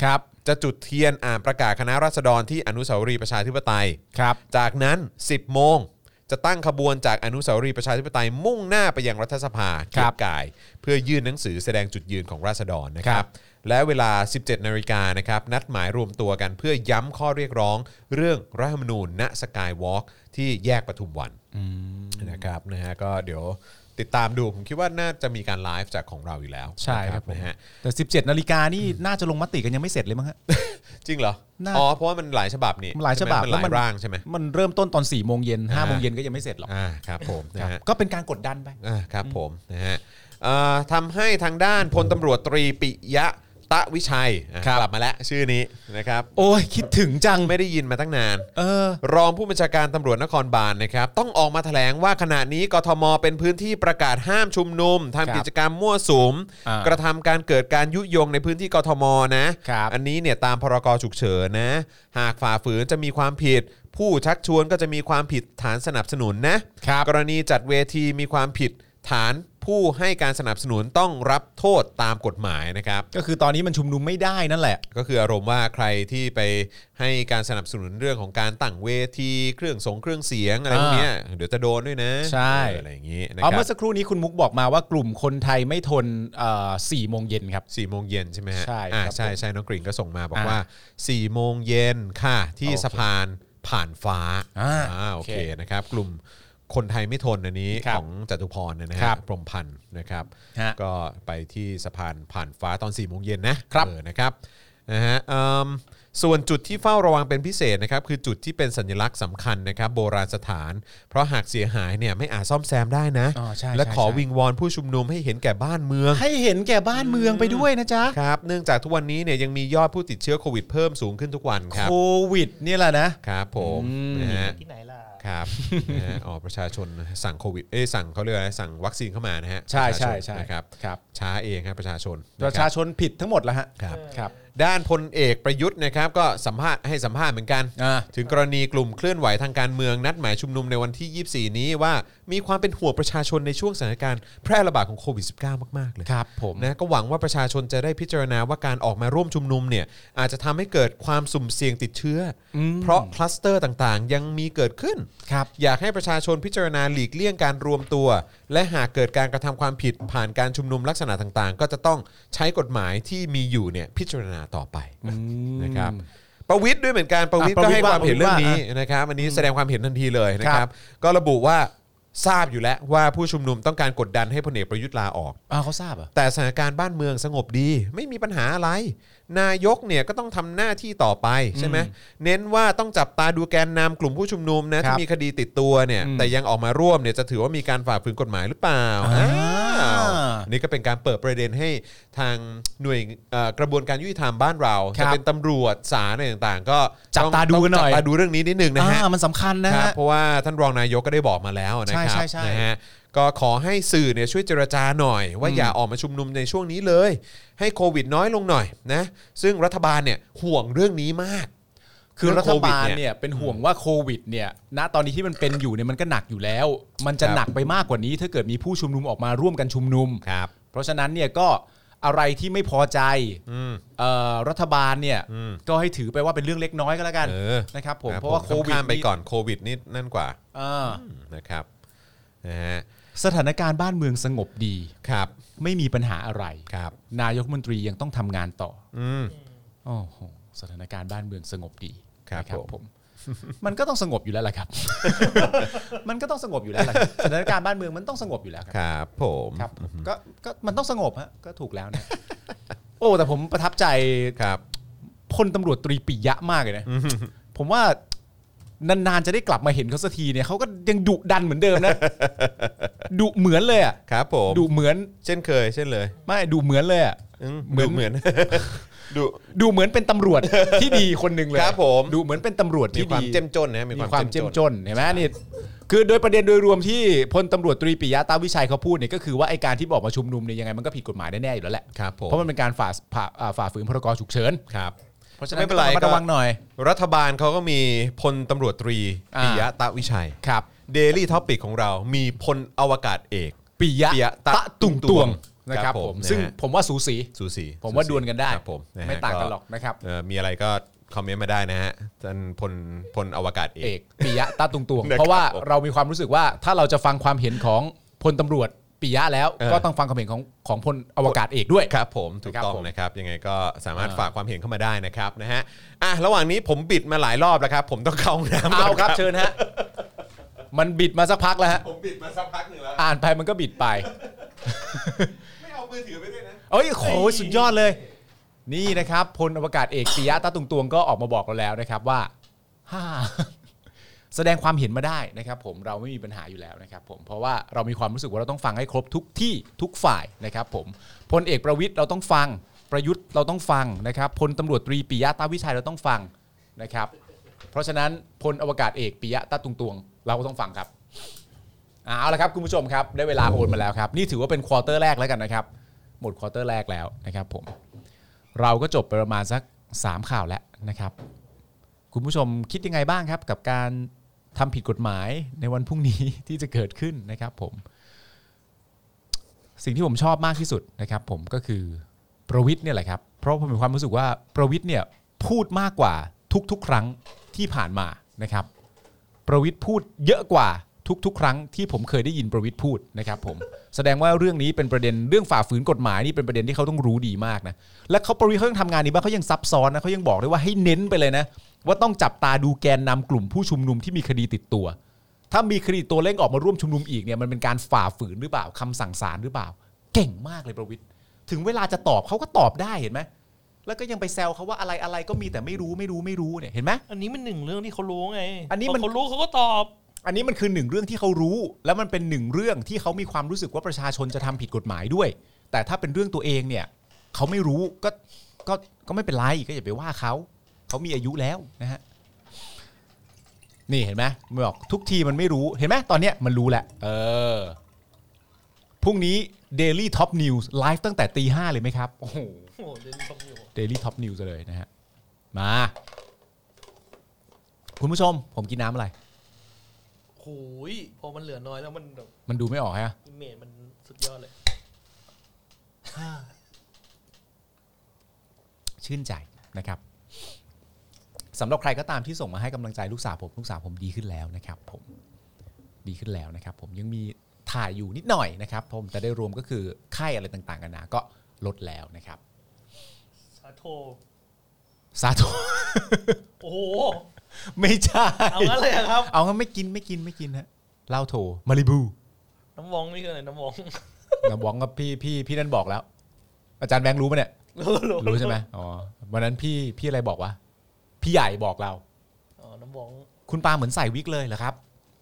จะจุดเทียนอ่านประกาศคณะราษฎรที่อนุสาวรีย์ประชาธิปไตยครับจากนั้น สิบโมงจะตั้งขบวนจากอนุสาวรีย์ประชาธิปไตยมุ่งหน้าไปยังรัฐสภาเกียรติกายเพื่อยื่นหนังสือแสดงจุดยืนของราษฎรนะครับและเวลา สิบเจ็ดนาฬิกานะครับนัดหมายรวมตัวกันเพื่อย้ำข้อเรียกร้องเรื่องรัฐธรรมนูญณสกายวอล์กที่แยกปทุมวันนะครับนะฮะก็เดี๋ยวติดตามดูผมคิดว่าน่าจะมีการไลฟ์จากของเราอยู่แล้วใช่ครับนะฮะแต่สิบเจ็ดนาฬิกานี่น่าจะลงมติกันยังไม่เสร็จเลยมั้งฮะจริงเหรอน่าอ๋อเพราะว่ามันหลายฉบับนี่มันหลายฉบับใช่ไหมมันหลายร่างใช่ไหมมันเริ่มต้นตอนสี่โมงเย็นห้าโมงเย็นก็ยังไม่เสร็จหรอกอ่าครับผมนะฮะก็เป็นการกดดันไปอ่าครับผมนะฮะเอ่อทำให้ทางด้านพลตำรวจตรีปิยะตะวิชัยอ่ะครับกลับมาแล้วชื่อนี้นะครับโอ้ยคิดถึงจังไม่ได้ยินมาตั้งนานเออรองผู้บัญชาการตำรวจนครบาลนะครับต้องออกมาแถลงว่าขณะนี้กทมเป็นพื้นที่ประกาศห้ามชุมนุมครับทำกิจกรรมมั่วสุมอ่ากระทำการเกิดการยุยงในพื้นที่กทมนะครับ อันนี้เนี่ยตามพรกฉุกเฉินนะหากฝ่าฝืนจะมีความผิด ผู้ชักชวนก็จะมีความผิดฐานสนับสนุนนะครับ กรณีจัดเวทีมีความผิดฐานผู้ให้การสนับสนุนต้องรับโทษตามกฎหมายนะครับก็คือตอนนี้มันชุมนุมไม่ได้นั่นแหละก็คืออารมณ์ว่าใครที่ไปให้การสนับสนุนเรื่องของการตั้งเวทีเครื่องสงเครื่องเสียงอะไรพวกเนี้ยเดี๋ยวจะโดนด้วยนะใช่เอออะไรอย่างงี้นะคเอารัเมื่อบ สักครู่นี้คุณมุกบอกมาว่ากลุ่มคนไทยไม่ทนเอ่อสี่โมงเย็นครับสี่โมงเย็นใช่ไหมฮะใช่อ่าครับใช่ผมใช่น้องกริ่งก็ส่งมาบอกอ่าว่าสี่โมงเย็นค่ะที่โอเคสะพานผ่านฟ้าอ่าอ่าโอเคโอเคนะครับกลุ่มคนไทยไม่ทนอันนี้ครับของจตุพรนะฮะครับพรหมพันธ์นะครับฮะก็ไปที่สะพานผ่านฟ้าตอนสี่โมงเย็นนะครับ เออนะครับนะฮะเอิ่มส่วนจุดที่เฝ้าระวังเป็นพิเศษนะครับคือจุดที่เป็นสัญลักษณ์สำคัญนะครับโบราณสถาน เพราะหากเสียหายเนี่ยไม่อาจซ่อมแซมได้นะอ๋อใช่และใช่ขอใช่วิงวอนผู้ชุมนุมให้เห็นแก่บ้านเมืองให้เห็นแก่บ้านเมืองไปด้วยนะจ๊ะครับเนื่องจากทุกวันนี้เนี่ยยังมียอดผู้ติดเชื้อโควิดเพิ่มสูงขึ้นทุกวันครับโควิดเนี่ยแหละนะครับผมอืมนะฮะที่ไหนล่ะครับนะฮะอ๋อประชาชนสั่งโควิดเอ้ยสั่งเขาเรียกอะไรสั่งวัคซีนเข้ามานะฮะใช่ประชาใช่นใช่นะครับครับช้าเองครับประชาชนประชาชนผิดทั้งหมดแล้วฮะครับครับด้านพลเอกประยุทธ์นะครับก็สัมภาษณ์ให้สัมภาษณ์เหมือนกันอ่าถึงกรณีกลุ่มเคลื่อนไหวทางการเมืองนัดหมายชุมนุมในวันที่ ยี่สิบสี่ นี้ว่ามีความเป็นห่วงประชาชนในช่วงสถานการณ์แพร่ระบาดของโควิด สิบเก้า มากๆเลยครับผมนะก็หวังว่าประชาชนจะได้พิจารณาว่าการออกมาร่วมชุมนุมเนี่ยอาจจะทำให้เกิดความสุ่มเสี่ยงติดเชื้ออเพราะคลัสเตอร์ต่างๆ ยังมีเกิดขึ้นครับอยากให้ประชาชนพิจารณาหลีกเลี่ยงการรวมตัว และหากเกิดการกระทำความผิดผ่านการชุมนุมลักษณะต่างๆ ก็จะต้องใช้กฎหมายที่มีอยู่เนี่ยพิจารณาต่อไปนะครับประวิทย์ด้วยเหมือนกันประวิทย์อ่ะก็ให้ความเห็นเรื่องนี้ประวิตรว่านะครับอันนี้แสดงความเห็นทันทีเลยนะคครัรับบ ก็ระบุว่าทราบอยู่แล้วว่าผู้ชุมนุมต้องการกดดันให้พลเอกประยุทธ์ลาออกอ้าวเขาทราบเหรอแต่สถานการณ์บ้านเมืองสงบดีไม่มีปัญหาอะไร นายกเนี่ยก็ต้องทำหน้าที่ต่อไปใช่ไหมเน้นว่าต้องจับตาดูแกนนำกลุ่มผู้ชุมนุมนะครัที่บมีคดีติดตัวเนี่ยอืมแต่ยังออกมาร่วมเนี่ยจะถือว่ามีการฝ่าฝืนกฎหมายหรือเปล่าอ่าอ้าวนี่ก็เป็นการเปิดประเด็นให้ทางหน่วยเอ่อกระบวนการยุติธรรมบ้านเราครัจะบเป็นตำรวจศาลอะไรต่างๆ ก็จับตาดูกันหน่อยจับตาดูเรื่องนี้นิดนึงนะฮะอ่ามันสำคัญนะครัฮะบเพราะว่าท่านรองนายกก็ได้บอกมาแล้วนะครัใช่ใช่ใช่นะฮะก็ขอให้สื่อเนี่ยช่วยเจรจาหน่อย ว่าอย่าออกมาชุมนุมในช่วงนี้เลย ให้โควิดน้อยลงหน่อยนะซึ่งรัฐบาลเนี่ยห่วงเรื่องนี้มากคือรัฐบาลเรื่องโควิดเนี่ยเนี่ยเป็นห่วงว่าโควิดเนี่ยณตอนนี้ที่มันเป็นอยู่เนี่ยมันก็หนักอยู่แล้ว มันจะครับหนักไปมากกว่านี้ ถ้าเกิดมีผู้ชุมนุมออกมาร่วมกันชุมนุมครับเพราะฉะนั้นเนี่ยก็อะไรที่ไม่พอใจอืมเอ่อรัฐบาลเนี่ยอืมก็ให้ถือไปว่าเป็นเรื่องเล็กน้อยก็แล้วกันเออนะครับผมครับเพราะว่าโควิดข้ามไปนี่ก่อนโควิดนี่นั่นกว่าอ่านะครับนะฮะสถานการณ์บ้านเมืองสงบดีครับไม่มีปัญหาอะไรครับนายกรัฐมนตรียังต้องทำงานต่ออืมโอ้โหสถานการณ์บ้านเมืองสงบดีครับนะผมผม มันก็ต้องสงบอยู่แล้วล่ะครับ มันก็ต้องสงบอยู่แล้วล่ะครับสถานการณ์บ้านเมืองมันต้องสงบอยู่แล้วครับครับผมครับก็ก็มันต้องสงบฮะก็ถูกแล้วนะ โอ้แต่ผมประทับใจครับพลตำรวจตรีปิยะมากเลยนะผมว่านานๆจะได้กลับมาเห็นเขาสักทีเนี่ยเขาก็ยังดุดันเหมือนเดิมนะ ดุเหมือนเลยอ่ะครับผมดุเหมือนเช่นเคย เช่นเลยไม่ดุเหมือนเลยอ่ะอืมเหมือนดูเหมือน ดูดูเหมือนเป็นตำรวจ ที่ดีคนหนึ่งเลยครับผมดูเหมือนเป็นตำรวจมีที่ความดีเจ้มจนนะมีมีความความเจ้มจนเห็นไหมนี่คือโดยประเด็นโดยรวมที่พลตำรวจตรีปิยะตาวิชัยเขาพูดเนี่ยก็คือว่าไอการที่บอกมาชุมนุมเนี่ยยังไงมันก็ผิดกฎหมายแน่ๆอยู่แล้วแหละครับผมเพราะมันเป็นการฝ่าฝ่าอ่าฝ่าฝืนพรกฉุกเฉินครับเพราะฉะนั้นไม่เป็นไรก็ต้องระมัดระวังหน่อยรัฐบาลเขาก็มีพลตำรวจตรีอ่าปิยะตะวิชัยครับ Daily Topic ของเรามีพลอวกาศเอกปิยะปิยะตะตุงตวงนะครับผมนะฮะซึ่งผมว่าสูสีสูสีผมว่าดวลกันได้ครับผมนะฮะไม่ต่างกันหรอกนะครับเอ่อมีอะไรก็คอมเมนต์มาได้นะฮะท่านพลพลอวกาศเอเอก กปิยะตาตุงตวงนะครับเพราะว่าเรามีความรู้สึกว่าถ้าเราจะฟังความเห็นของพลตำรวจปิยะแล้วเออก็ต้องฟังความเห็นของของพลอวกาศเอกด้วยครับผมถูกครับต้องผมนะครับยังไงก็สามารถอ่าฝากความเห็นเข้ามาได้นะครับนะฮะอ่ะระหว่างนี้ผมบิดมาหลายรอบแล้วครับผมต้องเข้าห้องน้ำก่เอาอนครับเชิญฮะมันบิดมาสักพักแล้วฮะผมบิดมาสักพักหนึ่งแล้วอ่านไปมันก็บิดไปไม่เอามือถือไปด้วยนะเอ้ยโหสุดยอดเลย นี่นะครับพลอวกาศเอกปิยะตาตุงตวงก็ออกมาบอกเราแล้วนะครับว่าฮ่าแสดงความเห็นมาได้นะครับผมเราไม่มีปัญหาอยู่แล้วนะครับผมเพราะว่าเรามีความรู้สึกว่าเราต้องฟังให้ครบทุกที่ทุกฝ่ายนะครับผมพลเอกประวิตรเราต้องฟังประยุทธ์เราต้องฟังนะครับพลตำรวจตรีปิยะตาวิชัยเราต้องฟังนะครับเพราะฉะนั้นพลอวกาศเอกปิยะตาตุงตวงเราก็ต้องฟังครับเอาละครับคุณผู้ชมครับได้เวลาโอนมาแล้วครับนี่ถือว่าเป็นควอเตอร์แรกแล้วกันนะครับหมดควอเตอร์แรกแล้วนะครับผมเราก็จบไปประมาณสักสามข่าวแล้วนะครับคุณผู้ชมคิดยังไงบ้างครับกับการทำผิดกฎหมายในวันพรุ่งนี้ ที่จะเกิดขึ้นนะครับผมสิ่งที่ผมชอบมากที่สุดนะครับผมก็คือประวิตรเนี่ยแหละครับเพราะผมมีความรู้สึกว่าประวิตรเนี่ยพูดมากกว่าทุกๆครั้งที่ผ่านมานะครับประวิตรพูดเยอะกว่าทุกๆครั้งที่ผมเคยได้ยินประวิตรพูดนะครับผมแสดงว่าเรื่องนี้เป็นประเด็นเรื่องฝ่าฝืนกฎหมายนี่เป็นประเด็นที่เขาต้องรู้ดีมากนะและเขาประวิตรเขายังทำงานนี้บ้างเขายังซับซ้อนนะเขายังบอกด้วยว่าให้เน้นไปเลยนะว่าต้องจับตาดูแกนนำกลุ่มผู้ชุมนุมที่มีคดีติดตัวถ้ามีคดีตัวเร่งออกมาร่วมชุมนุมอีกเนี่ยมันเป็นการฝ่าฝืนหรือเปล่าคำสั่งศาลหรือเปล่าเก่งมากเลยประวิตรถึงเวลาจะตอบเขาก็ตอบได้เห็นไหมแล้วก็ยังไปแซวเขาว่าอะไรอะไรก็มีแต่ไม่รู้ไม่รู้ไม่รู้เนี่ยเห็นไหมอันนี้มันหนึ่งเรื่องที่เขารู้ไงอันนี้มันพเขารู้เขาก็ตอบอันนี้มันคือหนึ่งเรื่องที่เขารู้ แล้วมันเป็นหนึ่งเรื่องที่เขามีความรู้สึกว่าประชาชนจะทำผิดกฎหมายด้วยแต่ถ้าเป็นเรื่องตัวเองเนี่ยเขาไม่รู้ก็ก็ก็ไม่เป็นไรก็อย่าไปว่าเขาเขามีอายุแล้วนะฮะนี่เห็นไหมมันบอกทุกทีมันไม่รู้เห็นไหมตอนเนี้ยมันรู้แหละเออพรุ่งนี้ Daily Top News ไลฟ์ตั้งแต่ตีห้าเลยไหมครับโอ้โหโอ้โหเดนชมอยู่ Daily Top News เลยนะฮะมาคุณผู้ชมผมกินน้ำอะไรโอ้ยพอมันเหลือน้อยแล้วมันแบบมันดูไม่ออกฮะอิมเมจมันสุดยอดเลยชื่นใจนะครับสำหรับใครก็ตามที่ส่งมาให้กำลังใจลูกสาวผมลูกสาวผมดีขึ้นแล้วนะครับผมดีขึ้นแล้วนะครับผมยังมีถ่ายอยู่นิดหน่อยนะครับผมแต่ได้รวมก็คือไข้อะไรต่างๆกันนะก็ลดแล้วนะครับสาโทสาธุโอ้โหไม่ใช่เอางั้นเลยเหรอครับเอางั้นไม่กินไม่กินไม่กินฮะเหล้าโถมาริบูน้ำวองนี่คืออะไรน้ำวองนะบอกกับพี่พี่พี่นั่นบอกแล้ว อาจารย์แบงค์รู้ปะเนี่ยรู้รู้ใช่ไหมอ๋อวันนั้นพี่พี่อะไรบอกวะพี่ใหญ่บอกเราอ๋อน้ำวองคุณปาเหมือนใส่วิกเลยเหรอครับ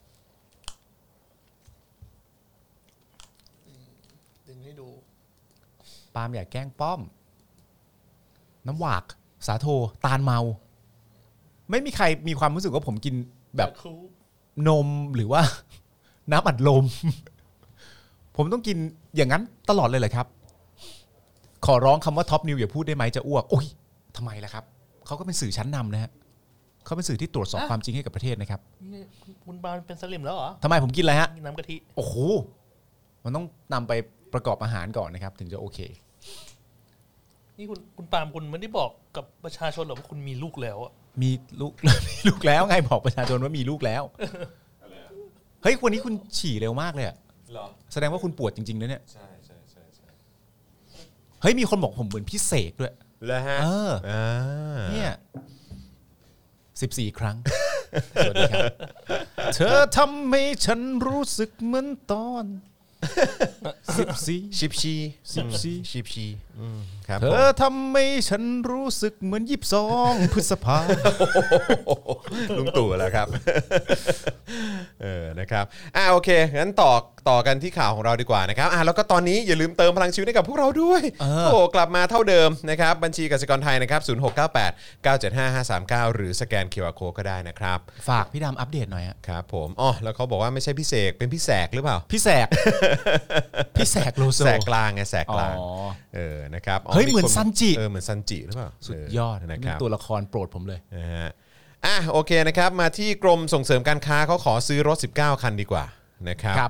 ดึงให้ดูปาล์มอย่าแกล้งป้อม น้ำหวากสาโทตาลเมา ไม่มีใครมีความรู้สึกว่าผมกินแบบคูนมหรือว่า น้ำอัดลม ผมต้องกินอย่างนั้นตลอดเลยเหรอครับ ขอร้องคำว่าท็อปนิวอย่าพูดได้ไหมจะอ้วกโอ้ยทำไมล่ะครับเขาก็เป็นสื่อชั้นนำนะฮะเขาเป็นสื่อที่ตรวจสอบความจริงให้กับประเทศนะครับนี่คุณปาเป็นสลิมแล้วเหรอทำไมผมกินอะไรฮะน้ำกะทิโอ้โหมันต้องนำไปประกอบอาหารก่อนนะครับ ถึงจะโอเคนี่คุณคุณปาล์มคุณไม่ได้บอกกับประชาชนหรอกว่าคุณมีลูกแล้วอะมีลูก มีลูกแล้วไงบอกประชาชนว่ามีลูกแล้วเฮ้ยวันนี้คุณฉี่เร็วมากเลยอะเหรอแสดงว่าคุณปวดจริงๆนะเนี่ยใช่ใช่ใช่ใช่เฮ้ยมีคนบอกผมเหมือนพี่เสกด้วยแล้วฮะเอออ่าเนี่ยสิบสี่ครั้ง สวัสดีครับ เธอทำให้ฉันรู้สึกเหมือนตอนสิบสี่ชิปชีสิบสี่ชิปชีอืมครับเธผมอทำให้ฉันรู้สึกเหมือนยี่สิบสองพฤษภาลุงตู่แล้วครับ เออนะครับอ่าโอเคงั้นต่อต่อกันที่ข่าวของเราดีกว่านะครับอ่าแล้วก็ตอนนี้อย่าลืมเติมพลังชีวิตให้กับพวกเราด้วยเออโอ้กลับมาเท่าเดิมนะครับบัญชีกสิกรไทยนะครับศูนย์ หก เก้า แปด เก้า เจ็ด ห้า ห้า สาม เก้าหรือสแกน คิว อาร์ Code ก็ได้นะครับฝากพี่ดำอัปเดตหน่อยฮะครับผมอ๋อแล้วเขาบอกว่าไม่ใช่พี่เสกเป็นพี่แสกหรือเปล่าพี่แสก พี่แสกโลโซแสกกลางไงแสกกลางอ๋อเออนะครับเฮ้ยเหมือนซันจิเออเหมือนซันจิหรือเปล่าสุดยอดเนะนะครับตัวละครโปรดผมเลยนะฮะอ่ะโอเคนะครับมาที่กรมส่งเสริมการค้าเขาขอซื้อรถสิบเก้าคันดีกว่านะครับครับ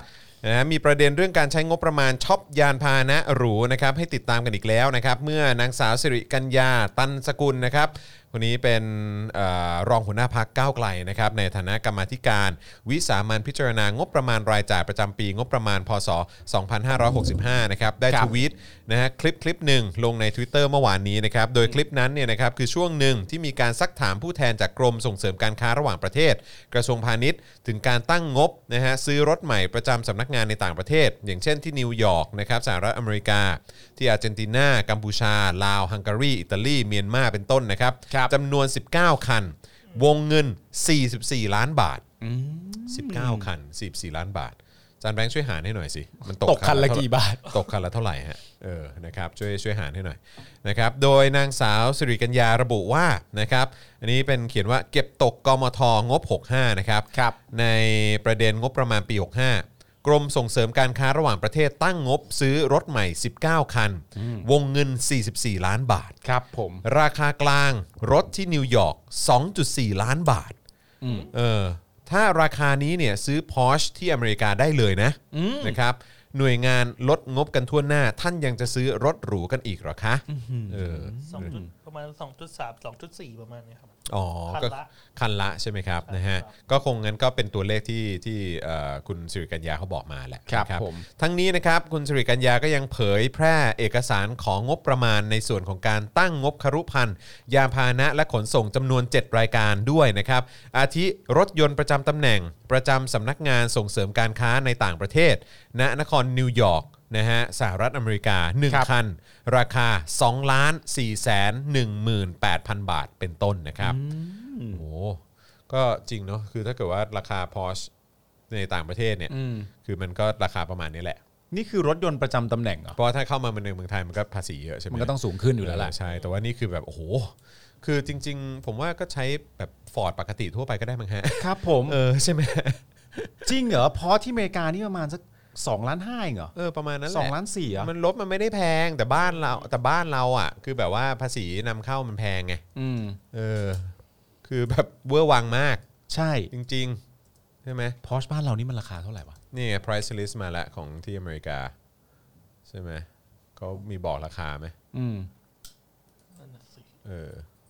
นะมีประเด็นเรื่องการใช้งบประมาณช็อปยานพาหนะหรูนะครับให้ติดตามกันอีกแล้วนะครับเมื่อนางสาวสิริกัญญาตันสกุลนะครับคนนี้เป็นเอ่อรองหัวหน้าพรรคก้าวไกลนะครับในฐานะกรรมาธิการวิสามัญพิจารณางบประมาณรายจ่ายประจำปีงบประมาณพศสองพันห้าร้อยหกสิบห้านะครับได้ทวีตนะฮะคลิปคลิปหนึ่งลงใน Twitter เมื่อวานนี้นะครับโดยคลิปนั้นเนี่ยนะครับคือช่วงหนึ่งที่มีการซักถามผู้แทนจากกรมส่งเสริมการค้าระหว่างประเทศกระทรวงพาณิชย์ถึงการตั้งงบนะฮะซื้อรถใหม่ประจำสำนักงานในต่างประเทศอย่างเช่นที่นิวยอร์กนะครับสหรัฐอเมริกาที่อาร์เจนตินากัมพูชาลาวฮังการีอิตาลีเมียนมาเป็นต้นนะครับจำนวนสิบเก้าคันวงเงินสี่สิบสี่ล้านบาทสิบเก้าคันสี่สิบสี่ล้านบาทอาจารย์แบงค์ช่วยหารให้หน่อยสิมันตกตกคันละกี่บาทตกคันละเท่าไหร่ฮะเออนะครับช่วยช่วยหารให้หน่อยนะครับโดยนางสาวสิริกัญญาระบุว่านะครับอันนี้เป็นเขียนว่าเก็บตกกมทงบหกสิบห้านะครับในประเด็นงบประมาณปีหกสิบห้ากรมส่งเสริมการค้าระหว่างประเทศตั้งงบซื้อรถใหม่สิบเก้าคันวงเงินสี่สิบสี่ล้านบาทครับผมราคากลางรถที่นิวยอร์ก สองจุดสี่ล้านบาทเออถ้าราคานี้เนี่ยซื้อ Porsche ที่อเมริกาได้เลยนะนะครับหน่วยงานลดงบกันทั่วหน้าท่านยังจะซื้อรถหรูกันอีกหรอคะเออประมาณ สองจุดสาม สองจุดสี่ ประมาณนี้ครับอ๋อก็คันละใช่ไหมครับนะฮะก็คงงั้นก็เป็นตัวเลขที่ที่คุณสิริกัญญาเขาบอกมาแหละครับผมทั้งนี้นะครับคุณสิริกัญญาก็ยังเผยแพร่เอกสารของงบประมาณในส่วนของการตั้งงบครุภัณฑ์ยานพาหนะและขนส่งจำนวนเจ็ดรายการด้วยนะครับอาทิรถยนต์ประจำตำแหน่งประจำสำนักงานส่งเสริมการค้าในต่างประเทศณนครนิวยอร์กนะฮะสหรัฐอเมริกาหนึ่งคันราคา สองล้านสี่แสนหนึ่งหมื่นแปดพัน บาทเป็นต้นนะครับโอ้โหก็จริงเนาะคือถ้าเกิดว่าราคา Porsche ในต่างประเทศเนี่ยคือมันก็ราคาประมาณนี้แหละนี่คือรถยนต์ประจำตำแหน่งเหรอเพราะถ้าเข้ามาในเมืองไทยมันก็ภาษีเยอะใช่ไหมมันก็ต้องสูงขึ้นอยู่แล้วแหละใช่แต่ว่านี่คือแบบโอ้โหคือจริงๆผมว่าก็ใช้แบบ Ford ปกติทั่วไปก็ได้มั้งฮะครับผมเออใช่ไหมจริงเหรอเพราะที่อเมริกานี่ประมาณสักสองล้านห้าเหรอเออประมาณนั้นแหละสองล้านสี่อ่ะมันลดมันไม่ได้แพงแต่บ้านเราแต่บ้านเราอ่ะคือแบบว่าภาษีนำเข้ามันแพงไงอืมเออคือแบบเวอร์วังมากใช่จริงๆใช่ไหม Porsche บ้านเรานี่มันราคาเท่าไหร่วะนี่ไง price list มาแล้วของที่อเมริกาใช่ไหมเขามีบอกราคาไหมอืมเออ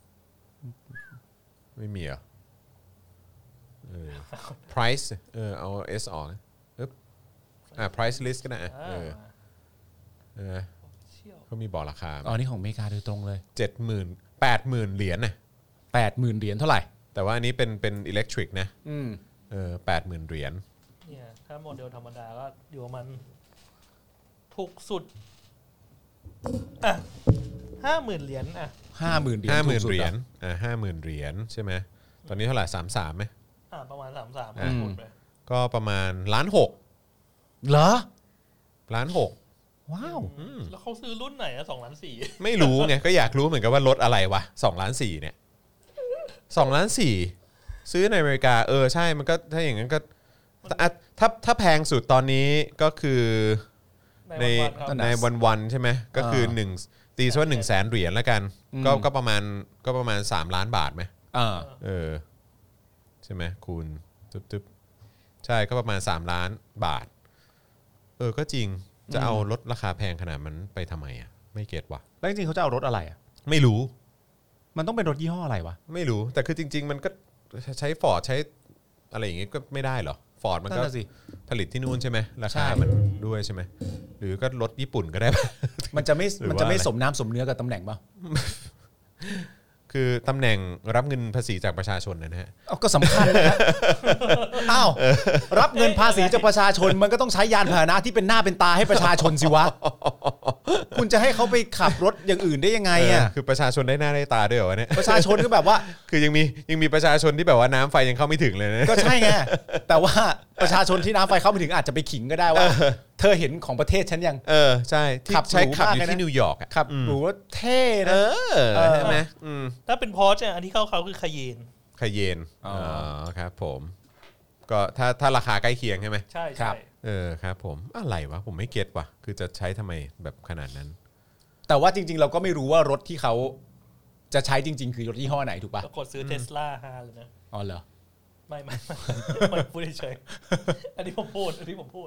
ไม่มีเหรอเออ price เออเอา S ออกอ่า price list ก็ได้เออเออเขามีบอกราคาอ๋อนี่ของอเมริกาโดยตรงเลยเจ็ดหมื่น แปดหมื่น เหรียญน่ะแปดหมื่น เหรียญเท่าไหร่แต่ว่าอันนี้เป็นเป็นอิเล็กทริกนะอืมเออ แปดหมื่น เหรียญเนี่ยถ้าโมเดลธรรมดาก็อยู่ประมาณถูกสุดอ่ะ ห้าหมื่น เหรียญอ่ะห้าหมื่น เหรียญห้าหมื่น เหรียญอ่า ห้าหมื่น เหรียญใช่มั้ยตอนนี้เท่าไหร่สามสิบสามมั้ยอ่าประมาณสามสิบสามหมดเลยก็ประมาณล้านหกเหรอล้านหกว้าวแล้วเขาซื้อรุ่นไหนอะสองล้านสี่ไม่รู้ไงก็อยากรู้เหมือนกันว่ารถอะไรวะสองล้านสี่เนี่ยสองล้านสี่ซื้อในอเมริกาเออใช่มันก็ถ้าอย่างนั้นก็ถ้าถ้าแพงสุดตอนนี้ก็คือในในวันๆใช่ไหมก็คือหนึ่งตีซะว่าหนึ่งแสนเหรียญแล้วกันก็ก็ประมาณก็ประมาณสามล้านบาทไหมเออใช่ไหมคูณตึ๊บๆใช่ก็ประมาณสามล้านบาทเออก็จริงจะเอารถราคาแพงขนาดมันไปทำไมอ่ะไม่เก็ตว่ะแล้วจริงๆเขาจะเอารถอะไรอ่ะไม่รู้มันต้องเป็นรถยี่ห้ออะไรวะไม่รู้แต่คือจริงๆมันก็ใช้ฟอร์ดใช้อะไรอย่างงี้ก็ไม่ได้หรอฟอร์ดมันก็ผลิตที่นู่นใช่ไหมราคามันด้วยใช่ไหมหรือก็รถญี่ปุ่นก็ได้มันจะไม่มันจะไม่สมน้ำสมเนื้อกับตำแหน่งป่ะคือตำแหน่งรับเงินภาษีจากประชาชนนะฮะก็สำคัญนะอ้าวรับเงินภาษีจากประชาชนมันก็ต้องใช้ยานพาหนะที่เป็นหน้าเป็นตาให้ประชาชนสิวะคุณจะให้เขาไปขับรถอย่างอื่นได้ยังไงอ่ะคือประชาชนได้หน้าได้ตาด้วยเหรอเนี่ยประชาชนก็แบบว่าคือยังมียังมีประชาชนที่แบบว่าน้ำไฟยังเข้าไม่ถึงเลยนะก็ใช่ไงแต่ว่าประชาชนที่น้ำไฟเข้าไม่ถึงอาจจะไปขิงก็ได้ว่าเธอเห็นของประเทศฉันยังเออใช่ที่ใช้ขับอยู่ที่นิวยอร์กขับหรูเท่นะใช่ไหมถ้าเป็นพอร์ชอันที่เข้าเขาคือคาเยนคาเยนอ๋อครับผมก็ถ้าถ้าราคาใกล้เคียงใช่ไหมใช่ใช่เออครับผมอะไรวะผมไม่เก็ตว่ะคือจะใช้ทำไมแบบขนาดนั้นแต่ว่าจริงๆเราก็ไม่รู้ว่ารถที่เขาจะใช้จริงๆคือรถยี่ห้อไหนถูกป่ะกดซื้อ Tesla ห้าเลยนะอ๋อเหรอไม่ไม่ไม่พูดเฉยอันนี้ผมพูดอันนี้ผมพูด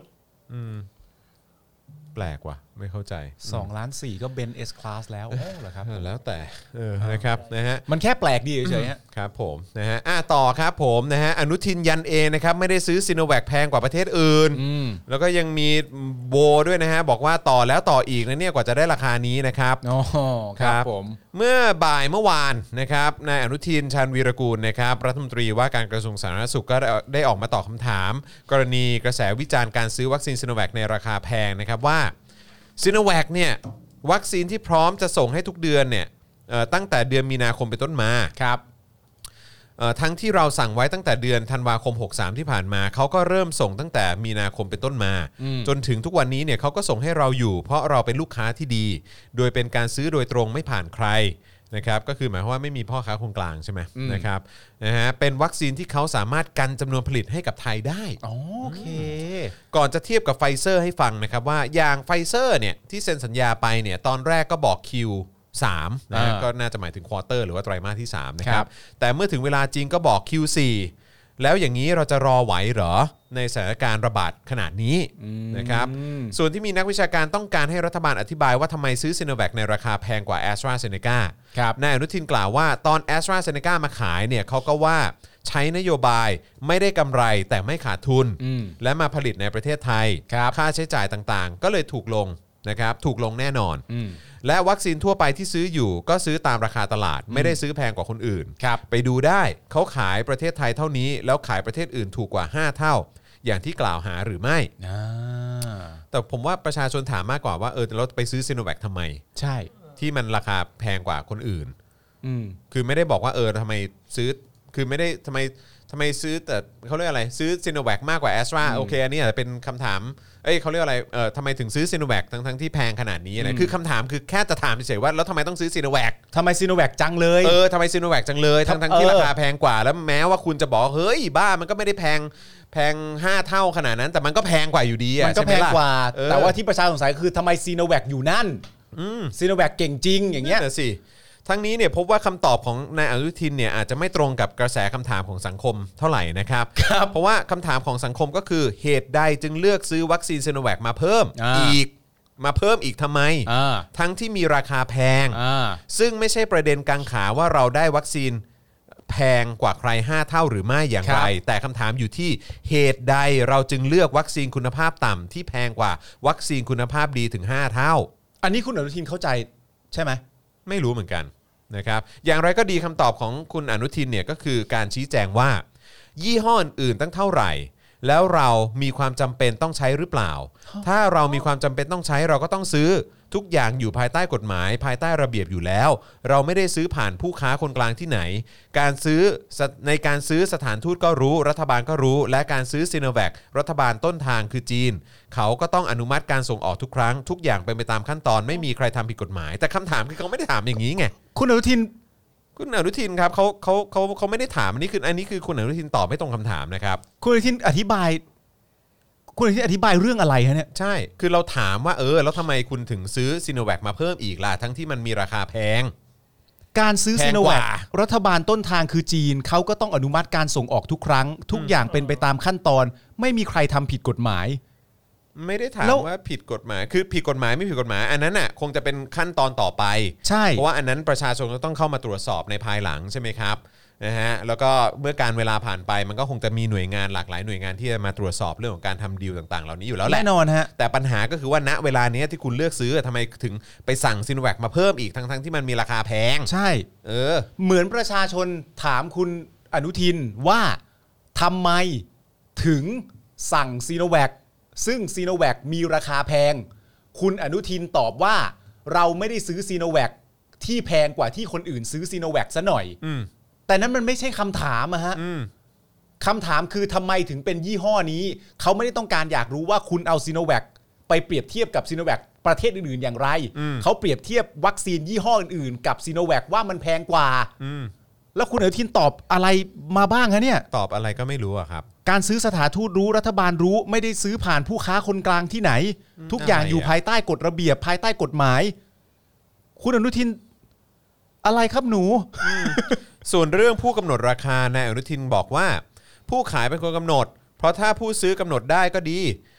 อืมแปลกว่ะไม่เข้าใจสองล้านสี่ก็เบนซ์ S Class แล้วโอ้เหรอครับเออแล้วแต่เออนะครับนะฮะมันแค่แปลกดีเฉยๆฮะครับผมนะฮะอ่ะต่อครับผมนะฮะอนุทินยันเองนะครับไม่ได้ซื้อซิโนแวคแพงกว่าประเทศอื่นอืมแล้วก็ยังมีโวด้วยนะฮะบอกว่าต่อแล้วต่ออีกนะเนี่ยกว่าจะได้ราคานี้นะครับอ๋อครับผมเมื่อบ่ายเมื่อวานนะครับนายอนุทินชาญวีรกูลนะครับรัฐมนตรีว่าการกระทรวงสาธารณสุขก็ได้ออกมาตอบคำถาม กรณีกระแสวิจารณ์การซื้อวัคซีนซิโนแวคในราคาแพงนะครับว่าซิโนแวคเนี่ยวัคซีนที่พร้อมจะส่งให้ทุกเดือนเนี่ยเอ่อตั้งแต่เดือนมีนาคมเป็นต้นมาครับเอ่อทั้งที่เราสั่งไว้ตั้งแต่เดือนธันวาคมหกสามที่ผ่านมาเขาก็เริ่มส่งตั้งแต่มีนาคมเป็นต้นมา จนถึงทุกวันนี้เนี่ยเขาก็ส่งให้เราอยู่เพราะเราเป็นลูกค้าที่ดี โดยเป็นการซื้อโดยตรงไม่ผ่านใครนะครับก็คือหมายความว่าไม่มีพ่อค้าคนกลางใช่ไหมนะครับนะฮะเป็นวัคซีนที่เขาสามารถกันจำนวนผลิตให้กับไทยได้โอเคก่อนจะเทียบกับไฟเซอร์ให้ฟังนะครับว่าอย่างไฟเซอร์เนี่ยที่เซ็นสัญญาไปเนี่ยตอนแรกก็บอก คิว สามนะฮะอ่าก็น่าจะหมายถึงควอเตอร์หรือว่าไตรมาสที่สามนะคครัรับบ แต่เมื่อถึงเวลาจริงก็บอก คิว สี่ แล้วอย่างนี้เราจะรอไหวเหรอในสถานการณ์ระบาดขนาดนี้นะครับส่วนที่มีนักวิชาการต้องการให้รัฐบาลอธิบายว่าทำไมซื้อซิโนแวคในราคาแพงกว่า AstraZeneca ครับนายอนุทินกล่าวว่าตอน AstraZeneca มาขายเนี่ยเขาก็ว่าใช้นโยบายไม่ได้กำไรแต่ไม่ขาดทุนอืมและมาผลิตในประเทศไทยครับค่าใช้จ่ายต่างๆ ก็เลยถูกลงนะครับถูกลงแน่นอนอืมและวัคซีนทั่วไปที่ซื้ออยู่ก็ซื้อตามราคาตลาด ไม่ได้ซื้อแพงกว่าคนอื่นครับไปดูได้เขาขายประเทศไทยเท่านี้ แล้วขายประเทศอื่นถูกกว่าห้าเท่า อย่างที่กล่าวหาหรือไม่อ่าแต่ผมว่าประชาชนถามมากกว่าว่าเออเราไปซื้อซิโนแวคทำไมใช่ที่มันราคาแพงกว่าคนอื่นอืมคือไม่ได้บอกว่าเออทำไมซื้อคือไม่ได้ทำไมทำไมซื้อแต่เขาเรียกอะไรซื้อซิโนแวคมากกว่าแอสตราโอเคอันนี้อาจจะเป็นคำถามเอ้ยเขาเรียกอะไรเออทำไมถึงซื้อซิโนแวคทั้งทั้งที่แพงขนาดนี้นะคือคำถามคือแค่จะถามเฉยๆว่าแล้วทำไมต้องซื้อซิโนแวคทำไมซีโนแวคจังเลยเออทำไมซิโนแวคจังเลยทั้งทั้งที่เออราคาแพงกว่าแล้วแม้ว่าคุณจะบอกเฮ้ยบ้ามันก็ไม่ได้แพงแพงห้าเท่าขนาดนั้น แต่มันก็แพงกว่าอยู่ดีอะมันก็ใช่ไหแพงล่ะกว่าเออแต่ว่าที่ประชาชนสงสัยคือทำไมซีโนแวคอยู่นั่นซีโนแวคเก่งจริงอย่างเงี้ยนั่นนะสิทั้งนี้เนี่ยพบว่าคำตอบของนายอนุทินเนี่ยอาจจะไม่ตรงกับกระแสคำถามของสังคมเท่าไหร่นะครับ เพราะว่าคำถามของสังคมก็คือเหตุใดจึงเลือกซื้อวัคซีนซิโนแวคมาเพิ่มอ่าอีกมาเพิ่มอีกทำไมอ่าทั้งที่มีราคาแพงอ่าซึ่งไม่ใช่ประเด็นกังขาว่าเราได้วัคซีนแพงกว่าใครห้าเท่าหรือไม่อย่างไร แต่คำถามอยู่ที่เหตุใดเราจึงเลือกวัคซีนคุณภาพต่ำที่แพงกว่าวัคซีนคุณภาพดีถึงห้าเท่าอันนี้คุณอนุทินเข้าใจใช่ไหมไม่รู้เหมือนกันนะครับอย่างไรก็ดีคำตอบของคุณอนุทินเนี่ยก็คือการชี้แจงว่า ยี่ห้ออื่นๆตั้งเท่าไหร่ แล้วเรามีความจำเป็นต้องใช้หรือเปล่า ถ้าเรามีความจำเป็นต้องใช้เราก็ต้องซื้อทุกอย่างอยู่ภายใต้กฎหมาย ภายใต้ระเบียบอยู่แล้ว เราไม่ได้ซื้อผ่านผู้ค้าคนกลางที่ไหน การซื้อในการซื้อสถานทูตก็รู้รัฐบาลก็รู้และการซื้อซิโนแวครัฐบาลต้นทางคือจีนเขาก็ต้องอนุมัติการส่งออกทุกครั้งทุกอย่างเป็นไปตามขั้นตอนไม่มีใครทำผิดกฎหมาย แต่คำถามคือเขาไม่ได้ถามอย่างนี้ไงคุณอนุทินคุณอนุทินครับเขาเขาเขาเขาไม่ได้ถามอันนี้คืออันนี้คือคุณอนุทินตอบไม่ตรงคำถามนะครับคุณอนุทินอธิบาย คุณอนุทินอธิบายเรื่องอะไรฮะเนี่ยใช่คือเราถามว่าเออแล้วทำไมคุณถึงซื้อซิโนแวคมาเพิ่มอีกล่ะทั้งที่มันมีราคาแพงการซื้อแพซีงโนกแวว่าครัฐบาลต้นทางคือจีนเขาก็ต้องอนุมัติการส่งออกทุกครั้ง ทุกอย่างเป็นไปตามขั้นตอน ไม่มีใครทำผิดกฎหมายไม่ได้ถามแล้วว่าผิดกฎหมายคือผิดกฎหมายไม่ผิดกฎหมายอันนั้นน่ะคงจะเป็นขั้นตอนต่อไปใช่เพราะว่าอันนั้นประชาชนก็ต้องเข้ามาตรวจสอบในภายหลังใช่ไหมครับนะฮะแล้วก็เมื่อการเวลาผ่านไปมันก็คงจะมีหน่วยงานหลากหลายหน่วยงานที่จะมาตรวจสอบเรื่องของการทำดีลต่างๆเหล่านี้อยู่แล้วแหละแน่นอนฮะแต่ปัญหาก็คือว่าณเวลานี้ที่คุณเลือกซื้อทำไมถึงไปสั่งซิโนแวคมาเพิ่มอีกทั้งๆที่มันมีราคาแพงใช่เออเหมือนประชาชนถามคุณอนุทินว่าทำไมถึงสั่งซีโนแวคซึ่งซีโนแวคมีราคาแพง คุณอนุทินตอบว่าเราไม่ได้ซื้อซีโนแวคที่แพงกว่าที่คนอื่นซื้อซีโนแวคซะหน่อยอืมแต่นั้นมันไม่ใช่คำถามอะฮะอืมคำถามคือทำไมถึงเป็นยี่ห้อนี้ เขาไม่ได้ต้องการอยากรู้ว่าคุณเอาซีโนแวคไปเปรียบเทียบกับซีโนแวคประเทศอื่นๆอย่างไร เขาเปรียบเทียบวัคซีนยี่ห้ออื่นๆกับซีโนแวคว่ามันแพงกว่าอืมแล้วคุณอนุทินตอบอะไรมาบ้างคะเนี่ยตอบอะไรก็ไม่รู้อะครับการซื้อสถานทูตรู้รัฐบาลรู้ไม่ได้ซื้อผ่านผู้ค้าคนกลางที่ไหน ทุกอย่างอะไรอะอยู่ภายใต้กฎระเบียบภายใต้กฎหมาย คุณอนุทินอะไรครับหนูส่วนเรื่องผู้กำหนดราคานายอนุทินบอกว่า ผู้ขายเป็นคนกำหนด เพราะถ้าผู้ซื้อกำหนดได้ก็ดี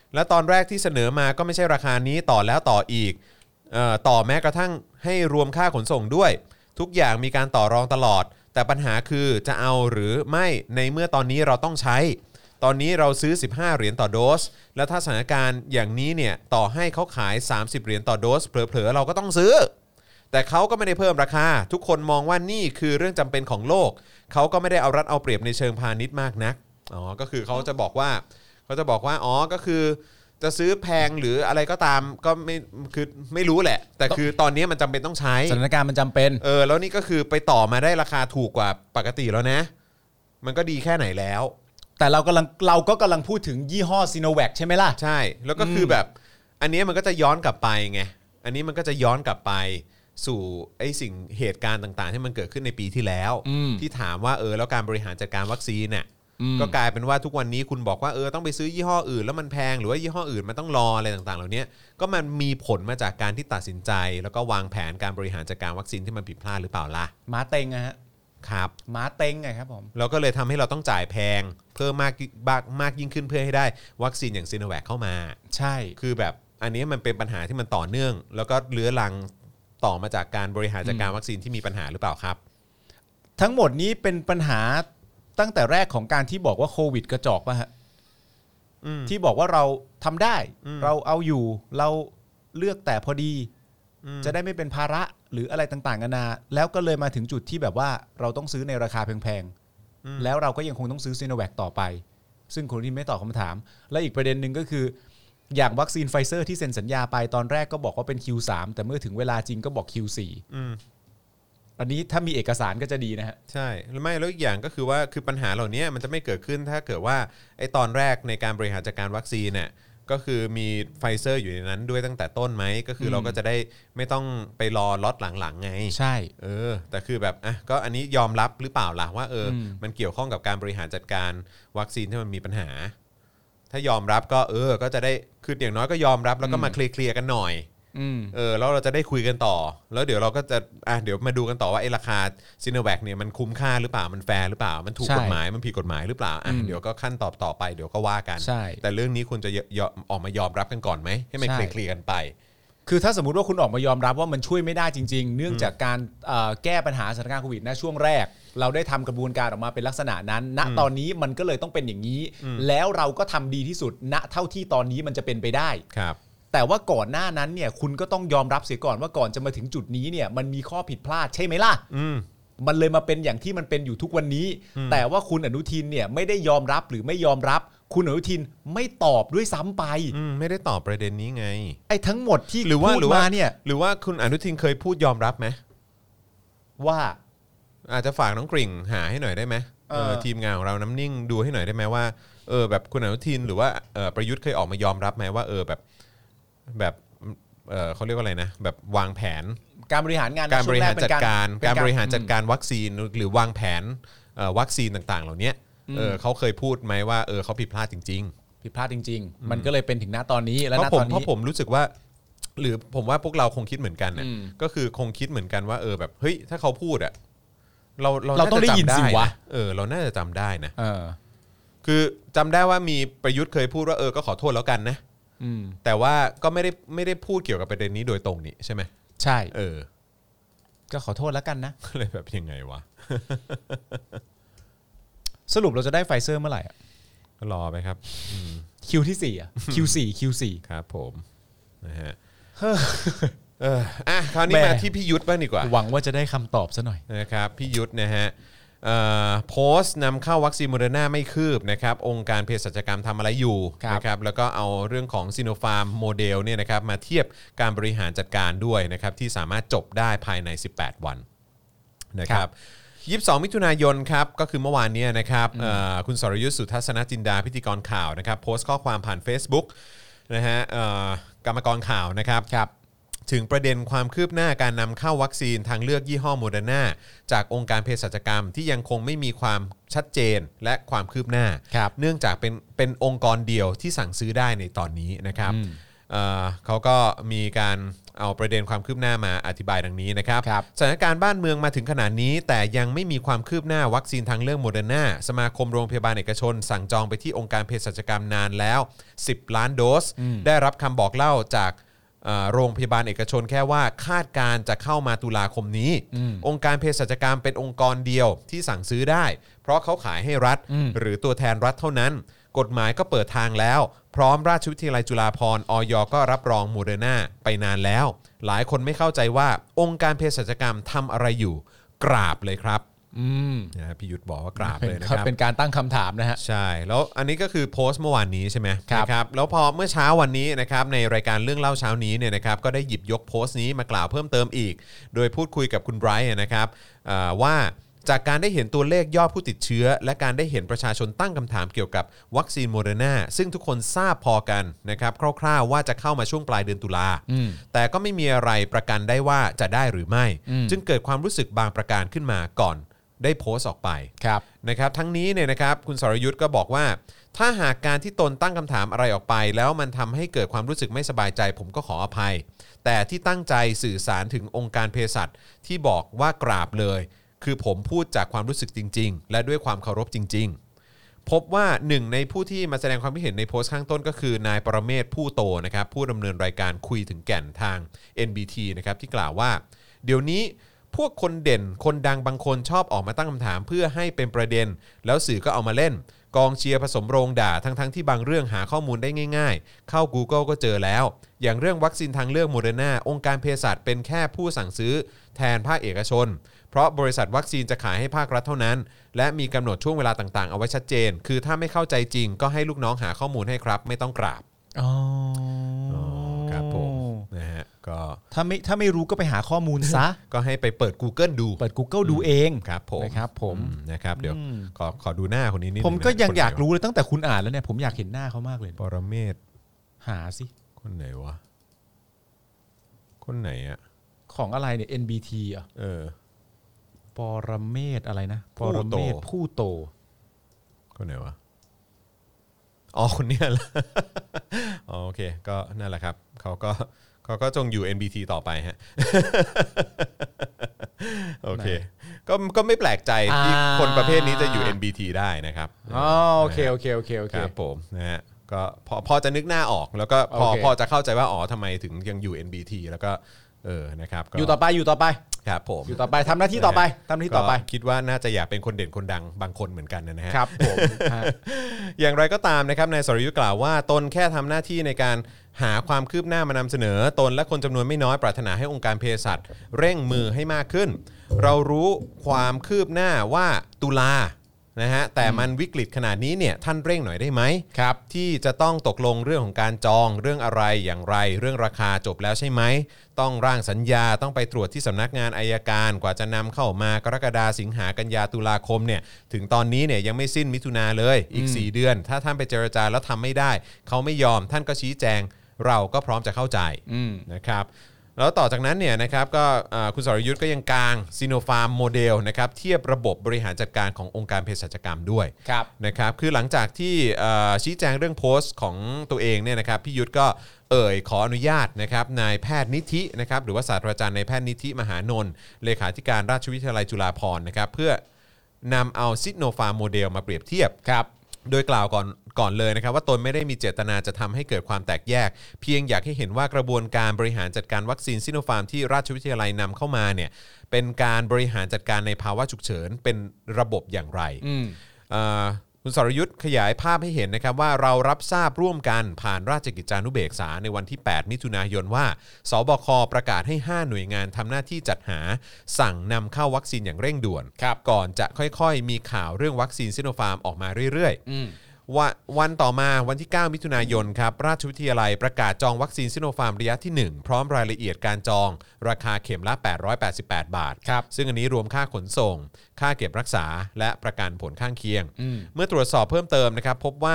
และตอนแรกที่เสนอมาก็ไม่ใช่ราคานี้ต่อแล้วต่ออีกเอ่อต่อแม้กระทั่งให้รวมค่าขนส่งด้วยทุกอย่างมีการต่อรองตลอดแต่ปัญหาคือจะเอาหรือไม่ในเมื่อตอนนี้เราต้องใช้ตอนนี้เราซื้อสิบห้าเหรียญต่อโดสแล้วถ้าสถานการณ์อย่างนี้เนี่ยต่อให้เขาขายสามสิบเหรียญต่อโดสเผลอๆเราก็ต้องซื้อแต่เขาก็ไม่ได้เพิ่มราคาทุกคนมองว่านี่คือเรื่องจำเป็นของโลกเขาก็ไม่ได้เอารัดเอาเปรียบในเชิงพาณิชย์มากนักอ๋อก็คือเขาจะบอกว่าเขาจะบอกว่าอ๋อก็คือจะซื้อแพงหรืออะไรก็ตามก็ไม่คือไม่รู้แหละแต่คือตอนนี้มันจำเป็นต้องใช้สถานการณ์มันจำเป็นเออแล้วนี่ก็คือไปต่อมาได้ราคาถูกกว่าปกติแล้วนะมันก็ดีแค่ไหนแล้วแต่เรากำลังเราก็กำลังพูดถึงยี่ห้อซีโนแวคใช่ไหมล่ะใช่แล้วก็คือแบบอันนี้มันก็จะย้อนกลับไปไงอันนี้มันก็จะย้อนกลับไปสู่ไอ้สิ่งเหตุการณ์ต่างๆที่มันเกิดขึ้นในปีที่แล้วที่ถามว่าเออแล้วการบริหารจัดการวัคซีนเนี่ยก็กลายเป็นว่าทุกวันนี้คุณบอกว่าเออต้องไปซื้อยี่ห้ออื่นแล้วมันแพงหรือว่ายี่ห้ออื่นมันต้องรออะไรต่างๆเหล่านี้ก็มันมีผลมาจากการที่ตัดสินใจแล้วก็วางแผนการบริหารจัดการวัคซีนที่มันผิดพลาดหรือเปล่าล่ะม้าเต็งนะฮะครับม้าเต็งไงครับผมเราก็เลยทำให้เราต้องจ่ายแพงเพิ่มมากมากยิ่งขึ้นเพื่อให้ได้วัคซีนอย่างซีโนแวคเข้ามาใช่คือแบบอันนี้มันเป็นปัญหาที่มันต่อเนื่องแล้วก็เลื้อรังต่อมาจากการบริหารจัดการวัคซีนที่มีปัญหาหรือเปล่าครับทั้งหมดนี้เป็นปัญหาตั้งแต่แรกของการที่บอกว่าโควิดกระจอกป่ะฮะที่บอกว่าเราทำได้เราเอาอยู่เราเลือกแต่พอดีจะได้ไม่เป็นภาระหรืออะไรต่างๆกันานาแล้วก็เลยมาถึงจุดที่แบบว่าเราต้องซื้อในราคาแพงๆแล้วเราก็ยังคงต้องซื้อซีโนแวคต่อไปซึ่งคนที่ไม่ตอบคำถามและอีกประเด็นหนึ่งก็คืออย่างวัคซีนไฟเซอร์ที่เซ็นสัญญาไปตอนแรกก็บอกว่าเป็น คิว สาม แต่เมื่อถึงเวลาจริงก็บอก คิว สี่ อืมอันนี้ถ้ามีเอกสารก็จะดีนะฮะใช่แล้วไม่แล้วอีกอย่างก็คือว่าคือปัญหาเหล่านี้มันจะไม่เกิดขึ้นถ้าเกิดว่าไอ้ตอนแรกในการบริหารจัดการวัคซีนเนี่ยก็คือมีไฟเซอร์อยู่ในนั้นด้วยตั้งแต่ต้นไหมก็คือเราก็จะได้ไม่ต้องไปรอล็อตหลังๆไงใช่เออแต่คือแบบอ่ะก็อันนี้ยอมรับหรือเปล่าล่ะว่าเออมันเกี่ยวข้องกับการบริหารจัดการวัคซีนที่มันมีปัญหาถ้ายอมรับก็เออก็จะได้คืออย่างน้อยก็ยอมรับแล้วก็มาเคลียร์กันหน่อยเออแล้วเราจะได้คุยกันต่อแล้วเดี๋ยวเราก็จะอ่ะเดี๋ยวมาดูกันต่อว่าไอ้ราคาซิโนแวคเนี่ยมันคุ้มค่าหรือเปล่ามันแฟร์หรือเปล่ามันถูกกฎหมายมันผิดกฎหมายหรือเปล่าอ่ะเดี๋ยวก็ขั้นตอบต่อไปเดี๋ยวก็ว่ากันแต่เรื่องนี้คุณจะออกมายอมรับกันก่อนไหมให้มันเคลียร์กันไปคือถ้าสมมุติว่าคุณออกมายอมรับว่ามันช่วยไม่ได้จริงๆเนื่องจากการแก้ปัญหาสถานการณ์โควิดณช่วงแรกเราได้ทำกระบวนการออกมาเป็นลักษณะนั้นณตอนนี้มันก็เลยต้องเป็นอย่างนี้แล้วเราก็ทำดีที่สุดณเท่าที่ตอนนี้มันจะเป็นไปได้ครับแต่ว่าก่อนหน้านั้นเนี่ยคุณก็ต้องยอมรับเสียก่อนว่าก่อนจะมาถึงจุดนี้เนี่ยมันมีข้อผิดพลาดใช่ไหมล่ะมันเลยมาเป็นอย่างที่มันเป็นอยู่ทุกวันนี้แต่ว่าคุณอนุทินเนี่ยไม่ได้ยอมรับหรือไม่ยอมรับคุณอนุทินไม่ตอบด้วยซ้ำไปไม่ได้ตอบประเด็นนี้ไงไอ้ทั้งหมดที่หรือว่าหรือว่าเนี่ยหรือว่าคุณอนุทินเคยพูดยอมรับไหมว่าอาจจะฝากน้องกริ่งหาให้หน่อยได้ไหมเออทีมงานของเราน้ำนิ่งดูให้หน่อยได้ไหมว่าเออแบบคุณอนุทินหรือว่าเออประยุทธ์เคยออกมายอมรับไหมว่าเออแบบแบบเออเขาเรียกว่าอะไรนะแบบวางแผนการบริหารงานการบริหารจัดการการบริหารจัดการวัคซีนหรือวางแผนวัคซีนต่างๆเหล่านี้เออเขาเคยพูดไหมว่าเออเขาผิดพลาดจริงๆผิดพลาดจริงๆมันก็เลยเป็นถึงณตอนนี้แล้วณตอนนี้เพราะผมรู้สึกว่าหรือผมว่าพวกเราคงคิดเหมือนกันน่ะก็คือคงคิดเหมือนกันว่าเออแบบเฮ้ยถ้าเขาพูดอ่ะเราเราเราต้องได้ยินสิวะเออเราน่าจะจำได้นะคือจำได้ว่ามีประยุทธ์เคยพูดว่าเออก็ขอโทษแล้วกันนะแต่ว่าก็ไม่ได้ไม่ได้พูดเกี่ยวกับประเด็นนี้โดยตรงนี่ใช่ไหมใช่เออก็ขอโทษแล้วกันนะเลยแบบยังไงวะสรุปเราจะได้ไฟเซอร์เมื่อไหร่อ่ะก็รอไปครับคิวที่สี่อ่ะ คิว สี่ คิว สี่ครับผมนะฮะเอออ่ะคราวนี้มาที่พี่ยุทธบ้างดีกว่าหวังว่าจะได้คำตอบซะหน่อยนะครับพี่ยุทธนะฮะโพสต์นำเข้าวัคซีนโมเดอร์นาไม่คืบนะครับองค์การเภสัชกรรมทำอะไรอยู่นะครับแล้วก็เอาเรื่องของซิโนฟาร์มโมเดลเนี่ยนะครับมาเทียบการบริหารจัดการด้วยนะครับที่สามารถจบได้ภายในสิบแปดวันนะครับยี่สิบสองมิถุนายนครับก็คือเมื่อวานนี้นะครับคุณสรยุทธสุทัศนจินดาพิธีกรข่าวนะครับโพสต์ข้อความผ่าน Facebook นะฮะกรรมกรข่าวนะครับถึงประเด็นความคืบหน้าการนำเข้าวัคซีนทางเลือกยี่ห้อโมเดอร์นาจากองค์การเภสัชกรรมที่ยังคงไม่มีความชัดเจนและความคืบหน้าเนื่องจากเป็นเป็นองค์กรเดียวที่สั่งซื้อได้ในตอนนี้นะครับเอ่อเขาก็มีการเอาประเด็นความคืบหน้ามาอธิบายดังนี้นะครับครับสถานการณ์บ้านเมืองมาถึงขนาดนี้แต่ยังไม่มีความคืบหน้าวัคซีนทางเลือกโมเดอร์นาสมาคมโรงพยาบาลเอกชนสั่งจองไปที่องค์การเภสัชกรรมนานแล้วสิบล้านโดสได้รับคำบอกเล่าจากเอ่อโรงพยาบาลเอกชนแค่ว่าคาดการจะเข้ามาตุลาคมนี้องค์การเภสัชกรรมเป็นองค์กรเดียวที่สั่งซื้อได้เพราะเขาขายให้รัฐหรือตัวแทนรัฐเท่านั้นกฎหมายก็เปิดทางแล้วพร้อมราชวิทยาลัยจุฬาภรณ์ อย ก็รับรองโมเดอร์นาไปนานแล้วหลายคนไม่เข้าใจว่าองค์การเภสัชกรรมทำอะไรอยู่กราบเลยครับอืมนะพี่ยุทธบอกว่ากราบเลยนะครับเป็นการตั้งคำถามนะฮะใช่แล้วอันนี้ก็คือโพสต์เมื่อวานนี้ใช่ไหมครับนะครับแล้วพอเมื่อเช้าวันนี้นะครับในรายการเรื่องเล่าเช้านี้เนี่ยนะครับก็ได้หยิบยกโพสต์นี้มากล่าวเพิ่มเติมอีกโดยพูดคุยกับคุณไบรท์นะครับว่าจากการได้เห็นตัวเลขยอดผู้ติดเชื้อและการได้เห็นประชาชนตั้งคำถามเกี่ยวกับวัคซีนโมเดอร์นาซึ่งทุกคนทราบพอกันนะครับคร่าวๆว่าจะเข้ามาช่วงปลายเดือนตุลาแต่ก็ไม่มีอะไรประกันได้ว่าจะได้หรือไม่จึงเกิดความรู้สึกบางประการขึ้นมาก่อนได้โพสต์ออกไปนะครับทั้งนี้เนี่ยนะครับคุณสรยุทธก็บอกว่าถ้าหากการที่ตนตั้งคำถามอะไรออกไปแล้วมันทำให้เกิดความรู้สึกไม่สบายใจผมก็ขออภัยแต่ที่ตั้งใจสื่อสารถึงองค์การเภสัชที่บอกว่ากราบเลยคือผมพูดจากความรู้สึกจริงๆและด้วยความเคารพจริงๆพบว่าหนึ่งในผู้ที่มาแสดงความคิดเห็นในโพสต์ข้างต้นก็คือนายปรเมศผู้โตนะครับผู้ดำเนินรายการคุยถึงแก่นทาง เอ็น บี ที นะครับที่กล่าวว่าเดี๋ยวนี้พวกคนเด่นคนดังบางคนชอบออกมาตั้งคำถามเพื่อให้เป็นประเด็นแล้วสื่อก็เอามาเล่นกองเชียร์ผสมโรงด่าทั้งๆที่บางเรื่องหาข้อมูลได้ง่ายๆเข้า Google ก็เจอแล้วอย่างเรื่องวัคซีนทางเลือกโมเดอร์นาองค์การเภสัชเป็นแค่ผู้สั่งซื้อแทนภาคเอกชนเพราะบริษัทวัคซีนจะขายให้ภาครัฐเท่านั้นและมีกำหนดช่วงเวลาต่างๆเอาไว้ชัดเจนคือถ้าไม่เข้าใจจริงก็ให้ลูกน้องหาข้อมูลให้ครับไม่ต้องกราบอ๋อครับผมนะฮะก็ถ้าไม่ถ้าไม่รู้ก็ไปหาข้อมูลซะก็ให้ไปเปิด Google ดูเปิด Google ดูเองครับผมนะครับผมนะครับเดี๋ยวขอขอดูหน้าคนนี้นิดนึงผมก็ยังอยากรู้เลยตั้งแต่คุณอ่านแล้วเนี่ยผมอยากเห็นหน้าเขามากเลยปรเมศหาสิคนไหนวะคนไหนอ่ะของอะไรเนี่ย เอ็น บี ที อ่ะเออปรเมศอะไรนะปรเมศผู้โตคนไหนวะอ๋อคนนี้แหละอ๋อโอเคก็นั่นแหละครับเขาก็เขาก็จงอยู่ เอ็น บี ที ต่อไปฮะโอเคก็ก็ไม่แปลกใจที่คนประเภทนี้จะอยู่ เอ็น บี ที ได้นะครับอ๋อโอเคโอเคโอเคโอเคครับผมนะฮะก็พอพอจะนึกหน้าออกแล้วก็พอพอจะเข้าใจว่าอ๋อทำไมถึงยังอยู่ เอ็น บี ที แล้วก็เออนะครับอยู่ต่อไปอยู่ต่อไปครับผมอยู่ต่อไปทำหน้าที่ต่อไปทำหน้าที่ต่อไปคิดว่าน่าจะอยากเป็นคนเด่นคนดังบางคนเหมือนกันนะฮะครับผมอย่างไรก็ตามนะครับนายสรยุทธกล่าวว่าตนแค่ทำหน้าที่ในการหาความคืบหน้ามานำเสนอตนและคนจำนวนไม่น้อยปรารถนาให้องค์การเภสัชเร่งมือให้มากขึ้นเรารู้ความคืบหน้าว่าตุลานะฮะแต่มันวิกฤตขนาดนี้เนี่ยท่านเร่งหน่อยได้ไหมครับที่จะต้องตกลงเรื่องของการจองเรื่องอะไรอย่างไรเรื่องราคาจบแล้วใช่ไหมต้องร่างสัญญาต้องไปตรวจที่สำนักงานอัยการกว่าจะนำเข้ามากรกฎาสิงหากันยาตุลาคมเนี่ยถึงตอนนี้เนี่ยยังไม่สิ้นมิถุนาเลยอีกสี่เดือนถ้าท่านไปเจรจาแล้วทำไม่ได้เขาไม่ยอมท่านก็ชี้แจงเราก็พร้อมจะเข้าใจนะครับแล้วต่อจากนั้นเนี่ยนะครับก็คุณสรยุทธก็ยังกางซีโนฟาร์มโมเดลนะครับเทียบระบบบริหารจัดการขององค์การเภสัชกรรมด้วยนะครับคือหลังจากที่ชี้แจงเรื่องโพสต์ของตัวเองเนี่ยนะครับพี่ยุทธก็เอ่ยขออนุญาตนะครับนายแพทย์นิธินะครับหรือว่าศาสตราจารย์นายแพทย์นิธิมหานนท์เลขาธิการราชวิทยาลัยจุฬาภรณ์นะครับเพื่อนำเอาซิโนฟาร์มโมเดลมาเปรียบเทียบครับโดยกล่าวก่อนก่อนเลยนะครับว่าตนไม่ได้มีเจตนาจะทำให้เกิดความแตกแยกเพียงอยากให้เห็นว่ากระบวนการบริหารจัดการวัคซีนซิโนฟาร์มที่ราชวิทยาลัยนำเข้ามาเนี่ยเป็นการบริหารจัดการในภาวะฉุกเฉินเป็นระบบอย่างไรคุณสรยุทธขยายภาพให้เห็นนะครับว่าเรารับทราบร่วมกันผ่านราชกิจจานุเบกษาในวันที่แปดมิถุนายนว่าสบคประกาศให้ห้าหน่วยงานทำหน้าที่จัดหาสั่งนำเข้าวัคซีนอย่างเร่งด่วนก่อนจะค่อยๆมีข่าวเรื่องวัคซีนซิโนฟาร์มออกมาเรื่อยๆวันวันต่อมาวันที่เก้ามิถุนายนครับราชวิทยาลัยประกาศจองวัคซีนซิโนฟาร์มระยะที่หนึ่งพร้อมรายละเอียดการจองราคาเข็มละแปดร้อยแปดสิบแปดบาทซึ่งอันนี้รวมค่าขนส่งค่าเก็บรักษาและประกันผลข้างเคียงเมื่อตรวจสอบเพิ่มเติมนะครับพบว่า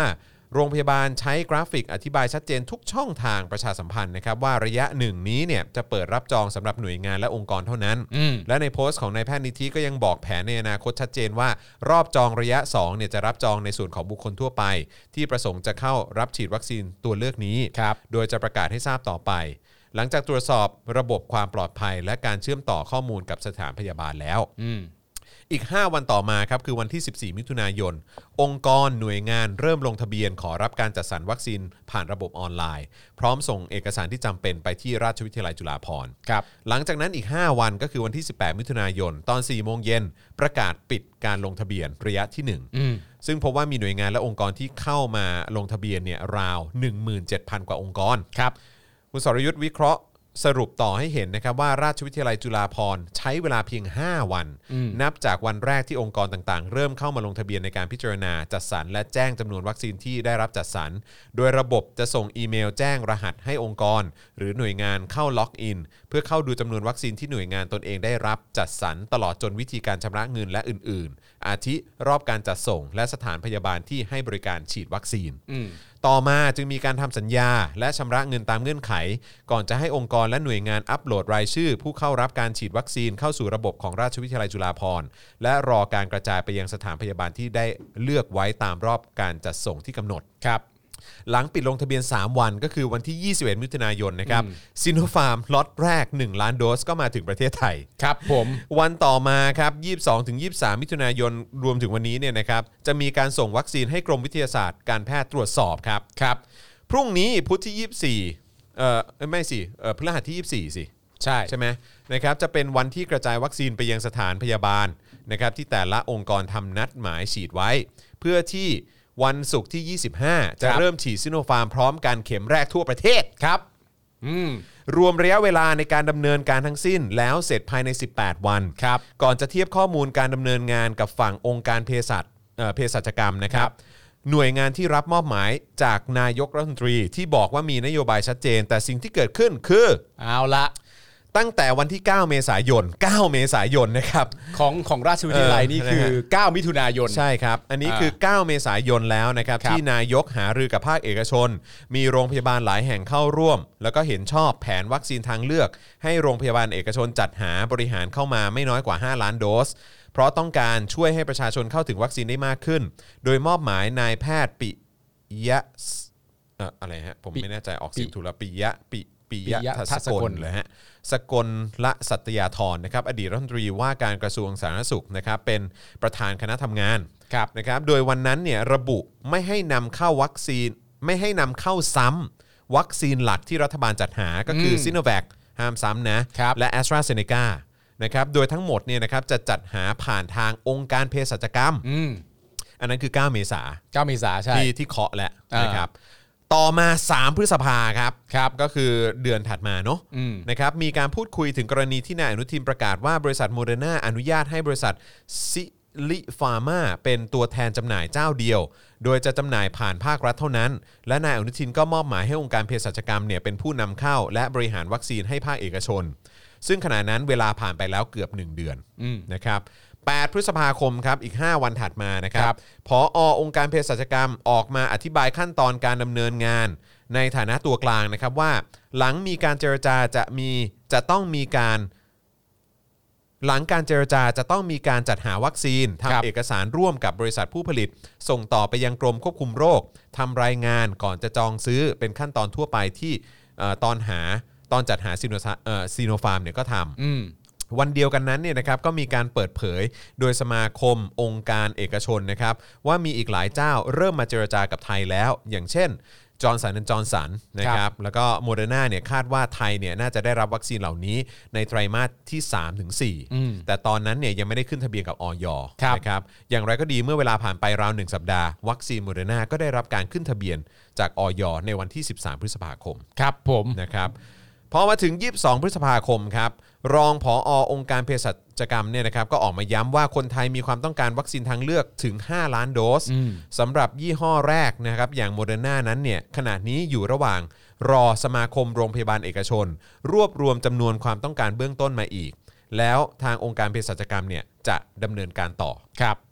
โรงพยาบาลใช้กราฟิกอธิบายชัดเจนทุกช่องทางประชาสัมพันธ์นะครับว่าระยะหนึ่งนี้เนี่ยจะเปิดรับจองสำหรับหน่วยงานและองค์กรเท่านั้นและในโพสต์ของนายแพทย์นิธิก็ยังบอกแผนในอนาคตชัดเจนว่ารอบจองระยะสองเนี่ยจะรับจองในส่วนของบุคคลทั่วไปที่ประสงค์จะเข้ารับฉีดวัคซีนตัวเลือกนี้โดยจะประกาศให้ทราบต่อไปหลังจากตรวจสอบระบบความปลอดภัยและการเชื่อมต่อข้อมูลกับสถานพยาบาลแล้วอีกห้าวันต่อมาครับคือวันที่สิบสี่มิถุนายนองค์กรหน่วยงานเริ่มลงทะเบียนขอรับการจัดสรรวัคซีนผ่านระบบออนไลน์พร้อมส่งเอกสารที่จำเป็นไปที่ราชวิทยาลัยจุฬาภรณ์ครับหลังจากนั้นอีกห้าวันก็คือวันที่สิบแปดมิถุนายนตอนสี่โมงเย็นประกาศปิดการลงทะเบียนระยะที่หนึ่งซึ่งพบว่ามีหน่วยงานและองค์กรที่เข้ามาลงทะเบียนเนี่ยราว หนึ่งหมื่นเจ็ดพัน กว่าองค์กรครับคุณสรยุทธวิเคราะห์สรุปต่อให้เห็นนะครับว่าราชวิทยาลัยจุฬาภรณ์ใช้เวลาเพียงห้าวันนับจากวันแรกที่องค์กรต่างๆเริ่มเข้ามาลงทะเบียนในการพิจารณาจัดสรรและแจ้งจำนวนวัคซีนที่ได้รับจัดสรรโดยระบบจะส่งอีเมลแจ้งรหัสให้องค์กรหรือหน่วยงานเข้าล็อกอินเพื่อเข้าดูจำนวนวัคซีนที่หน่วยงานตนเองได้รับจัดสรรตลอดจนวิธีการชำระเงินและอื่นๆอาทิรอบการจัดส่งและสถานพยาบาลที่ให้บริการฉีดวัคซีนต่อมาจึงมีการทำสัญญาและชำระเงินตามเงื่อนไขก่อนจะให้องค์กรและหน่วยงานอัปโหลดรายชื่อผู้เข้ารับการฉีดวัคซีนเข้าสู่ระบบของราชวิทยาลัยจุฬาภรณ์และรอการกระจายไปยังสถานพยาบาลที่ได้เลือกไว้ตามรอบการจัดส่งที่กำหนดครับหลังปิดลงทะเบียนสามวันก็คือวันที่ยี่สิบเอ็ดมิถุนายนนะครับซิโนฟาร์มล็อตแรกหนึ่งล้านโดสก็มาถึงประเทศไทยครับผมวันต่อมาครับยี่สิบสองถึงยี่สิบสามมิถุนายนรวมถึงวันนี้เนี่ยนะครับจะมีการส่งวัคซีนให้กรมวิทยาศาสตร์การแพทย์ตรวจสอบครับครับพรุ่งนี้พุธที่ยี่สิบสี่เอ่อไม่สิเอ่อพฤหัสที่ยี่สิบสี่สิใช่ใช่ไหมนะครับจะเป็นวันที่กระจายวัคซีนไปยังสถานพยาบาลนะครับที่แต่ละองค์กรทำนัดหมายฉีดไว้เพื่อที่วันศุกร์ที่ยี่สิบห้าจะเริ่มฉีดซิโนฟาร์มพร้อมกันเข็มแรกทั่วประเทศครับรวมระยะเวลาในการดำเนินการทั้งสิ้นแล้วเสร็จภายในสิบแปดวันครับก่อนจะเทียบข้อมูลการดำเนินงานกับฝั่งองค์การเภสัชเอ่อเภสัชกรรมนะครับหน่วยงานที่รับมอบหมายจากนายกรัฐมนตรีที่บอกว่ามีนโยบายชัดเจนแต่สิ่งที่เกิดขึ้นคือเอาละตั้งแต่วันที่เก้าเมษายนเก้าเมษายนนะครับของของราชวิทยาลัยนี่คือเก้ามิถุนายนใช่ครับอันนี้คือเก้าเมษายนแล้วนะครับที่นายกหารือกับภาคเอกชนมีโรงพยาบาลหลายแห่งเข้าร่วมแล้วก็เห็นชอบแผนวัคซีนทางเลือกให้โรงพยาบาลเอกชนจัดหาบริหารเข้ามาไม่น้อยกว่าห้าล้านโดสเพราะต้องการช่วยให้ประชาชนเข้าถึงวัคซีนได้มากขึ้นโดยมอบหมายนายแพทย์ปิยะเอ่ออะไรฮะผมไม่แน่ใจออกเสียงถูกแล้วปิยะปิปิยะทัศกลเลยฮะสกลละสัตยาธรนะครับอดีตรัฐมนตรีว่าการกระทรวงสาธารณสุขนะครับเป็นประธานคณะทำงานนะครับโดยวันนั้นเนี่ยระบุไม่ให้นำเข้าวัคซีนไม่ให้นำเข้าซ้ำวัคซีนหลักที่รัฐบาลจัดหาก็คือซิโนแวคห้ามซ้ำนะและแอสตราเซเนกานะครับโดยทั้งหมดเนี่ยนะครับจะจัดหาผ่านทางองค์การเภสัชกรรมอันนั้นคือเก้าเมษาเก้าเมษาใช่ที่ที่เคาะแล้วนะครับต่อมาสามพฤษภาครับครับก็คือเดือนถัดมาเนาะนะครับมีการพูดคุยถึงกรณีที่นายอนุทินประกาศว่าบริษัทโมเดอร์นาอนุญาตให้บริษัทซิลิฟาร์มาเป็นตัวแทนจำหน่ายเจ้าเดียวโดยจะจำหน่ายผ่านภาครัฐเท่านั้นและนายอนุทินก็มอบหมายให้องค์การเภสัชกรรมเนี่ยเป็นผู้นำเข้าและบริหารวัคซีนให้ภาคเอกชนซึ่งขณะนั้นเวลาผ่านไปแล้วเกือบหนึ่งเดือนนะครับแปดพฤษภาคมครับอีกห้าวันถัดมานะครับผอ.องค์การเภสัชกรรมออกมาอธิบายขั้นตอนการดำเนินงานในฐานะตัวกลางนะครับว่าหลังมีการเจรจาจะมีจะต้องมีการหลังการเจรจาจะต้องมีการจัดหาวัคซีนทำเอกสารร่วมกับบริษัทผู้ผลิตส่งต่อไปยังกรมควบคุมโรคทำรายงานก่อนจะจองซื้อเป็นขั้นตอนทั่วไปที่ตอนหาตอนจัดหาซีโนฟาร์มเนี่ยก็ทำวันเดียวกันนั้นเนี่ยนะครับก็มีการเปิดเผยโดยสมาคมองค์การเอกชนนะครับว่ามีอีกหลายเจ้าเริ่มมาเจรจากับไทยแล้วอย่างเช่นจอร์นสันและจอร์นสันนะครับแล้วก็โมเดอร์นาเนี่ยคาดว่าไทยเนี่ยน่าจะได้รับวัคซีนเหล่านี้ในไตรมาสที่ สามถึงสี่ แต่ตอนนั้นเนี่ยยังไม่ได้ขึ้นทะเบียนกับอย.นะครับอย่างไรก็ดีเมื่อเวลาผ่านไปราวหนึ่งสัปดาห์วัคซีนโมเดอร์นาก็ได้รับการขึ้นทะเบียนจากอย.ในวันที่สิบสามพฤษภาคมครับผมนะครับพอมาถึงยี่สิบสองพฤษภาคมครับรองผอ.องค์การเภสัชกรรมเนี่ยนะครับก็ออกมาย้ำว่าคนไทยมีความต้องการวัคซีนทางเลือกถึงห้าล้านโดสสำหรับยี่ห้อแรกนะครับอย่างโมเดอร์นานั้นเนี่ยขณะนี้อยู่ระหว่างรอสมาคมโรงพยาบาลเอกชนรวบรวมจำนวนความต้องการเบื้องต้นมาอีกแล้วทางองค์การเภสัชกรรมเนี่ยจะดำเนินการต่อครับ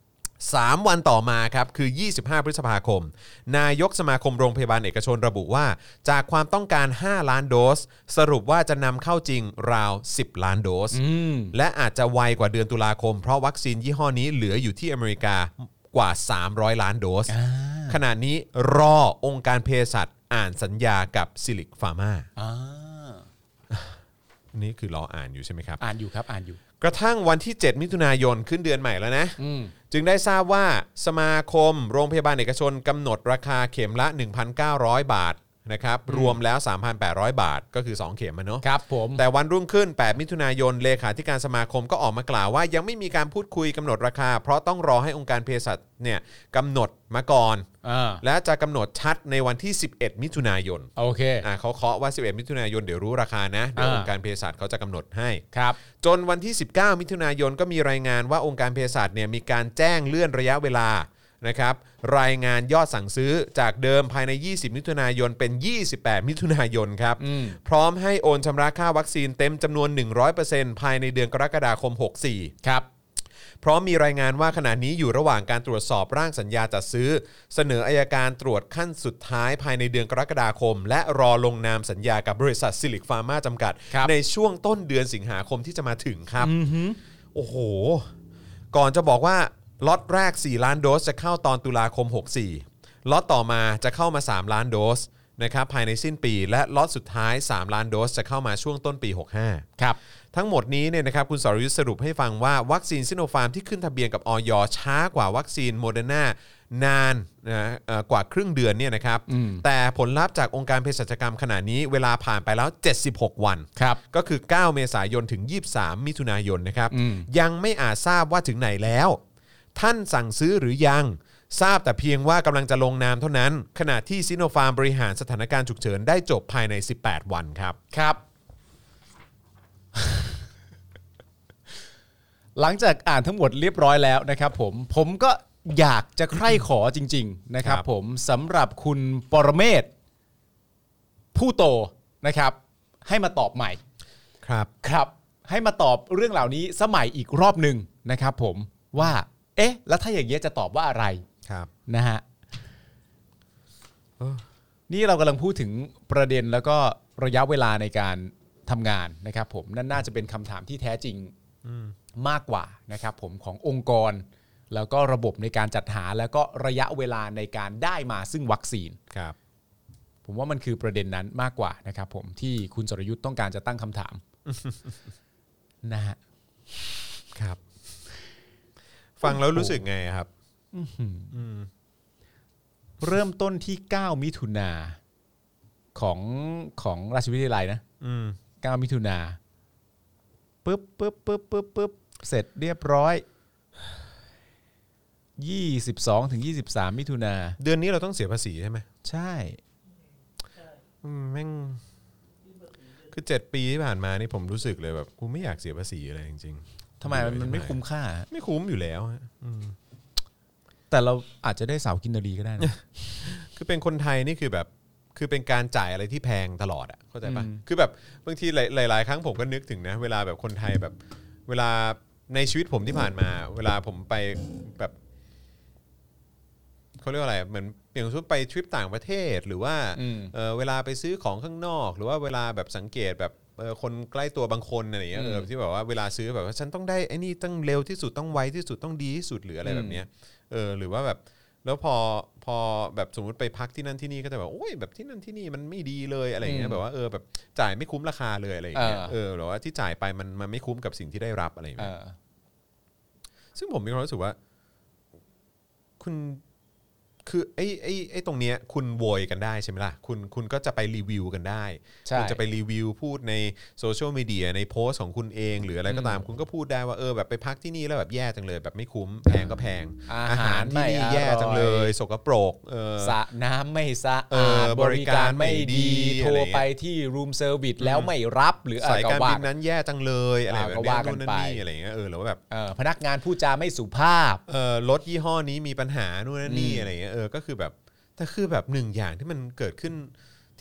สามวันต่อมาครับคือยี่สิบห้าพฤษภาคมนายกสมาคมโรงพยาบาลเอกชนระบุว่าจากความต้องการห้าล้านโดสสรุปว่าจะนำเข้าจริงราวสิบล้านโดสและอาจจะไวกว่าเดือนตุลาคมเพราะวัคซีนยี่ห้อนี้เหลืออยู่ที่อเมริกากว่าสามร้อยล้านโดสขณะนี้รอองค์การเภสัชอ่านสัญญากับซิลิกฟาร์มานี่คือรออ่านอยู่ใช่ไหมครับอ่านอยู่ครับอ่านอยู่กระทั่งวันที่เจ็ดมิถุนายนขึ้นเดือนใหม่แล้วนะจึงได้ทราบว่าสมาคมโรงพยาบาลเอกชนกำหนดราคาเข็มละ หนึ่งพันเก้าร้อย บาทนะครับรวมแล้ว สามพันแปดร้อย บาทก็คือสองเข็มอ่ะเนาะครับผมแต่วันรุ่งขึ้นแปดมิถุนายนเลขาธิการสมาคมก็ออกมากล่าวว่ายังไม่มีการพูดคุยกำหนดราคาเพราะต้องรอให้องค์การเภสัชเนี่ยกำหนดมาก่อนและจะกำหนดชัดในวันที่สิบเอ็ดมิถุนายนโอเคอ่าเขาเคาะว่าสิบเอ็ดมิถุนายนเดี๋ยวรู้ราคานะเดี๋ยวองค์การเภสัชเขาจะกำหนดให้ครับจนวันที่สิบเก้ามิถุนายนก็มีรายงานว่าองค์การเภสัชเนี่ยมีการแจ้งเลื่อนระยะเวลานะครับรายงานยอดสั่งซื้อจากเดิมภายในยี่สิบมิถุนายนเป็นยี่สิบแปดมิถุนายนครับพร้อมให้โอนชำระค่าวัคซีนเต็มจำนวน หนึ่งร้อยเปอร์เซ็นต์ ภายในเดือนกรกฎาคมหกสิบสี่ครับพร้อมมีรายงานว่าขณะนี้อยู่ระหว่างการตรวจสอบร่างสัญญาจัดซื้อเสนออัยการตรวจขั้นสุดท้ายภายในเดือนกรกฎาคมและรอลงนามสัญญากับบริษัทซิลิกฟาร์มาจำกัดในช่วงต้นเดือนสิงหาคมที่จะมาถึงครับโอ้โหก่อนจะบอกว่าล็อตแรกสี่ล้านโดสจะเข้าตอนตุลาคมหกสิบสี่ล็อตต่อมาจะเข้ามาสามล้านโดสนะครับภายในสิ้นปีและล็อตสุดท้ายสามล้านโดสจะเข้ามาช่วงต้นปีหกสิบห้าครับทั้งหมดนี้เนี่ยนะครับคุณสรยุทธสรุปให้ฟังว่าวัคซีนซิโนฟาร์มที่ขึ้นทะเบียนกับอย.ช้ากว่าวัคซีนโมเดอร์นานานนะกว่าครึ่งเดือนเนี่ยนะครับแต่ผลลัพธ์จากองค์การเภสัชกรรมขณะนี้เวลาผ่านไปแล้วเจ็ดสิบหกวันก็คือเก้าเมษายนถึงยี่สิบสามมิถุนายนนะครับยังไม่อาจทราบว่าถึงไหนแล้วท่านสั่งซื้อหรือยังทราบแต่เพียงว่ากำลังจะลงนามเท่านั้นขณะที่ซิโนฟาร์มบริหารสถานการณ์ฉุกเฉินได้จบภายในสิบแปดวันครับครับ หลังจากอ่านทั้งหมดเรียบร้อยแล้วนะครับผมผมก็อยากจะใคร่ขอจริงๆนะครับผมสำหรับคุณปรเมศผู้โตนะครับให้มาตอบใหม่ครับครับให้มาตอบเรื่องเหล่านี้สมัยอีกรอบหนึ่งนะครับผมว่าเอ๊ะแล้วถ้าอย่างเงี้ยจะตอบว่าอะไรครับนะฮะนี่เรากำลังพูดถึงประเด็นแล้วก็ระยะเวลาในการทำงานนะครับผมนั่นน่าจะเป็นคำถามที่แท้จริงมากกว่านะครับผมขององค์กรแล้วก็ระบบในการจัดหาแล้วก็ระยะเวลาในการได้มาซึ่งวัคซีนครับผมว่ามันคือประเด็นนั้นมากกว่านะครับผมที่คุณสรยุทธ์ต้องการจะตั้งคำถาม นะฮะครับฟังแล้วรู้สึกไงครับเริ่มต้นที่เก้ามิถุนาของของราชวิทยาลัยนะเก้ามิถุนาปึ๊บปึ๊บปึ๊บปึ๊บปึ๊บเสร็จเรียบร้อยยี่สิบสองถึงยี่สิบสามมิถุนาเดือนนี้เราต้องเสียภาษีใช่ไหมใช่แม่งคือเจ็ดปีที่ผ่านมานี่ผมรู้สึกเลยแบบกูไม่อยากเสียภาษีอะไรจริงๆทำไมมันไม่คุ้มค่าไม่คุ้มอยู่แล้วแต่เราอาจจะได้สาวกินนารีก็ได้นะคือเป็นคนไทยนี่คือแบบคือเป็นการจ่ายอะไรที่แพงตลอดอ่ะเข้าใจป่ะคือแบบบางทีหลายๆครั้งผมก็นึกถึงนะเวลาแบบคนไทยแบบเวลาในชีวิตผมที่ผ่านมาเวลาผมไปแบบเขาเรียกว่าอะไรเหมือนอย่างเช่นไปทริปต่างประเทศหรือว่าเออเวลาไปซื้อของข้างนอกหรือว่าเวลาแบบสังเกตแบบเออคนใกล้ตัวบางคนอะไรอย่างเงี้ยเออที่แบบว่าเวลาซื้อแบบว่าฉันต้องได้ไอ้นี่ต้องเร็วที่สุดต้องไวที่สุดต้องดีที่สุดหรืออะไรแบบเนี้ยเออหรือว่าแบบแล้วพอพอแบบสมมติไปพักที่นั่นที่นี่ก็จะแบบโอ้ยแบบที่นั่นที่นี่มันไม่ดีเลยอะไรอย่างเงี้ยแบบว่าเออแบบจ่ายไม่คุ้มราคาเลยอะไรอย่างเงี้ยเออหรือว่าที่จ่ายไปมันมันไม่คุ้มกับสิ่งที่ได้รับอะไรอย่างเงี้ยซึ่งผมมีความรู้สึกว่าคุณคือไอ้ไอ้ไอ้ตรงเนี้ยคุณโวยกันได้ใช่ไหมล่ะคุณคุณก็จะไปรีวิวกันได้คุณจะไปรีวิวพูดในโซเชียลมีเดียในโพสต์ของคุณเองหรืออะไรก็ตามคุณก็พูดได้ว่าเออแบบไปพักที่นี่แล้วแบบแย่จังเลยแบบไม่คุ้มแพงก็แพงอาหารที่นี่แย่จังเลยสกปรกเออสระน้ำไม่สะอาดบริการไม่ดีโทรไปที่รูมเซอร์วิสแล้วไม่รับหรืออะไรก็ว่าสายการบินนั้นแย่จังเลยอะไรแบบนี้นู่นนั่นนี่อะไรเงี้ยเออหรือว่าแบบพนักงานพูดจาไม่สุภาพเออรถยี่ห้อนี้มีปัญหานู่นนั่นนี่อะไรเงี้ยเออก็คือแบบแต่คือแบบหนึ่งอย่างที่มันเกิดขึ้นท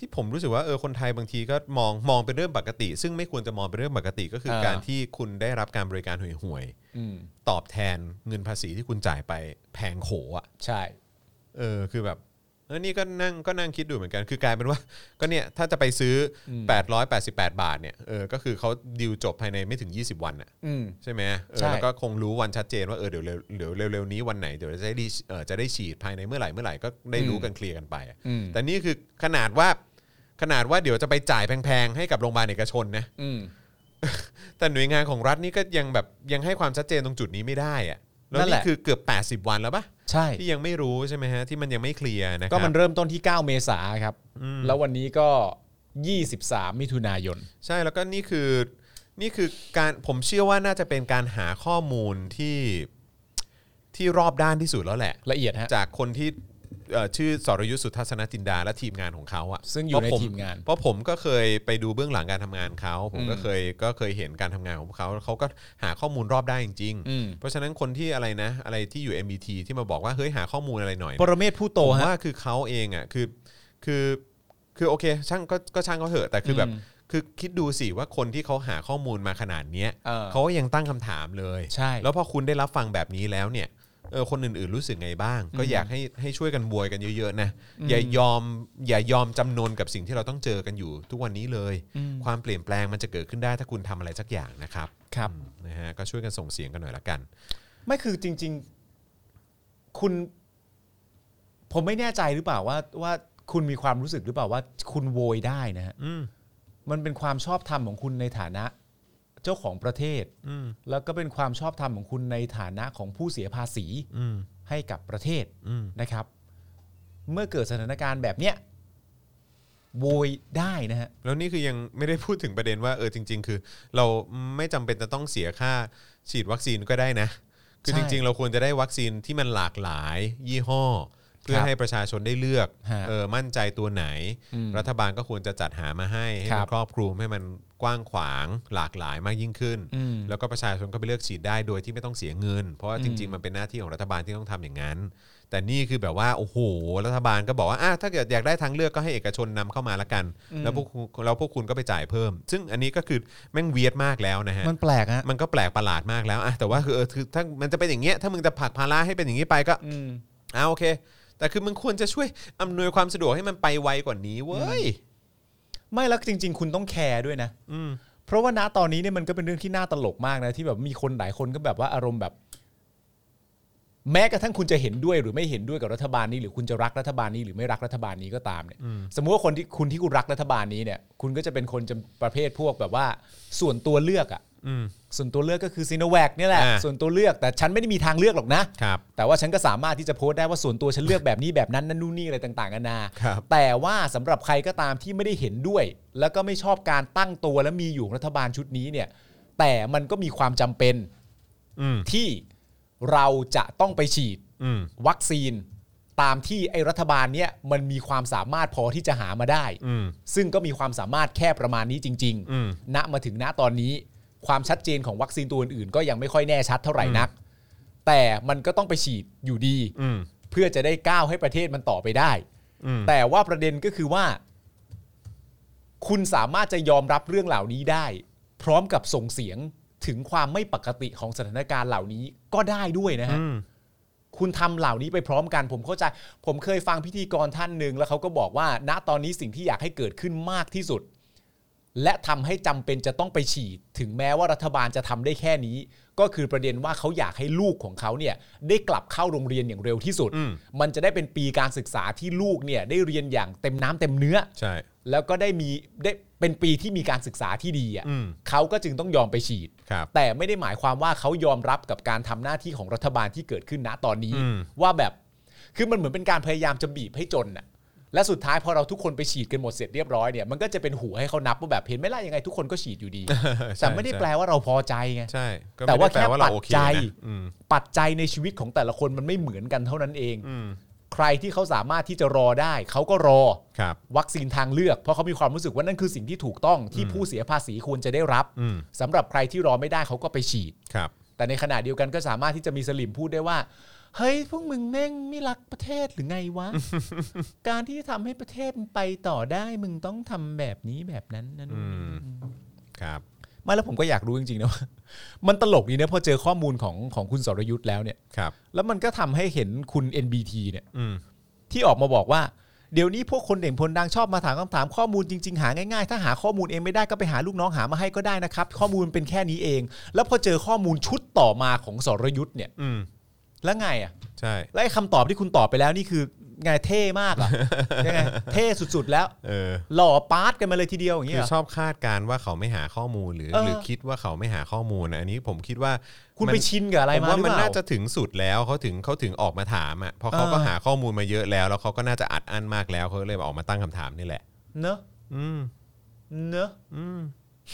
ที่ผมรู้สึกว่าเออคนไทยบางทีก็มองมองเป็นเรื่องปกติซึ่งไม่ควรจะมองเป็นเรื่องปกติก็คือการที่คุณได้รับการบริการห่วยๆตอบแทนเงินภาษีที่คุณจ่ายไปแพงโขอ่ะใช่เออคือแบบเออนี่ก็นั่งก็นั่งคิดดูเหมือนกันคือกลายเป็นว่าก็เนี่ยถ้าจะไปซื้อแปดร้อยแปดสิบแปดบาทเนี่ยเออก็คือเขาดีลจบภายในไม่ถึงยี่สิบวันน่ะใช่ไหมเออแล้วก็คงรู้วันชัดเจนว่าเออเดี๋ยวเร็วเดี๋ยวเร็วๆนี้วันไหนเดี๋ยวจะได้เออจะได้ฉีดภายในเมื่อไหร่เมื่อไหร่ก็ได้รู้กันเคลียร์กันไปแต่นี่คือขนาดว่าขนาดว่าเดี๋ยวจะไปจ่ายแพงๆให้กับโรงพยาบาลเอกชนนะแต่หน่วยงานของรัฐนี่ก็ยังแบบยังให้ความชัดเจนตรงจุดนี้ไม่ได้อะแล้วนี่คือเกือบแปดสิบวันแล้วปะใช่ที่ยังไม่รู้ใช่ไหมฮะที่มันยังไม่เคลียร์นะครับก็มันเริ่มต้นที่เก้าเมษายนครับแล้ววันนี้ก็ยี่สิบสามมิถุนายนใช่แล้วก็นี่คือนี่คือการผมเชื่อว่าน่าจะเป็นการหาข้อมูลที่ที่รอบด้านที่สุดแล้วแหละละเอียดฮะจากคนที่ชื่อสรยุทธสุทัศนจินดาและทีมงานของเขาอ่ะซึ่งอยู่ในทีมงานเพราะผมก็เคยไปดูเบื้องหลังการทำงานเขาผมก็เคยก็เคยเห็นการทำงานของเขาเขาก็หาข้อมูลรอบได้จริงๆเพราะฉะนั้นคนที่อะไรนะอะไรที่อยู่ เอ็ม บี ที ที่มาบอกว่าเฮ้ยหาข้อมูลอะไรหน่อยปรเมศผู้โตฮะว่าคือเขาเองอ่ะคือคือคือโอเคช่างก็ก็ช่างเขาเถอะแต่คือแบบคือคิดดูสิว่าคนที่เขาหาข้อมูลมาขนาดนี้เขาก็ยังตั้งคำถามเลยใช่แล้วพอคุณได้รับฟังแบบนี้แล้วเนี่ยเออคนอื่นๆรู้สึกไงบ้างก็อยากให้ให้ช่วยกันบวยกันเยอะๆนะอย่ายอมอย่ายอมจำนนกับสิ่งที่เราต้องเจอกันอยู่ทุกวันนี้เลยความเปลี่ยนแปลงมันจะเกิดขึ้นได้ถ้าคุณทำอะไรสักอย่างนะครับครับนะฮะก็ช่วยกันส่งเสียงกันหน่อยละกันไม่คือจริงๆคุณผมไม่แน่ใจหรือเปล่าว่าว่าคุณมีความรู้สึกหรือเปล่าว่าคุณโวยได้นะฮะมันเป็นความชอบธรรมของคุณในฐานะเจ้าของประเทศแล้วก็เป็นความชอบธรรมของคุณในฐานะของผู้เสียภาษีให้กับประเทศนะครับเมื่อเกิดสถานการณ์แบบเนี้ยโวยได้นะฮะแล้วนี่คือยังไม่ได้พูดถึงประเด็นว่าเออจริงๆคือเราไม่จำเป็นจะต้องเสียค่าฉีดวัคซีนก็ได้นะคือจริงๆเราควรจะได้วัคซีนที่มันหลากหลายยี่ห้อเพื่อให้ประชาชนได้เลือกเออมั่นใจตัวไหนรัฐบาลก็ควรจะจัดหามาให้ให้มันครอบคลุมให้มันกว้างขวางหลากหลายมากยิ่งขึ้นแล้วก็ประชาชนก็ไปเลือกฉีดได้โดยที่ไม่ต้องเสียเงินเพราะว่าจริงๆมันเป็นหน้าที่ของรัฐบาลที่ต้องทำอย่างนั้นแต่นี่คือแบบว่าโอ้โหรัฐบาลก็บอกว่าอ่ะถ้าเกิดอยากได้ทางเลือกก็ให้เอกชนนำเข้ามาละกันแล้วพวกแล้วพวกคุณก็ไปจ่ายเพิ่มซึ่งอันนี้ก็คือแม่งเวียดมากแล้วนะฮะมันแปลกฮะมันก็แปลกประหลาดมากแล้วอ่ะแต่ว่าคือเออถ้ามันจะเป็นอย่างเงี้ยถ้ามึงจะผลักภาระให้เป็นอย่างนี้ไปก็อ่าโอเคแต่คือมึงควรจะช่วยอำนวยความสะดวกให้มันไปไวกว่านี้เว้ยไม่แล้วจริงๆคุณต้องแคร์ด้วยนะเพราะว่าณตอนนี้เนี่ยมันก็เป็นเรื่องที่น่าตลกมากนะที่แบบมีคนหลายคนก็แบบว่าอารมณ์แบบแม้กระทั่งคุณจะเห็นด้วยหรือไม่เห็นด้วยกับรัฐบาลนี้หรือคุณจะรักรัฐบาลนี้หรือไม่รักรัฐบาลนี้ก็ตามเนี่ยสมมุติว่าคนที่คุณที่คุณรักรัฐบาลนี้เนี่ยคุณก็จะเป็นคนจะประเภทพวกแบบว่าส่วนตัวเลือกอ่ะส่วนตัวเลือกก็คือซีโนแวคนี่แหละส่วนตัวเลือกแต่ฉันไม่ได้มีทางเลือกหรอกนะแต่ว่าฉันก็สามารถที่จะโพสต์ได้ว่าส่วนตัวฉันเลือกแบบนี้แบบนั้นนั่นนู่นนี่อะไรต่างๆกันานาแต่ว่าสำหรับใครก็ตามที่ไม่ได้เห็นด้วยแล้วก็ไม่ชอบการตั้งตัวและมีอยู่รัฐบาลชุดนี้เนี่ยแต่มันก็มีความจำเป็นที่เราจะต้องไปฉีดวัคซีนตามที่ไอ้รัฐบาลเนี้ยมันมีความสามารถพอที่จะหามาได้ซึ่งก็มีความสามารถแค่ประมาณนี้จริงๆณมาถึงณตอนนี้ความชัดเจนของวัคซีนตัวอื่นๆก็ยังไม่ค่อยแน่ชัดเท่าไหร่นักแต่มันก็ต้องไปฉีดอยู่ดีเพื่อจะได้ก้าวให้ประเทศมันต่อไปได้แต่ว่าประเด็นก็คือว่าคุณสามารถจะยอมรับเรื่องเหล่านี้ได้พร้อมกับส่งเสียงถึงความไม่ปกติของสถานการณ์เหล่านี้ก็ได้ด้วยนะฮะคุณทำเหล่านี้ไปพร้อมกันผมเข้าใจผมเคยฟังพิธีกรท่านหนึ่งแล้วเขาก็บอกว่าณตอนนี้สิ่งที่อยากให้เกิดขึ้นมากที่สุดและทำให้จำเป็นจะต้องไปฉีดถึงแม้ว่ารัฐบาลจะทำได้แค่นี้ก็คือประเด็นว่าเขาอยากให้ลูกของเขาเนี่ยได้กลับเข้าโรงเรียนอย่างเร็วที่สุดมันจะได้เป็นปีการศึกษาที่ลูกเนี่ยได้เรียนอย่างเต็มน้ำเต็มเนื้อใช่แล้วก็ได้มีได้เป็นปีที่มีการศึกษาที่ดีอ่ะเขาก็จึงต้องยอมไปฉีดแต่ไม่ได้หมายความว่าเขายอมรับกับการทำหน้าที่ของรัฐบาลที่เกิดขึ้นณตอนนี้ว่าแบบคือมันเหมือนเป็นการพยายามจะบีบให้จนอ่ะและสุดท้ายพอเราทุกคนไปฉีดกันหมดเสร็จเรียบร้อยเนี่ยมันก็จะเป็นหัวให้เขานับว่าแบบเห็นไหมล่ะยังไงทุกคนก็ฉีดอยู่ดีแต่ไม่ได้แปลว่าเราพอใจไงใช่แต่ว่าแค่ปัจจัยปัจจัยในชีวิตของแต่ละคนมันไม่เหมือนกันเท่านั้นเองใครที่เขาสามารถที่จะรอได้เขาก็รอวัคซีนทางเลือกเพราะเขามีความรู้สึกว่านั่นคือสิ่งที่ถูกต้องที่ผู้เสียภาษีควรจะได้รับสำหรับใครที่รอไม่ได้เขาก็ไปฉีดแต่ในขณะเดียวกันก็สามารถที่จะมีสลิมพูดได้ว่าเฮ้ยพวกมึงแม่งไม่รักประเทศหรือไงวะ การที่จะทำให้ประเทศมันไปต่อได้มึงต้องทำแบบนี้แบบนั้นนั่นอืมครับไม่แล้วผมก็อยากรู้จริงๆนะว่า มันตลกดีนะพอเจอข้อมูลของของคุณสรยุทธ์แล้วเนี่ยครับแล้วมันก็ทำให้เห็นคุณ เอ็น บี ที เนี่ยอืมที่ออกมาบอกว่าเดี๋ยวนี้พวกคนเด่นพลดังชอบมาถามคำถามข้อมูลจริงๆหาง่ายๆถ้าหาข้อมูลเองไม่ได้ก็ไปหาลูกน้องหามาให้ก็ได้นะครับข้อมูลเป็นแค่นี้เอง แล้วพอเจอข้อมูลชุดต่อมาของสรยุทธ์เนี่ยอืมแล้วไงอ่ะใช่แล้วไอ้คำตอบที่คุณตอบไปแล้วนี่คือไงเท่มากอ่ะ ยังไงเท่สุดๆแล้วเออหล่อปาร์ตกันมาเลยทีเดียวอย่างคืเงี้อย ชอบคาดการณ์ว่าเขาไม่หาข้อมูลหรือเออหรือคิดว่าเขาไม่หาข้อมูลนะอันนี้ผมคิดว่าคุณมัไปชินกับอะไรผมมาว่าหรือมันเปล่าน่าจะถึงสุดแล้วเขาถึงเขาถึงออกมาถามอ่ะเพราะเขาก็เออหาข้อมูลมาเยอะแล้วแล้วเขาก็น่าจะอัดอั้นมากแล้วเขาเลยออกมาตั้งคำถามนี่แหละเนอะอืมเนอะอืม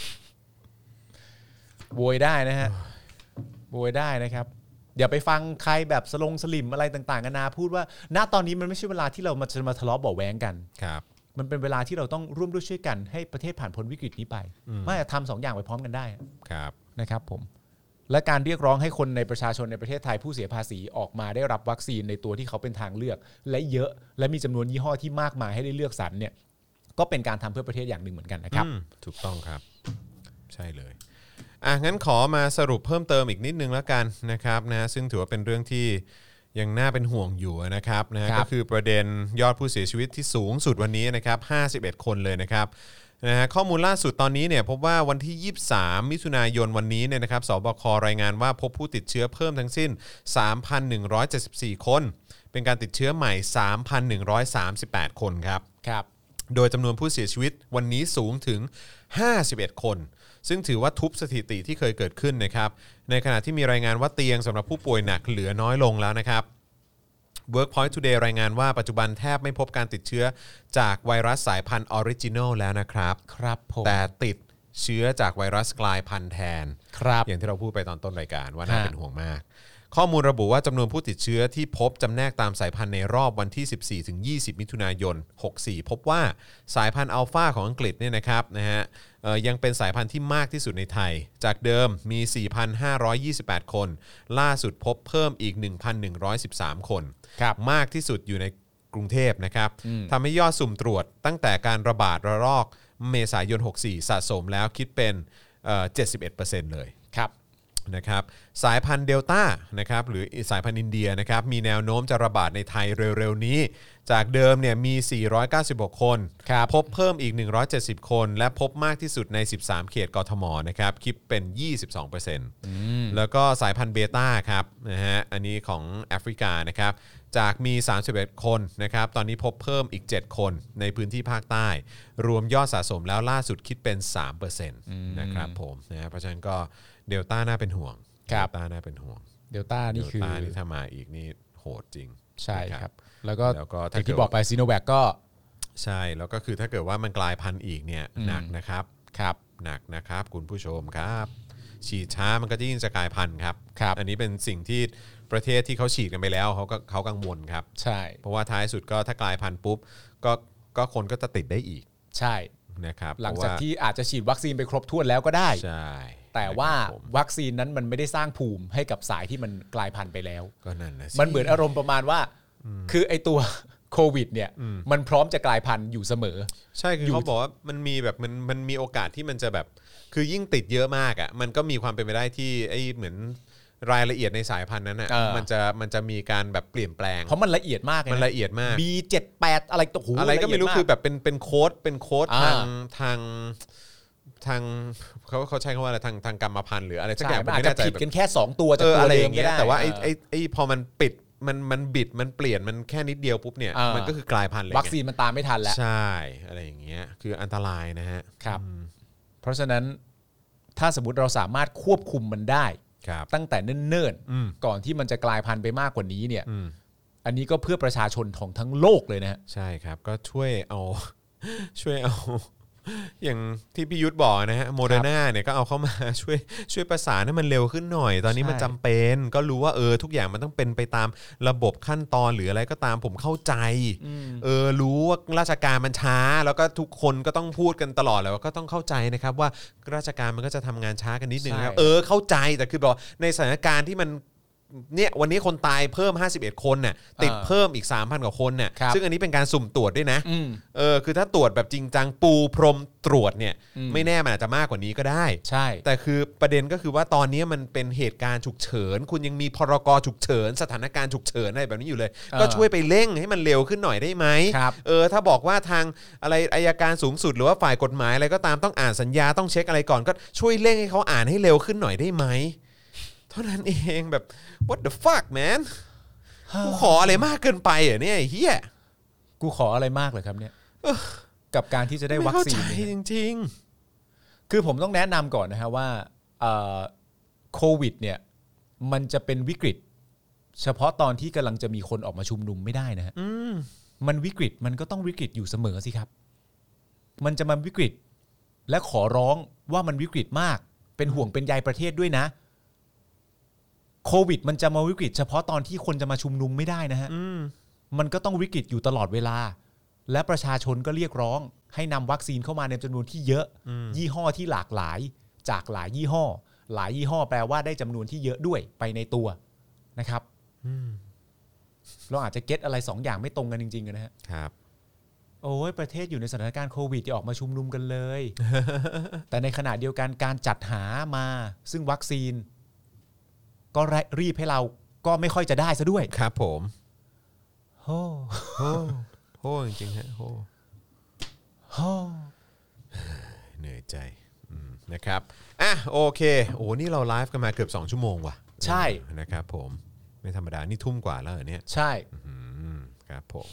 โวยได้นะฮะโวยได้นะครับเดี๋ยวไปฟังใครแบบสลงสลิมอะไรต่างๆกันานาพูดว่าณตอนนี้มันไม่ใช่เวลาที่เรามาจะมาทะเลาะเบาะแว้งกันครับมันเป็นเวลาที่เราต้องร่วมด้วยช่วยกันให้ประเทศผ่านพ้นวิกฤตนี้ไปอืมไม่ทำสองอย่างไปพร้อมกันได้ครับนะครับผมและการเรียกร้องให้คนในประชาชนในประเทศไทยผู้เสียภาษีออกมาได้รับวัคซีนในตัวที่เขาเป็นทางเลือก และเยอะและมีจำนวนยี่ห้อที่มากมายให้ได้เลือกสรรเนี่ยก็เป็นการทำเพื่อประเทศอย่างหนึ่งเหมือนกันนะครับอืมถูกต้องครับ ใช่เลยอ่ะงั้นขอมาสรุปเพิ่มเติมอีกนิดนึงแล้วกันนะครับนะซึ่งถือว่าเป็นเรื่องที่ยังน่าเป็นห่วงอยู่นะครับนะครับก็คือประเด็นยอดผู้เสียชีวิตที่สูงสุดวันนี้นะครับห้าสิบเอ็ดคนเลยนะครับนะฮะข้อมูลล่าสุดตอนนี้เนี่ยพบว่าวันที่ยี่สิบสามมิถุนายนวันนี้เนี่ยนะครับสบครายงานว่าพบผู้ติดเชื้อเพิ่มทั้งสิ้น สามพันหนึ่งร้อยเจ็ดสิบสี่ คนเป็นการติดเชื้อใหม่ สามพันหนึ่งร้อยสามสิบแปด คนครับครับโดยจำนวนผู้เสียชีวิตวันนี้สูงถึงห้าสิบเอ็ดคน ซึ่งถือว่าทุบสถิติที่เคยเกิดขึ้นนะครับในขณะที่มีรายงานว่าเตียงสำหรับผู้ป่วยหนักเหลือน้อยลงแล้วนะครับ Workpoint Today รายงานว่าปัจจุบันแทบไม่พบการติดเชื้อจากไวรัสสายพันธุ์ออริจินอลแล้วนะครับครับผมแต่ติดเชื้อจากไวรัสกลายพันธุ์แทนครับอย่างที่เราพูดไปตอนต้นรายการว่าน่าฮะเป็นห่วงมาก ข้อมูลระบุว่าจำนวนผู้ติดเชื้อที่พบจำแนกตามสายพันธุ์ในรอบวันที่ สิบสี่ถึงยี่สิบ มิถุนายน หกสี่ พบว่าสายพันธุ์อัลฟาของอังกฤษเนี่ยนะครับนะฮะเอ่อยังเป็นสายพันธุ์ที่มากที่สุดในไทย จากเดิมมี สี่พันห้าร้อยยี่สิบแปด คน ล่าสุดพบเพิ่มอีก หนึ่งพันหนึ่งร้อยสิบสาม คนครับมากที่สุดอยู่ในกรุงเทพนะครับอืมทำให้ยอดสุ่มตรวจตั้งแต่การระบาดระลอกเมษายน หกสี่ สะสมแล้วคิดเป็นเอ่อ เจ็ดสิบเอ็ดเปอร์เซ็นต์ เลยครับนะครับสายพันธุ์เดลต้านะครับหรือสายพันธุ์อินเดียนะครับมีแนวโน้มจะระบาดในไทยเร็วๆนี้ จากเดิมเนี่ยมีสี่ร้อยเก้าสิบหกคนครับพบเพิ่มอีกหนึ่งร้อยเจ็ดสิบคน และพบมากที่สุดใน สิบสาม เขตกทมนะครับคิดเป็น ยี่สิบสองเปอร์เซ็นต์ แล้วก็สายพันธุ์เบต้าครับนะฮะอันนี้ของแอฟริกานะครับจากมีสามสิบเอ็ดคนนะครับตอนนี้พบเพิ่มอีกเจ็ดคนในพื้นที่ภาคใต้ รวมยอดสะสมแล้วล่าสุดคิดเป็น สามเปอร์เซ็นต์ นะครับผมนะฮะเพราะฉะนั้นก็เดลต้าน่าเป็นห่วงครับเดลต้าน่าเป็นห่วงเดลต้านี่คือเดลต้านี่ถ้ามาอีกนี่โหดจริงใช่นะครับ แล้วก็แล้วก็อถ้าย่างเกิดที่บอกไปซีโนแวคก็ใช่แล้วก็คือถ้าเกิดว่ามันกลายพันธุ์อีกเนี่ยอืมหนักนะครับครับหนักนะครับคุณผู้ชมครับ ฉีดช้ามันก็ยิ่งจะกลายพันธุ์ครับครับอันนี้เป็นสิ่งที่ประเทศที่เขาฉีดกันไปแล้วเขาก็เขากังวลครับใช่เพราะว่าท้ายสุดก็ถ้ากลายพันธุ์ปุ๊บก็ก็คนก็จะติดได้อีกใช่นะครับหลังจากเพระว่ที่อาจจะฉีดวัคซีนไปครบถ้วนแล้วก็ได้ใช่แต่ว่านะครับผมวัคซีนนั้นมันไม่ได้สร้างภูมิให้กับสายที่มันกลายพันธุ์ไปแล้วก็นั่นนะสิมันเหมือนอารมณ์ประมาณว่า คือไอตัว โควิดเนี่ยมันพร้อมจะกลายพันธุ์อยู่เสมอใช่คือเขาบอกว่ามันมีแบบมันมันมีโอกาสที่มันจะแบบคือยิ่งติดเยอะมากอ่ะมันก็มีความเป็นไปได้ที่ไอ้เหมือนรายละเอียดในสายพันธุ์นั้นอ่ะเออมันจะมันจะมีการแบบเปลี่ยนแปลงเพราะมันละเอียดมากเลยมันละเอียดมากบี เจ็ด แปด อะไรตัวหูอะไรก็ไม่รู้ละเยดากคือแบบเป็นเป็นโค้ดเป็นโค้ดอ่าทางทางทางเขาเขาใช้คำว่าอะไรทางทางกรรมพันธุ์หรืออะไรสักใช่อย่างมันผมอาจไม่จะแน่ใจผิดแบบกันแค่สองตัวเอจากอตัวอะไรเดิอมย่างก็เงี้ยได้แต่ว่าไอ้เออไอ้ไอ้พอมันปิดมันมันบิดมันเปลี่ยนมันแค่นิดเดียวปุ๊บเนี่ยอ่ามัมันก็คือกลายพันธุ์เลยไงวัคซีนมันตามไม่ทันแล้วใช่อะไรอย่างเงี้ยคืออันตรายนะฮะครับ เพราะฉะนั้นถ้าสมมติเราสามารถควบคุมมันได้ครับตั้งแต่เนิ่นอืมๆก่อนที่มันจะกลายพันธุ์ไปมากกว่านี้เนี่ยอืมอันนี้ก็เพื่อประชาชนของทั้งโลกเลยนะฮะใช่ครับก็ช่วยเอา ช่วยเอา อย่างที่พี่ยุทธบอกนะฮะโมเดอร์นาเนี่ยก็เอาเข้ามา ช่วยช่วยประสานให้มันเร็วขึ้นหน่อย ตอนนี้มันใช่จำเป็น ก็รู้ว่าเออทุกอย่างมันต้องเป็นไปตามระบบขั้นตอนหรืออะไรก็ตามผมเข้าใจ เออรู้ว่าราชการมันช้า แล้วก็ทุกคนก็ต้องพูดกันตลอดแล้วาก็ต้องเข้าใจนะครับว่าราชการมันก็จะทำงานช้ากันนิดนึงนะครับใช่เออเข้าใจแต่คือบอกในสถานการณ์ที่มันเนี่ยวันนี้คนตายเพิ่มห้าสิบเอ็ดคนน่ะติดเพิ่มอีก สามพัน กว่าคนน่ะซึ่งอันนี้เป็นการสุ่มตรวจด้วยนะเออคือถ้าตรวจแบบจริงจังปูพรมตรวจเนี่ยไม่แน่มันอาจจะมากกว่านี้ก็ได้ใช่แต่คือประเด็นก็คือว่าตอนนี้มันเป็นเหตุการณ์ฉุกเฉินคุณยังมีพรกฉุกเฉินสถานการณ์ฉุกเฉินอะไรแบบนี้อยู่เลยก็ช่วยไปเร่งให้มันเร็วขึ้นหน่อยได้ไหมเออถ้าบอกว่าทางอะไรอัยการสูงสุดหรือว่าฝ่ายกฎหมายอะไรก็ตามต้องอ่านสัญญาต้องเช็คอะไรก่อนก็ช่วยเร่งให้เขาอ่านให้เร็วขึ้นหน่อยได้ไหมเท่านั้นเองแบบ what the fuck man กูขออะไรมากเกินไปเหรอเนี่ยเฮียกูขออะไรมากเลยครับเนี่ยกับการที่จะได้วัคซีนจริงๆคือผมต้องแนะนำก่อนนะฮะว่าโควิดเนี่ยมันจะเป็นวิกฤตเฉพาะตอนที่กำลังจะมีคนออกมาชุมนุมไม่ได้นะฮะมันวิกฤตมันก็ต้องวิกฤตอยู่เสมอสิครับมันจะมาวิกฤตและขอร้องว่ามันวิกฤตมากเป็นห่วงเป็นใยประเทศด้วยนะโควิดมันจะมาวิกฤตเฉพาะตอนที่คนจะมาชุมนุมไม่ได้นะฮะมันก็ต้องวิกฤตอยู่ตลอดเวลาและประชาชนก็เรียกร้องให้นำวัคซีนเข้ามาในจำนวนที่เยอะยี่ห้อที่หลากหลายจากหลายยี่ห้อหลายยี่ห้อแปลว่าได้จำนวนที่เยอะด้วยไปในตัวนะครับเราอาจจะเก็ตอะไรสองอย่างไม่ตรงกันจริงๆนะฮะครับโอ้ยประเทศอยู่ในสถานการณ์โควิดที่ออกมาชุมนุมกันเลย แต่ในขณะเดียวกันการจัดหามาซึ่งวัคซีนก็รีบให้เราก็ไม่ค่อยจะได้ซะด้วยครับผมโอ้โหโหจริงๆฮะโหโหเหนื่อยใจนะครับอ่ะโอเคโอ้นี่เราไลฟ์กันมาเกือบสองชั่วโมงว่ะใช่นะครับผมไม่ธรรมดานี่ทุ่มกว่าแล้วเหรอเนี่ยใช่ครับผม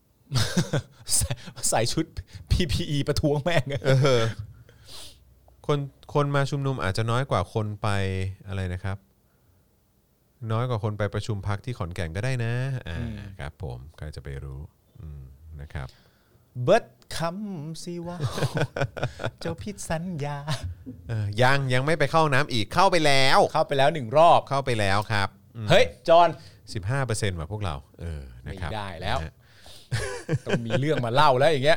ใส่ชุด พี พี อี ประท้วงแม่งเออคนคนมาชุมนุมอาจจะน้อยกว่าคนไปอะไรนะครับน้อยกว่าคนไปประชุมพรรคที่ขอนแก่นก็ได้นะอ่าครับผมใครจะไปรู้นะครับเบิดคำสิว่าเจ้าพิษสัญญาเออยังยังไม่ไปเข้าน้ำอีกเข้าไปแล้วเข้าไปแล้วหนึ่งรอบเข้าไปแล้วครับเฮ้ยจอนสิบห้าเปอร์เซ็นต์ ว่ะพวกเราเออนะครับไม่ได้แล้วต้องมีเรื่องมาเล่าแล้วอย่างเงี้ย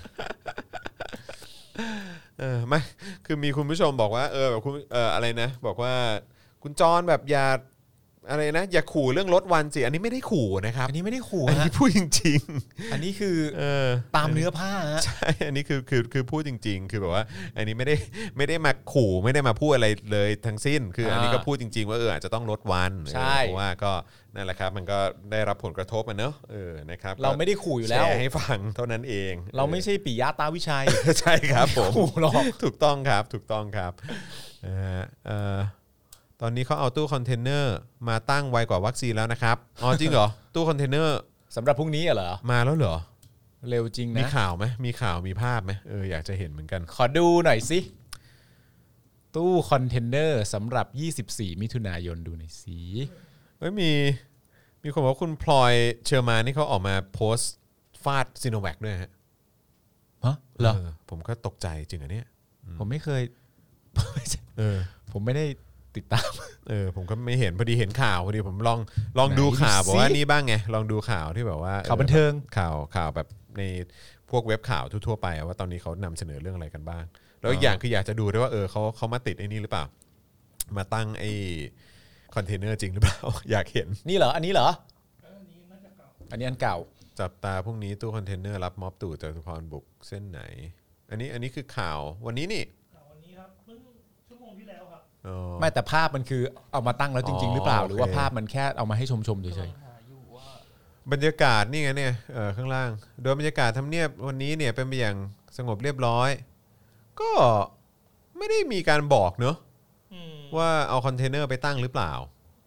เออไม่คือมีคุณผู้ชมบอกว่าเออแบบคุณเอออะไรนะบอกว่าคุณจอนแบบอย่าอะไรนะอย่าขู่เรื่องลดวันสิอันนี้ไม่ได้ขู่นะครับอันนี้ไม่ได้ขู่อันนี้พูดจริงๆอันนี้คือเออตามเนื้อผ้าฮะใช่อันนี้คือคือคือพูดจริงๆคือแบบว่าอันนี้ไม่ได้ไม่ได้มาขู่ไม่ได้มาพูดอะไรเลยทั้งสิ้นคืออันนี้ก็พูดจริงๆว่าเอออาจจะต้องลดวันเพราะว่าก็นั่นแหละครับมันก็ได้รับผลกระทบมันเนอะเออนะครับเราไม่ได้ขู่อยู่แล้วแชร์ให้ฟังเท่านั้นเองเราไม่ใช่ปิยะตาวิชัยใช่ครับผมถูกต้องครับถูกต้องครับเออตอนนี้เขาเอาตู้คอนเทนเนอร์มาตั้งไวกว่าวัคซีนแล้วนะครับอ๋อจริงเหรอตู้คอนเทนเนอร์สำหรับพรุ่งนี้เหรอมาแล้วเหรอเร็วจริงนะมีข่าวไหมมีข่าวมีภาพไหมเอออยากจะเห็นเหมือนกันขอดูหน่อยสิตู้คอนเทนเนอร์สำหรับยี่สิบสี่มิถุนายนดูหน่อยสิเฮ้ยมีมีคนบอกว่าคุณพลอยเชอร์มานนี่เขาออกมาโพสต์ฟาดซิโนแวคด้วยฮะฮะเหรอผมก็ตกใจจริงอ่ะเนี่ยผมไม่เคยเออผมไม่ได้ติดตามเออผมก็ไม่เห็นพอดีเห็นข่าวพอดีผมลองลองดูข่าวบอกว่านี่บ้างไงลองดูข่าวที่แบบว่าข่าวบันเทิงข่าวข่าวแบบในพวกเว็บข่าวทั่วๆไปว่าตอนนี้เขานำเสนอเรื่องอะไรกันบ้างแล้วอีกอย่างคืออยากจะดูด้วยว่าเออเขาเขามาติดไอ้นี่หรือเปล่ามาตั้งไอ้คอนเทนเนอร์จริงหรือเปล่าอยากเห็นนี่เหรออันนี้เหรออันนี้อันเก่าจับตาพรุ่งนี้ตู้คอนเทนเนอร์รับม็อบตู่จตุพรบุกเส้นไหนอันนี้อันนี้คือข่าววันนี้นี่วันนี้ครับเพิ่งชั่วโมงที่แล้วครับไม่แต่ภาพมันคือเอามาตั้งแล้วจริงๆหรือเปล่าหรือว่าภาพมันแค่เอามาให้ชมๆเฉยๆบรรยากาศนี่ไงเนี่ยเออข้างล่างโดยบรรยากาศทำเนียบวันนี้เนี่ยเป็นไปอย่างสงบเรียบร้อยก็ไม่ได้มีการบอกเนอะว่าเอาคอนเทนเนอร์ไปตั้งหรือเปล่า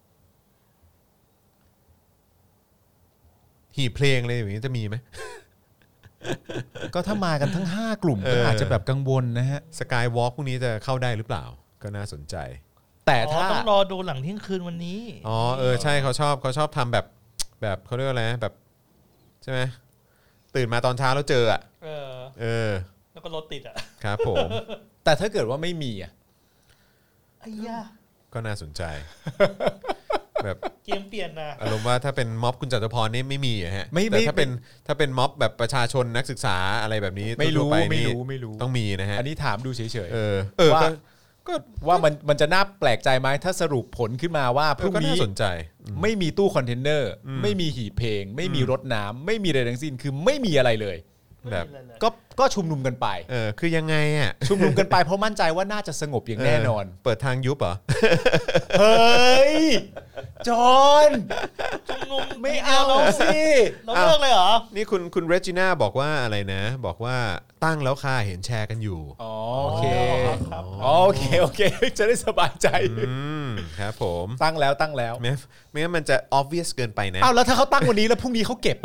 หีบเพลงอะไรอย่างนี้จะมีไหมก็ถ้ามากันทั้งห้ากลุ่มก็อาจจะแบบกังวลนะฮะสกายวอล์กพวกนี้จะเข้าได้หรือเปล่าก็น่าสนใจแต่ถ้าต้องรอดูหลังเที่ยงคืนวันนี้อ๋อเออใช่เขาชอบเขาชอบทำแบบแบบเขาเรียกว่าอะไรแบบใช่ไหมตื่นมาตอนเช้าแล้วเจออ่ะเออเออแล้วก็รถติดอ่ะครับผมแต่ถ้าเกิดว่าไม่มีอ่ะไอ้ย่าก็น่าสนใจแบบเกมเปลี่ยนนะอารมณ์ว่าถ้าเป็นม็อบคุณจตุพรนี่ไม่มีอะฮะแต่ถ้าเป็นถ้าเป็นม็อบแบบประชาชนนักศึกษาอะไรแบบนี้ไม่รู้ไม่รู้ไม่รู้ต้องมีนะฮะอันนี้ถามดูเฉยๆเออเออก็ก็ว่ามันมันจะน่าแปลกใจไหมถ้าสรุปผลขึ้นมาว่าพรุ่งก็นี้น่าสนใจไม่มีตู้คอนเทนเนอร์ไม่มีหีบเพลงไม่มีรถน้ำไม่มีอะไรทั้งสิ้นคือไม่มีอะไรเลยแบบไม่มีอะไรเลยก็ก็ชุมนุมกันไปเออคือยังไงอ่ะชุมนุมกันไปเพราะมั่นใจว่าน่าจะสงบอย่างแน่นอนเปิดทางยุบเหรอเฮ้ยจอห์นชุมนุมไม่เอาสิเราเลิกเลยเหรอนี่คุณคุณเรจิน่าบอกว่าอะไรนะ บอกว่าตั้งแล้วค่ะเห็นแชร์กันอยู่อ๋อโอเคครับอ๋อโอเคโอเคจะได้สบายใจอืมครับผมตั้งแล้วตั้งแล้วไม่ไม่งั้นมันจะ obvious เกินไปนะอ้าวแล้วถ้าเขาตั้งวันนี้แล้วพรุ่งนี้เขาเก็บอะ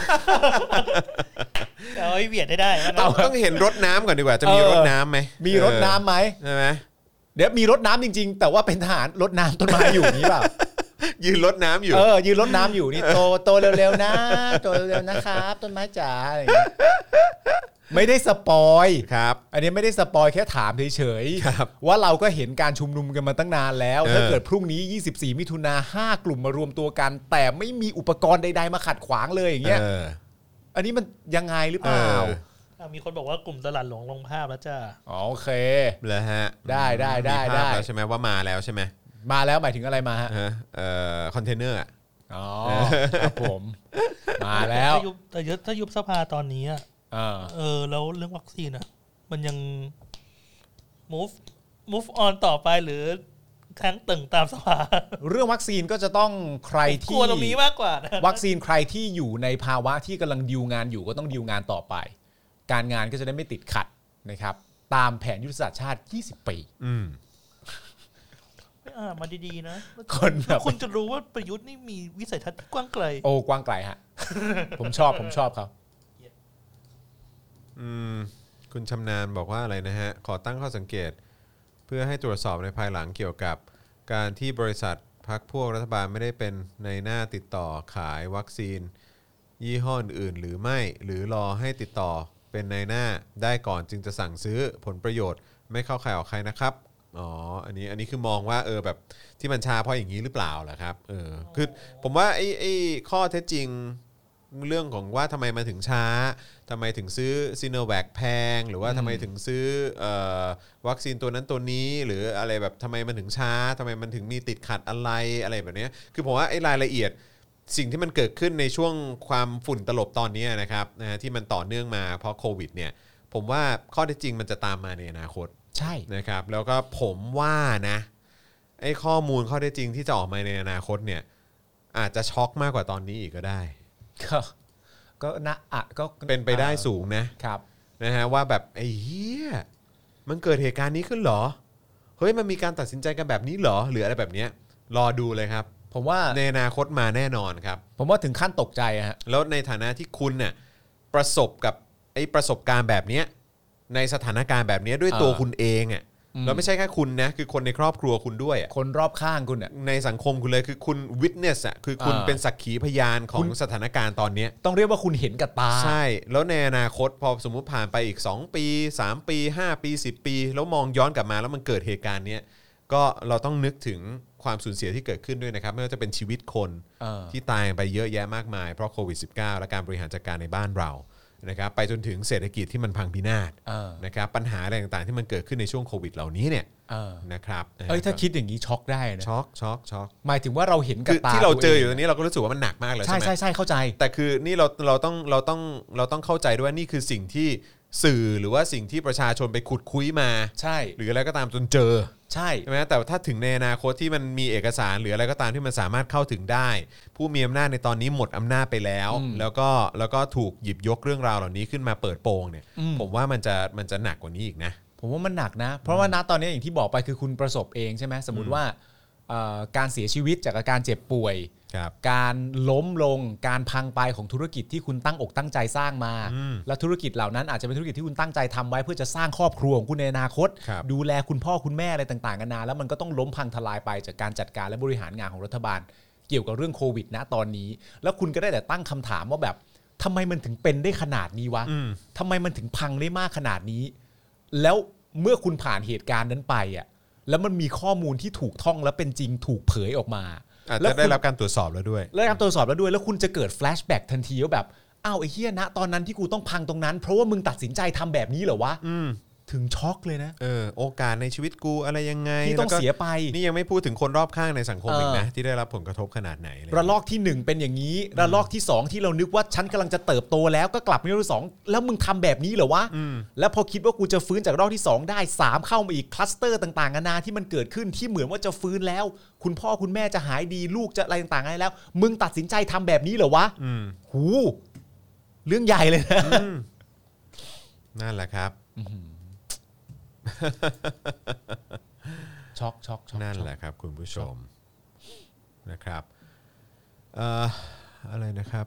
เอาให้เบียดได้ได้นะเอาต้องเห็นรถน้ำก่อนดีกว่าจะมีเออรถน้ำไหมมีรถน้ำไหมใช่ไหมเดี๋ยวมีรถน้ำจริง ๆ แต่ว่าเป็นทหารรถน้ำต้นไม้อยู่นี้เปล่ายืนรถน้ำอยู่เออยืนรถน้ำอยู่นี่โตโตเร็วๆนะโตเร็วๆนะครับต้นไม้จ๋าอะไรอย่างเงี้ยไม่ได้สปอยครับอันนี้ไม่ได้สปอยแค่ถามเฉยครับๆว่าเราก็เห็นการชุมนุมกันมาตั้งนานแล้วเออถ้าเกิดพรุ่งนี้ยี่สิบสี่มิถุนาห้ากลุ่มมารวมตัวกัน แต่ไม่มีอุปกรณ์ใดๆมาขัดขวางเลยอย่างเงี้ยเอออันนี้มันยังไงหรือเปล่าเอออ่ะมีคนบอกว่ากลุ่มตลาดหลวงลงภาพแล้วจ้าอ๋อโอเคเลยฮะได้ได้ได้มีภาพได้แล้วใช่ไหมว่ามาแล้วใช่ไหมมาแล้วหมายถึงอะไรมาฮะฮะเอ่อคอนเทนเนอร์อ๋อครับผม มาแล้วถ้ายุบแต่ยุบถ้ายุบสภาตอนนี้อะอ่าเออแล้วเรื่องวัคซีนอ่ะ มันยัง move move on ต่อไปหรือแทงตึงตามสภาเรื่องวัคซีนก็จะต้องใครกที่ลัวตรงนี้มากกว่านะวัคซีนใครที่อยู่ในภาวะที่กำลังดีลงานอยู่ก็ต้องดีลงานต่อไป การงานก็จะได้ไม่ติดขัดนะครับ ตามแผนยุทธศาสตร์ชาติยี่สิบปีอืมไม่อ่านมาดีๆนะคนแบบคุณจะรู้ว่าประยุทธ์นี่มีวิสัยทัศน์ที่กว้างไกลโอ้กว้างไกลฮะ ผมชอบผมชอบเขาอืมคุณชำนาญบอกว่าอะไรนะฮะ ขอตั้งข้อสังเกต เพื่อให้ตรวจสอบในภายหลังเกี่ยวกับ การที่บริษัทพรรคพวกรัฐบาลไม่ได้เป็นในหน้าติดต่อขายวัคซีน ยี่ห้ออื่นหรือไม่ หรือรอให้ติดต่อเป็นในหน้าได้ก่อนจึงจะสั่งซื้อผลประโยชน์ไม่เข้าใครออกใครนะครับอ๋ออันนี้อันนี้คือมองว่าเออแบบที่มันช้าเพราะอย่างนี้หรือเปล่าล่ะครับเออคือผมว่าไอ้ไอ้ข้อเท็จจริงเรื่องของว่าทำไมมาถึงช้าทำไมถึงซื้อซีโนแวคแพงหรือว่าทำไมถึงซื้อเอ่อวัคซีนตัวนั้นตัวนี้หรืออะไรแบบทำไมมันถึงช้าทำไมมันถึงมีติดขัดอะไรอะไรแบบนี้คือผมว่าไอ้รายละเอียดสิ่งที่มันเกิดขึ้นในช่วงความฝุ่นตลบตอนนี้นะครับนะฮะที่มันต่อเนื่องมาเพราะโควิดเนี่ยผมว่าข้อเท็จจริงมันจะตามมาในอนาคตใช่นะครับแล้วก็ผมว่านะไอ้ข้อมูลข้อเท็จจริงที่จะออกมาในอนาคตเนี่ยอาจจะช็อกมากกว่าตอนนี้อีกก็ได้ก็ก็นะอ่ะก็เป็นไปได้สูงนะครับ นะฮะว่าแบบไอ้เหี้ยมันเกิดเหตุการณ์นี้ขึ้นเหรอเฮ้ยมันมีการตัดสินใจกันแบบนี้เหรอหรืออะไรแบบเนี้ยรอดูเลยครับผมว่าในอนาคตมาแน่นอนครับผมว่าถึงขั้นตกใจอะฮะแล้วในฐานะที่คุณเนี่ยประสบกับไอ้ประสบการณ์แบบเนี้ยในสถานการณ์แบบเนี้ยด้วยตัวคุณเองอ่ะแล้วไม่ใช่แค่คุณนะคือคนในครอบครัวคุณด้วยอ่ะคนรอบข้างคุณอ่ะในสังคมคุณเลยคือคุณ witness อ่ะคือคุณอ่าเป็นสักขีพยานของสถานการณ์ตอนเนี้ยต้องเรียกว่าคุณเห็นกับตาใช่แล้วในอนาคตพอสมมุติผ่านไปอีกสองปีสามปีห้าปีสิบปีแล้วมองย้อนกลับมาแล้วมันเกิดเหตุการณ์เนี้ยก็เราต้องนึกถึงความสูญเสียที่เกิดขึ้นด้วยนะครับไม่ว่าจะเป็นชีวิตคนเออที่ตายไปเยอะแยะมากมายเพราะโควิด สิบเก้า และการบริหารจัดการในบ้านเรานะครับไปจนถึงเศรษฐกิจที่มันพังพินาศเออนะครับปัญหาอะไรต่างๆที่มันเกิดขึ้นในช่วงโควิดเหล่านี้เนี่ยเออนะครับเอ้ยถ้าคิดอย่างนี้ช็อกได้นะช็อกช็อกช็อกหมายถึงว่าเราเห็นกัคืบอตาที่เราเจออยู่วตอนนี้เราก็รู้สึกว่ามันหนักมากเลยใช่ใช่ไหมใช่ใช่เข้าใจแต่คือนี่เราเราต้องเราต้องเราต้องเข้าใจด้วยว่านี่คือสิ่งที่สื่อหรือว่าสิ่งที่ประชาชนไปขุดคุยมาใช่หรืออะไรก็ตามจนเจอใช่ใช่ไหมแต่ถ้าถึงในอนาคตที่มันมีเอกสารหรืออะไรก็ตามที่มันสามารถเข้าถึงได้ ผู้มีอำนาจในตอนนี้หมดอำนาจไปแล้ว แล้วก็แล้วก็ถูกหยิบยกเรื่องราวเหล่านี้ขึ้นมาเปิดโปงเนี่ยผมว่ามันจะมันจะหนักกว่านี้อีกนะผมว่ามันหนักนะ เพราะว่าณตอนนี้อย่างที่บอกไปคือคุณประสบเองใช่ไหมสมมติว่าเอ่อการเสียชีวิตจากอาการเจ็บป่วยครับการล้มลงการพังไปของธุรกิจที่คุณตั้งอกตั้งใจสร้างมา และธุรกิจเหล่านั้นอาจจะเป็นธุรกิจที่คุณตั้งใจทำไว้เพื่อจะสร้างครอบครัวของคุณในอนาคตครับดูแลคุณพ่อคุณแม่อะไรต่างๆกันานาแล้วมันก็ต้องล้มพังทลายไปจากการจัดการและบริหารงานของรัฐบาล เกี่ยวกับเรื่องโควิดณตอนนี้ แล้วคุณก็ได้แต่ตั้งคำถามว่าแบบทำไมมันถึงเป็นได้ขนาดนี้วะทำไมมันถึงพังได้มากขนาดนี้ แล้วเมื่อคุณผ่านเหตุการณ์นั้นไปอ่ะแล้วมันมีข้อมูลที่ถูกท่องและเป็นจริงถูกเผยออกมาอาจแล้วจะคุณได้รับการตรวจสอบแล้วด้วยแล้วการตรวจสอบแล้วด้วยแล้วคุณจะเกิดแฟลชแบ็กทันทีว่าแบบอ้าวไอ้เหี้ยนะตอนนั้นที่กูต้องพังตรงนั้นเพราะว่ามึงตัดสินใจทำแบบนี้เหรอวะถึงช็อกเลยนะเออโอกาสในชีวิตกูอะไรยังไงที่ต้องเสียไปนี่ยังไม่พูดถึงคนรอบข้างในสังคมอีกนะที่ได้รับผลกระทบขนาดไหนระลอกที่หนึ่งเป็นอย่างนี้ระลอกที่สองที่เรานึกว่าฉันกำลังจะเติบโตแล้วก็กลับมาระลอกที่สองแล้วมึงทำแบบนี้เหรอวะแล้วพอคิดว่ากูจะฟื้นจากระลอกที่สองได้สามเข้ามาอีกคลัสเตอร์ต่างๆนานาที่มันเกิดขึ้นที่เหมือนว่าจะฟื้นแล้วคุณพ่อคุณแม่จะหายดีลูกจะอะไรต่างๆอะไรแล้วมึงตัดสินใจทำแบบนี้เหรอวะหูเรื่องใหญ่เลยนะนั่นแหละครับช็อกช็อกนั่นแหละครับคุณผู้ชมนะครับเอ่ออะไรนะครับ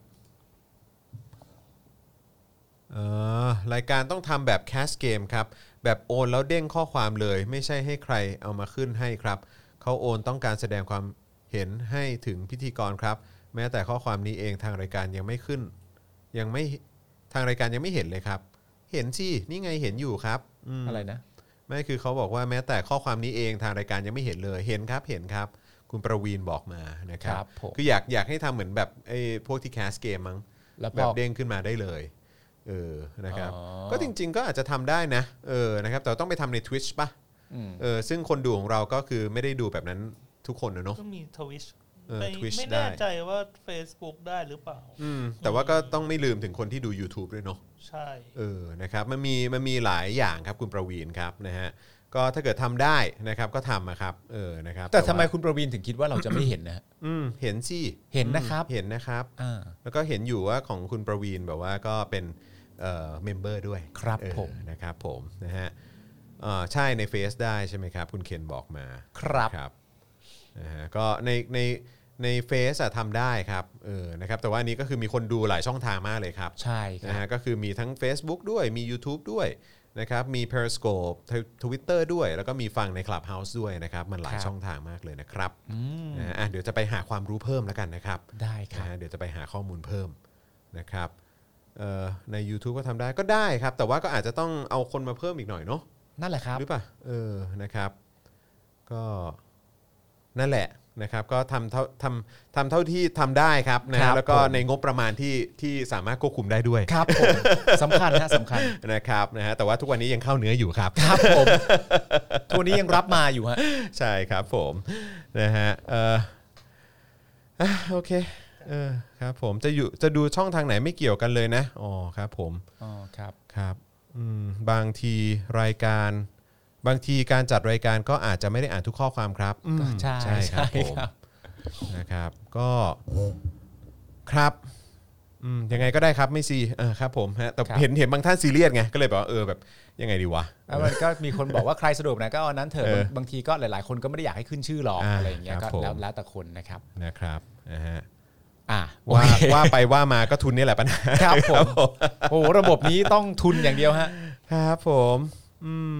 เอ่อรายการต้องทำแบบแคสเกมครับแบบโอนแล้วเด้งข้อความเลยไม่ใช่ให้ใครเอามาขึ้นให้ครับเขาโอนต้องการแสดงความเห็นให้ถึงพิธีกรครับแม้แต่ข้อความนี้เองทางรายการยังไม่ขึ้นยังไม่ทางรายการยังไม่เห็นเลยครับเห็นสินี่ไงเห็นอยู่ครับ อ, อะไรนะไม่คือเขาบอกว่าแม้แต่ข้อความนี้เองทางรายการยังไม่เห็นเลยเห็นครับเห็นครับคุณประวีนบอกมานะครับคืออยากอยากให้ทำเหมือนแบบไอ้พวกที่แคสเกมมั้งแบบเด้งขึ้นมาได้เลยเออนะครับก็จริงๆก็อาจจะทำได้นะเออนะครับแต่ต้องไปทำใน Twitch ป่ะเออซึ่งคนดูของเราก็คือไม่ได้ดูแบบนั้นทุกคนนะเนาะก็มี Twitch ไม่ไม่แน่ใจว่า Facebook ได้หรือเปล่าอืมแต่ว่าก็ต้องไม่ลืมถึงคนที่ดู YouTube ด้วยเนาะใช่เออนะครับมันมีมันมีหลายอย่างครับคุณประวีนครับนะฮะก็ถ้าเกิดทำได้นะครับก็ทำนะครับเออนะครับแต่ทำไมคุณประวีนถึงคิดว่าเราจะไม่เห็นนะอืมเห็นสิเห็นนะครับเห็นนะครับแล้วก็เห็นอยู่ว่าของคุณประวีนแบบว่าก็เป็นเอ่อเมมเบอร์ด้วยครับผมนะครับผมนะฮะอ่าใช่ในเฟซได้ใช่ไหมครับคุณเคนบอกมาครับครับนะฮะก็ในในในเฟซอะทำได้ครับเออนะครับแต่ว่าอันนี้ก็คือมีคนดูหลายช่องทางมากเลยครับใช่นะฮะก็คือมีทั้ง Facebook ด้วยมี YouTube ด้วยนะครับมี Periscope Twitter ด้วยแล้วก็มีฟังใน Clubhouse ด้วยนะครับมันหลายช่องทางมากเลยนะครับนะอ่ะเดี๋ยวจะไปหาความรู้เพิ่มแล้วกันนะครับได้ครับนะเดี๋ยวจะไปหาข้อมูลเพิ่มนะครับเอ่อใน YouTube ก็ทำได้ก็ได้ครับแต่ว่าก็อาจจะต้องเอาคนมาเพิ่มอีกหน่อยเนาะนั่นแหละครับหรือเปล่าเออนะครับก็นั่นแหละนะครับก็ทำเท่าทำทำเท่าที่ทำได้ครับนะแล้วก็ในงบประมาณที่ที่สามารถควบคุมได้ด้วยครับผมสำคัญนะสำคัญนะครับนะฮะแต่ว่าทุกวันนี้ยังเข้าเนื้ออยู่ครับครับผมทุกวันนี้ยังรับมาอยู่ฮะใช่ครับผมนะฮะเออโอเคเออครับผมจะอยู่จะดูช่องทางไหนไม่เกี่ยวกันเลยนะอ๋อครับผมอ๋อครับครับอืมบางทีรายการบางทีการจัดรายการก็อาจจะไม่ได้อ่านทุกข้อความครับใช่ใช่ครับผมนะครับก็ครับยังไงก็ได้ครับไม่ซีเออครับผมฮะแต่เห็นเห็นบางท่านซีเรียสไงก็เลยบอกว่าเออแบบยังไงดีวะมันก็มีคนบอกว่าใครสะดวกนะก็เอานั้นเถอะบางทีก็หลายๆคนก็ไม่ได้อยากให้ขึ้นชื่อหรอกอะไรอย่างเงี้ยก็แล้วแล้วแต่คนนะครับนะครับนะฮะอ่าว่าว่าไปว่ามาก็ทุนนี่แหละปัญหาครับผมโอ้ระบบนี้ต้องทุนอย่างเดียวฮะครับผมอืม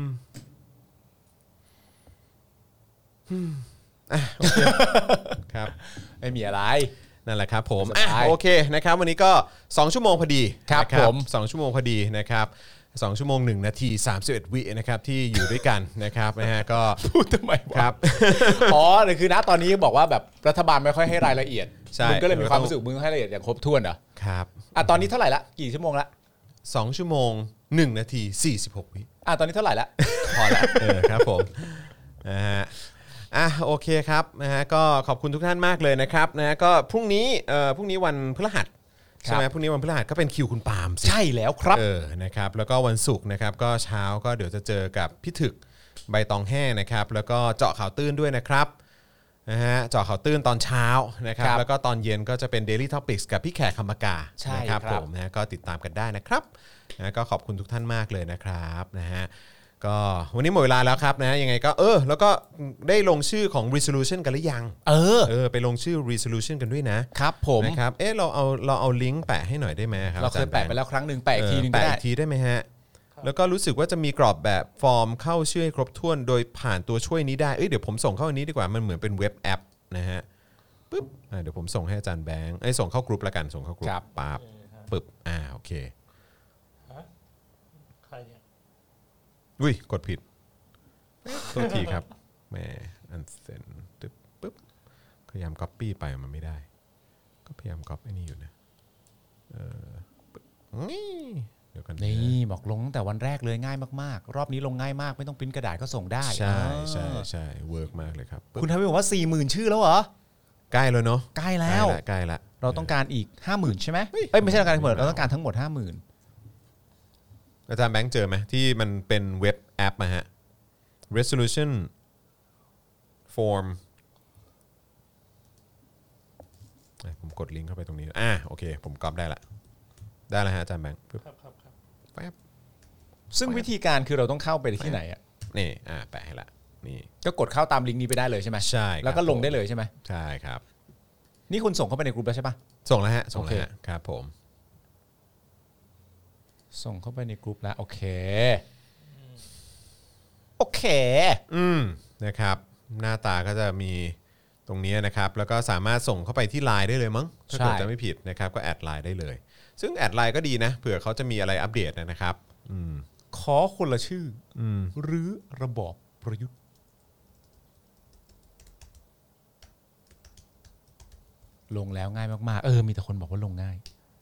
อ่ะโอเคครับไม่มีอะไรนั่นแหละครับผมอ่ะโอเคนะครับวันนี้ก็สองชั่วโมงพอดีครับผมสองชั่วโมงพอดีนะครับสองชั่วโมงหนึ่งนาทีสามสิบเอ็ดวินะครับที่อยู่ด้วยกันนะครับนะฮะก็พูดทำไมครับอ๋อหรือคือณตอนนี้บอกว่าแบบรัฐบาลไม่ค่อยให้รายละเอียดมึงก็เลยมีความรู้สึกมึงให้รายละเอียดอย่างครบถ้วนเหรอครับอ่ะตอนนี้เท่าไหร่ละกี่ชั่วโมงละสองชั่วโมงหนึ่งนาทีสี่สิบหกวิอ่ะตอนนี้เท่าไหร่ละพอละเออครับผมนะฮะอ่ะโอเคครับนะฮะก็ขอบคุณทุกท่านมากเลยนะครับนะฮะก็พรุ่งนี้เอ่อพรุ่งนี้วันพฤหัสใช่ไหมพรุ่งนี้วันพฤหัสก็เป็นคิวคุณปาล์มใช่แล้วครับเออนะครับแล้วก็วันศุกร์นะครับก็เช้าก็เดี๋ยวจะเจอกับพี่ถึกใบตองแห้งนะครับแล้วก็เจาะข่าวตื้นด้วยนะครับนะฮะเจาะข่าวตื้นตอนเช้านะครับแล้วก็ตอนเย็นก็จะเป็น Daily Topics กับพี่แขกคำปากานะครับผมนะก็ติดตามกันได้นะครับนะก็ขอบคุณทุกท่านมากเลยนะครับนะฮะก็วันนี้หมดเวลาแล้วครับนะยังไงก็เออแล้วก็ได้ลงชื่อของ resolution กันหรือยังเออเออไปลงชื่อ resolution กันด้วยนะครับผมนะครับเออเราเอาเราเอาลิงก์แปะให้หน่อยได้ไหมครับเราเคยแปะไปแล้วครั้งหนึ่งแปะอีกทีนึงแปะอีกทีได้ไหมฮะแล้วก็รู้สึกว่าจะมีกรอบแบบฟอร์มเข้าชื่อให้ครบถ้วนโดยผ่านตัวช่วยนี้ได้เอ้ยเดี๋ยวผมส่งเข้าอันนี้ดีกว่ามันเหมือนเป็นเว็บแอปนะฮะปึ๊บอ่าเดี๋ยวผมส่งให้อาจารย์แบงค์เอ้ยส่งเข้ากรุ๊ปละกันส่งเข้ากรุ๊ปปั๊บปึ๊บอ่าโอเคใครเนี่ยอุ้ยกดผิดโทษทีครับแหมอันเซนตึ๊บปึ๊บพยายามก๊อปปี้ไปมันไม่ได้ก็พยายามก๊อปไอ้นี่อยู่นะเออนี่เดี๋ยวกันนี่บอกลงตั้งแต่วันแรกเลยง่ายมากๆรอบนี้ลงง่ายมากไม่ต้องปริ้นกระดาษก็ส่งได้ใช่ใช่ใช่เวิร์กมากเลยครับคุณทวีบอกว่า สี่หมื่น ชื่อแล้วเหรอใกล้แล้วเนาะใกล้แล้วใกล้ละเราต้องการอีก ห้าหมื่น ใช่ไหมเอ้ยไม่ใช่เราการทั้งหมดเราต้องการทั้งหมด ห้าหมื่นอาจารย์แบงค์เจอไหมที่มันเป็นเว็บแอปมาฮะ resolution form ผมกดลิงก์เข้าไปตรงนี้อ่ะโอเคผมก๊อปได้ละได้แล้วฮะอาจารย์แบงค์ปึ๊บครับครับครับแป๊บซึ่งวิธีการคือเราต้องเข้าไปที่ไหนอ่ะนี่อ่ะแปะให้ละนี่ก็กดเข้าตามลิงก์นี้ไปได้เลยใช่ไหมใช่ครับแล้วก็ลงได้เลยใช่ไหมใช่ครับนี่คุณส่งเข้าไปในกลุ่มแล้วใช่ปะส่งแล้วฮะส่งแล้วโอฮะเคครับผมส่งเข้าไปในกลุ่มแล้วโอเคโอเคอืมนะครับหน้าตาก็จะมีตรงนี้นะครับแล้วก็สามารถส่งเข้าไปที่ ไลน์ ได้เลยมั้งถ้าเกิดจะไม่ผิดนะครับก็แอดไลน์ได้เลยซึ่งแอดไลน์ก็ดีนะเผื่อเขาจะมีอะไรอัปเดตนะครับอืมขอคนละชื่ออืมหรือระบอบประยุทธ์ลงแล้วง่ายมากๆเออมีแต่คนบอกว่าลงง่าย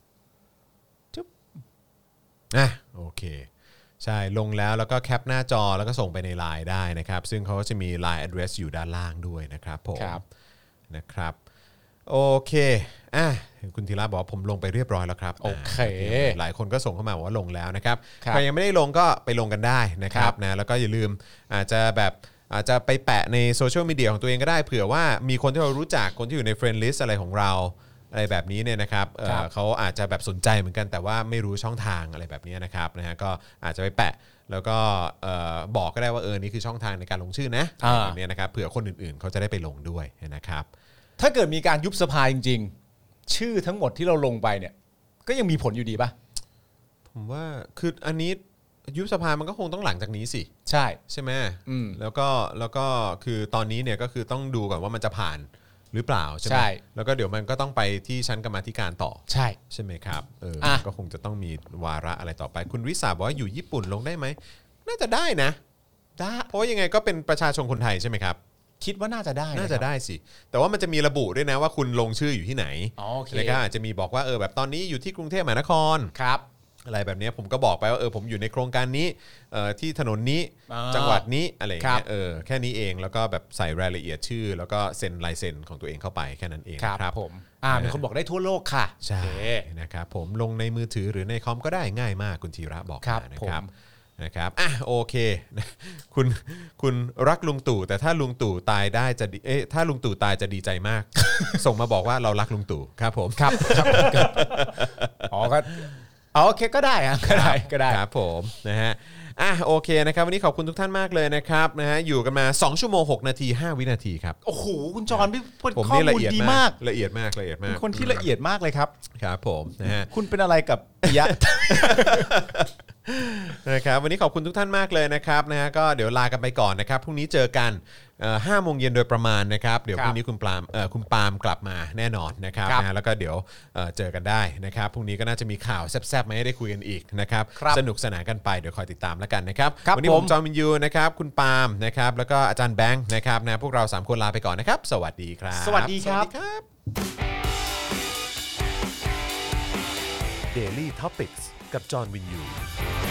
อ่ะโอเคใช่ลงแล้วแล้วก็แคปหน้าจอแล้วก็ส่งไปใน ไลน์ ได้นะครับซึ่งเขาก็จะมี ไลน์ address อยู่ด้านล่างด้วยนะครับผมครับนะครับโอเคอ่ะคุณธีระบอกว่าผมลงไปเรียบร้อยแล้วครับโอเคอ่ะหลายคนก็ส่งเข้ามาว่าลงแล้วนะครับครับใครยังไม่ได้ลงก็ไปลงกันได้นะครับนะแล้วก็อย่าลืมอาจจะแบบอาจจะไปแปะในโซเชียลมีเดียของตัวเองก็ได้เผื่อว่ามีคนที่เรารู้จักคนที่อยู่ในเฟรนด์ลิสต์อะไรของเราอะไรแบบนี้เนี่ยนะครับเอ่อครับเขาอาจจะแบบสนใจเหมือนกันแต่ว่าไม่รู้ช่องทางอะไรแบบนี้นะครับนะฮะก็อาจจะไปแปะแล้วก็เอ่อบอกก็ได้ว่าเออนี่คือช่องทางในการลงชื่อนะอ่าแบบนี้นะครับเผื่อคนอื่นๆเขาจะได้ไปลงด้วยนะครับถ้าเกิดมีการยุบสภาจริงๆ ชื่อทั้งหมดที่เราลงไปเนี่ย ก็ยังมีผลอยู่ดีป่ะผมว่าคืออันนี้ยุบสภามันก็คงต้องหลังจากนี้สิใช่ใช่ไหมอืมแล้วก็แล้วก็คือตอนนี้เนี่ยก็คือต้องดูก่อนว่ามันจะผ่านหรือเปล่าใช่ไหมใช่แล้วก็เดี๋ยวมันก็ต้องไปที่ชั้นกรรมาธิการต่อใช่ใช่ไหมครับเอออ่ะก็คงจะต้องมีวาระอะไรต่อไปคุณวิสาบอกว่าอยู่ญี่ปุ่นลงได้ไหมน่าจะได้นะได้เพราะว่ายังไงก็เป็นประชาชนคนไทยใช่ไหมครับคิดว่าน่าจะได้น่าจะได้สิแต่ว่ามันจะมีระบุด้วยนะว่าคุณลงชื่ออยู่ที่ไหนอ๋อโอเคนะครับอาจจะมีบอกว่าเออแบบตอนนี้อยู่ที่กรุงเทพมหานครครับอะไรแบบนี้ผมก็บอกไปว่าเออผมอยู่ในโครงการนี้เอ่อที่ถนนนี้อ่าจังหวัดนี้อะไรอย่างเงี้ครัยบเออแค่นี้เองแล้วก็แบบใส่รายละเอียดชื่อ แล้วก็เซ็นลายเซ็นของตัวเองเข้าไปแค่นั้นเองครับนะครับผมอ่ามีคนบอกได้ทั่วโลกค่ะใช่โอเคนะครับผมลงในมือถือหรือในคอมก็ได้ง่ายมากคุณธีระบอกครับมานะครับผมนะครับอ่ะโอเค คุณคุณรักลุงตู่แต่ถ้าลุงตู่ตายได้จะดีเอ๊ะถ้าลุงตู่ตายจะดีใจมาก ส่งมาบอกว่าเรารักลุงตู่ครับผมครับครับอ๋อก็อ๋อโอเคก็ได้อะก็ได้ก็ได้ครับผมนะฮะอ่ะโอเคนะครับวันนี้ขอบคุณทุกท่านมากเลยนะครับนะฮะอยู่กันมาสองชั่วโมงหกนาทีห้าวินาทีครับโอ้โหคุณจอนพี่พูดผมข้อนี่ละมูลเอียดดีมามาก กละเอียดมากละเอียดมาเป็กนคนที่ละเอียดมากเลยครับครับผมนะฮะคุณเป็นอะไรกับปิยะนะครับวันนี้ขอบคุณทุกท่านมากเลยนะครับนะฮะก็เดี๋ยวลากันไปก่อนนะครับพรุ่งนี้เจอกันเอ่อห้าโมงเย็นโดยประมาณนะครับเดี๋ยวครับพรุ่งนี้คุณปาล์มเอ่อคุณปาล์มกลับมาแน่นอนนะครับครับนะฮะแล้วก็เดี๋ยวเอ่อเจอกันได้นะครับพรุ่งนี้ก็น่าจะมีข่าวแซ่บๆมาให้ได้คุยกันอีกนะครับครับสนุกสนานกันไปเดี๋ยวคอยติดตามแล้วกันนะครับครับวันี้ผผม มจอห์นวินยูนะครับคุณปาล์มนะครับแล้วก็อาจารย์แบงค์นะครับนะพวกเราสามคนลาไปก่อนนะครับสวัสดีครับสวัสดีครับสวัสดีครับ Daily Topics กับจอห์นวินยู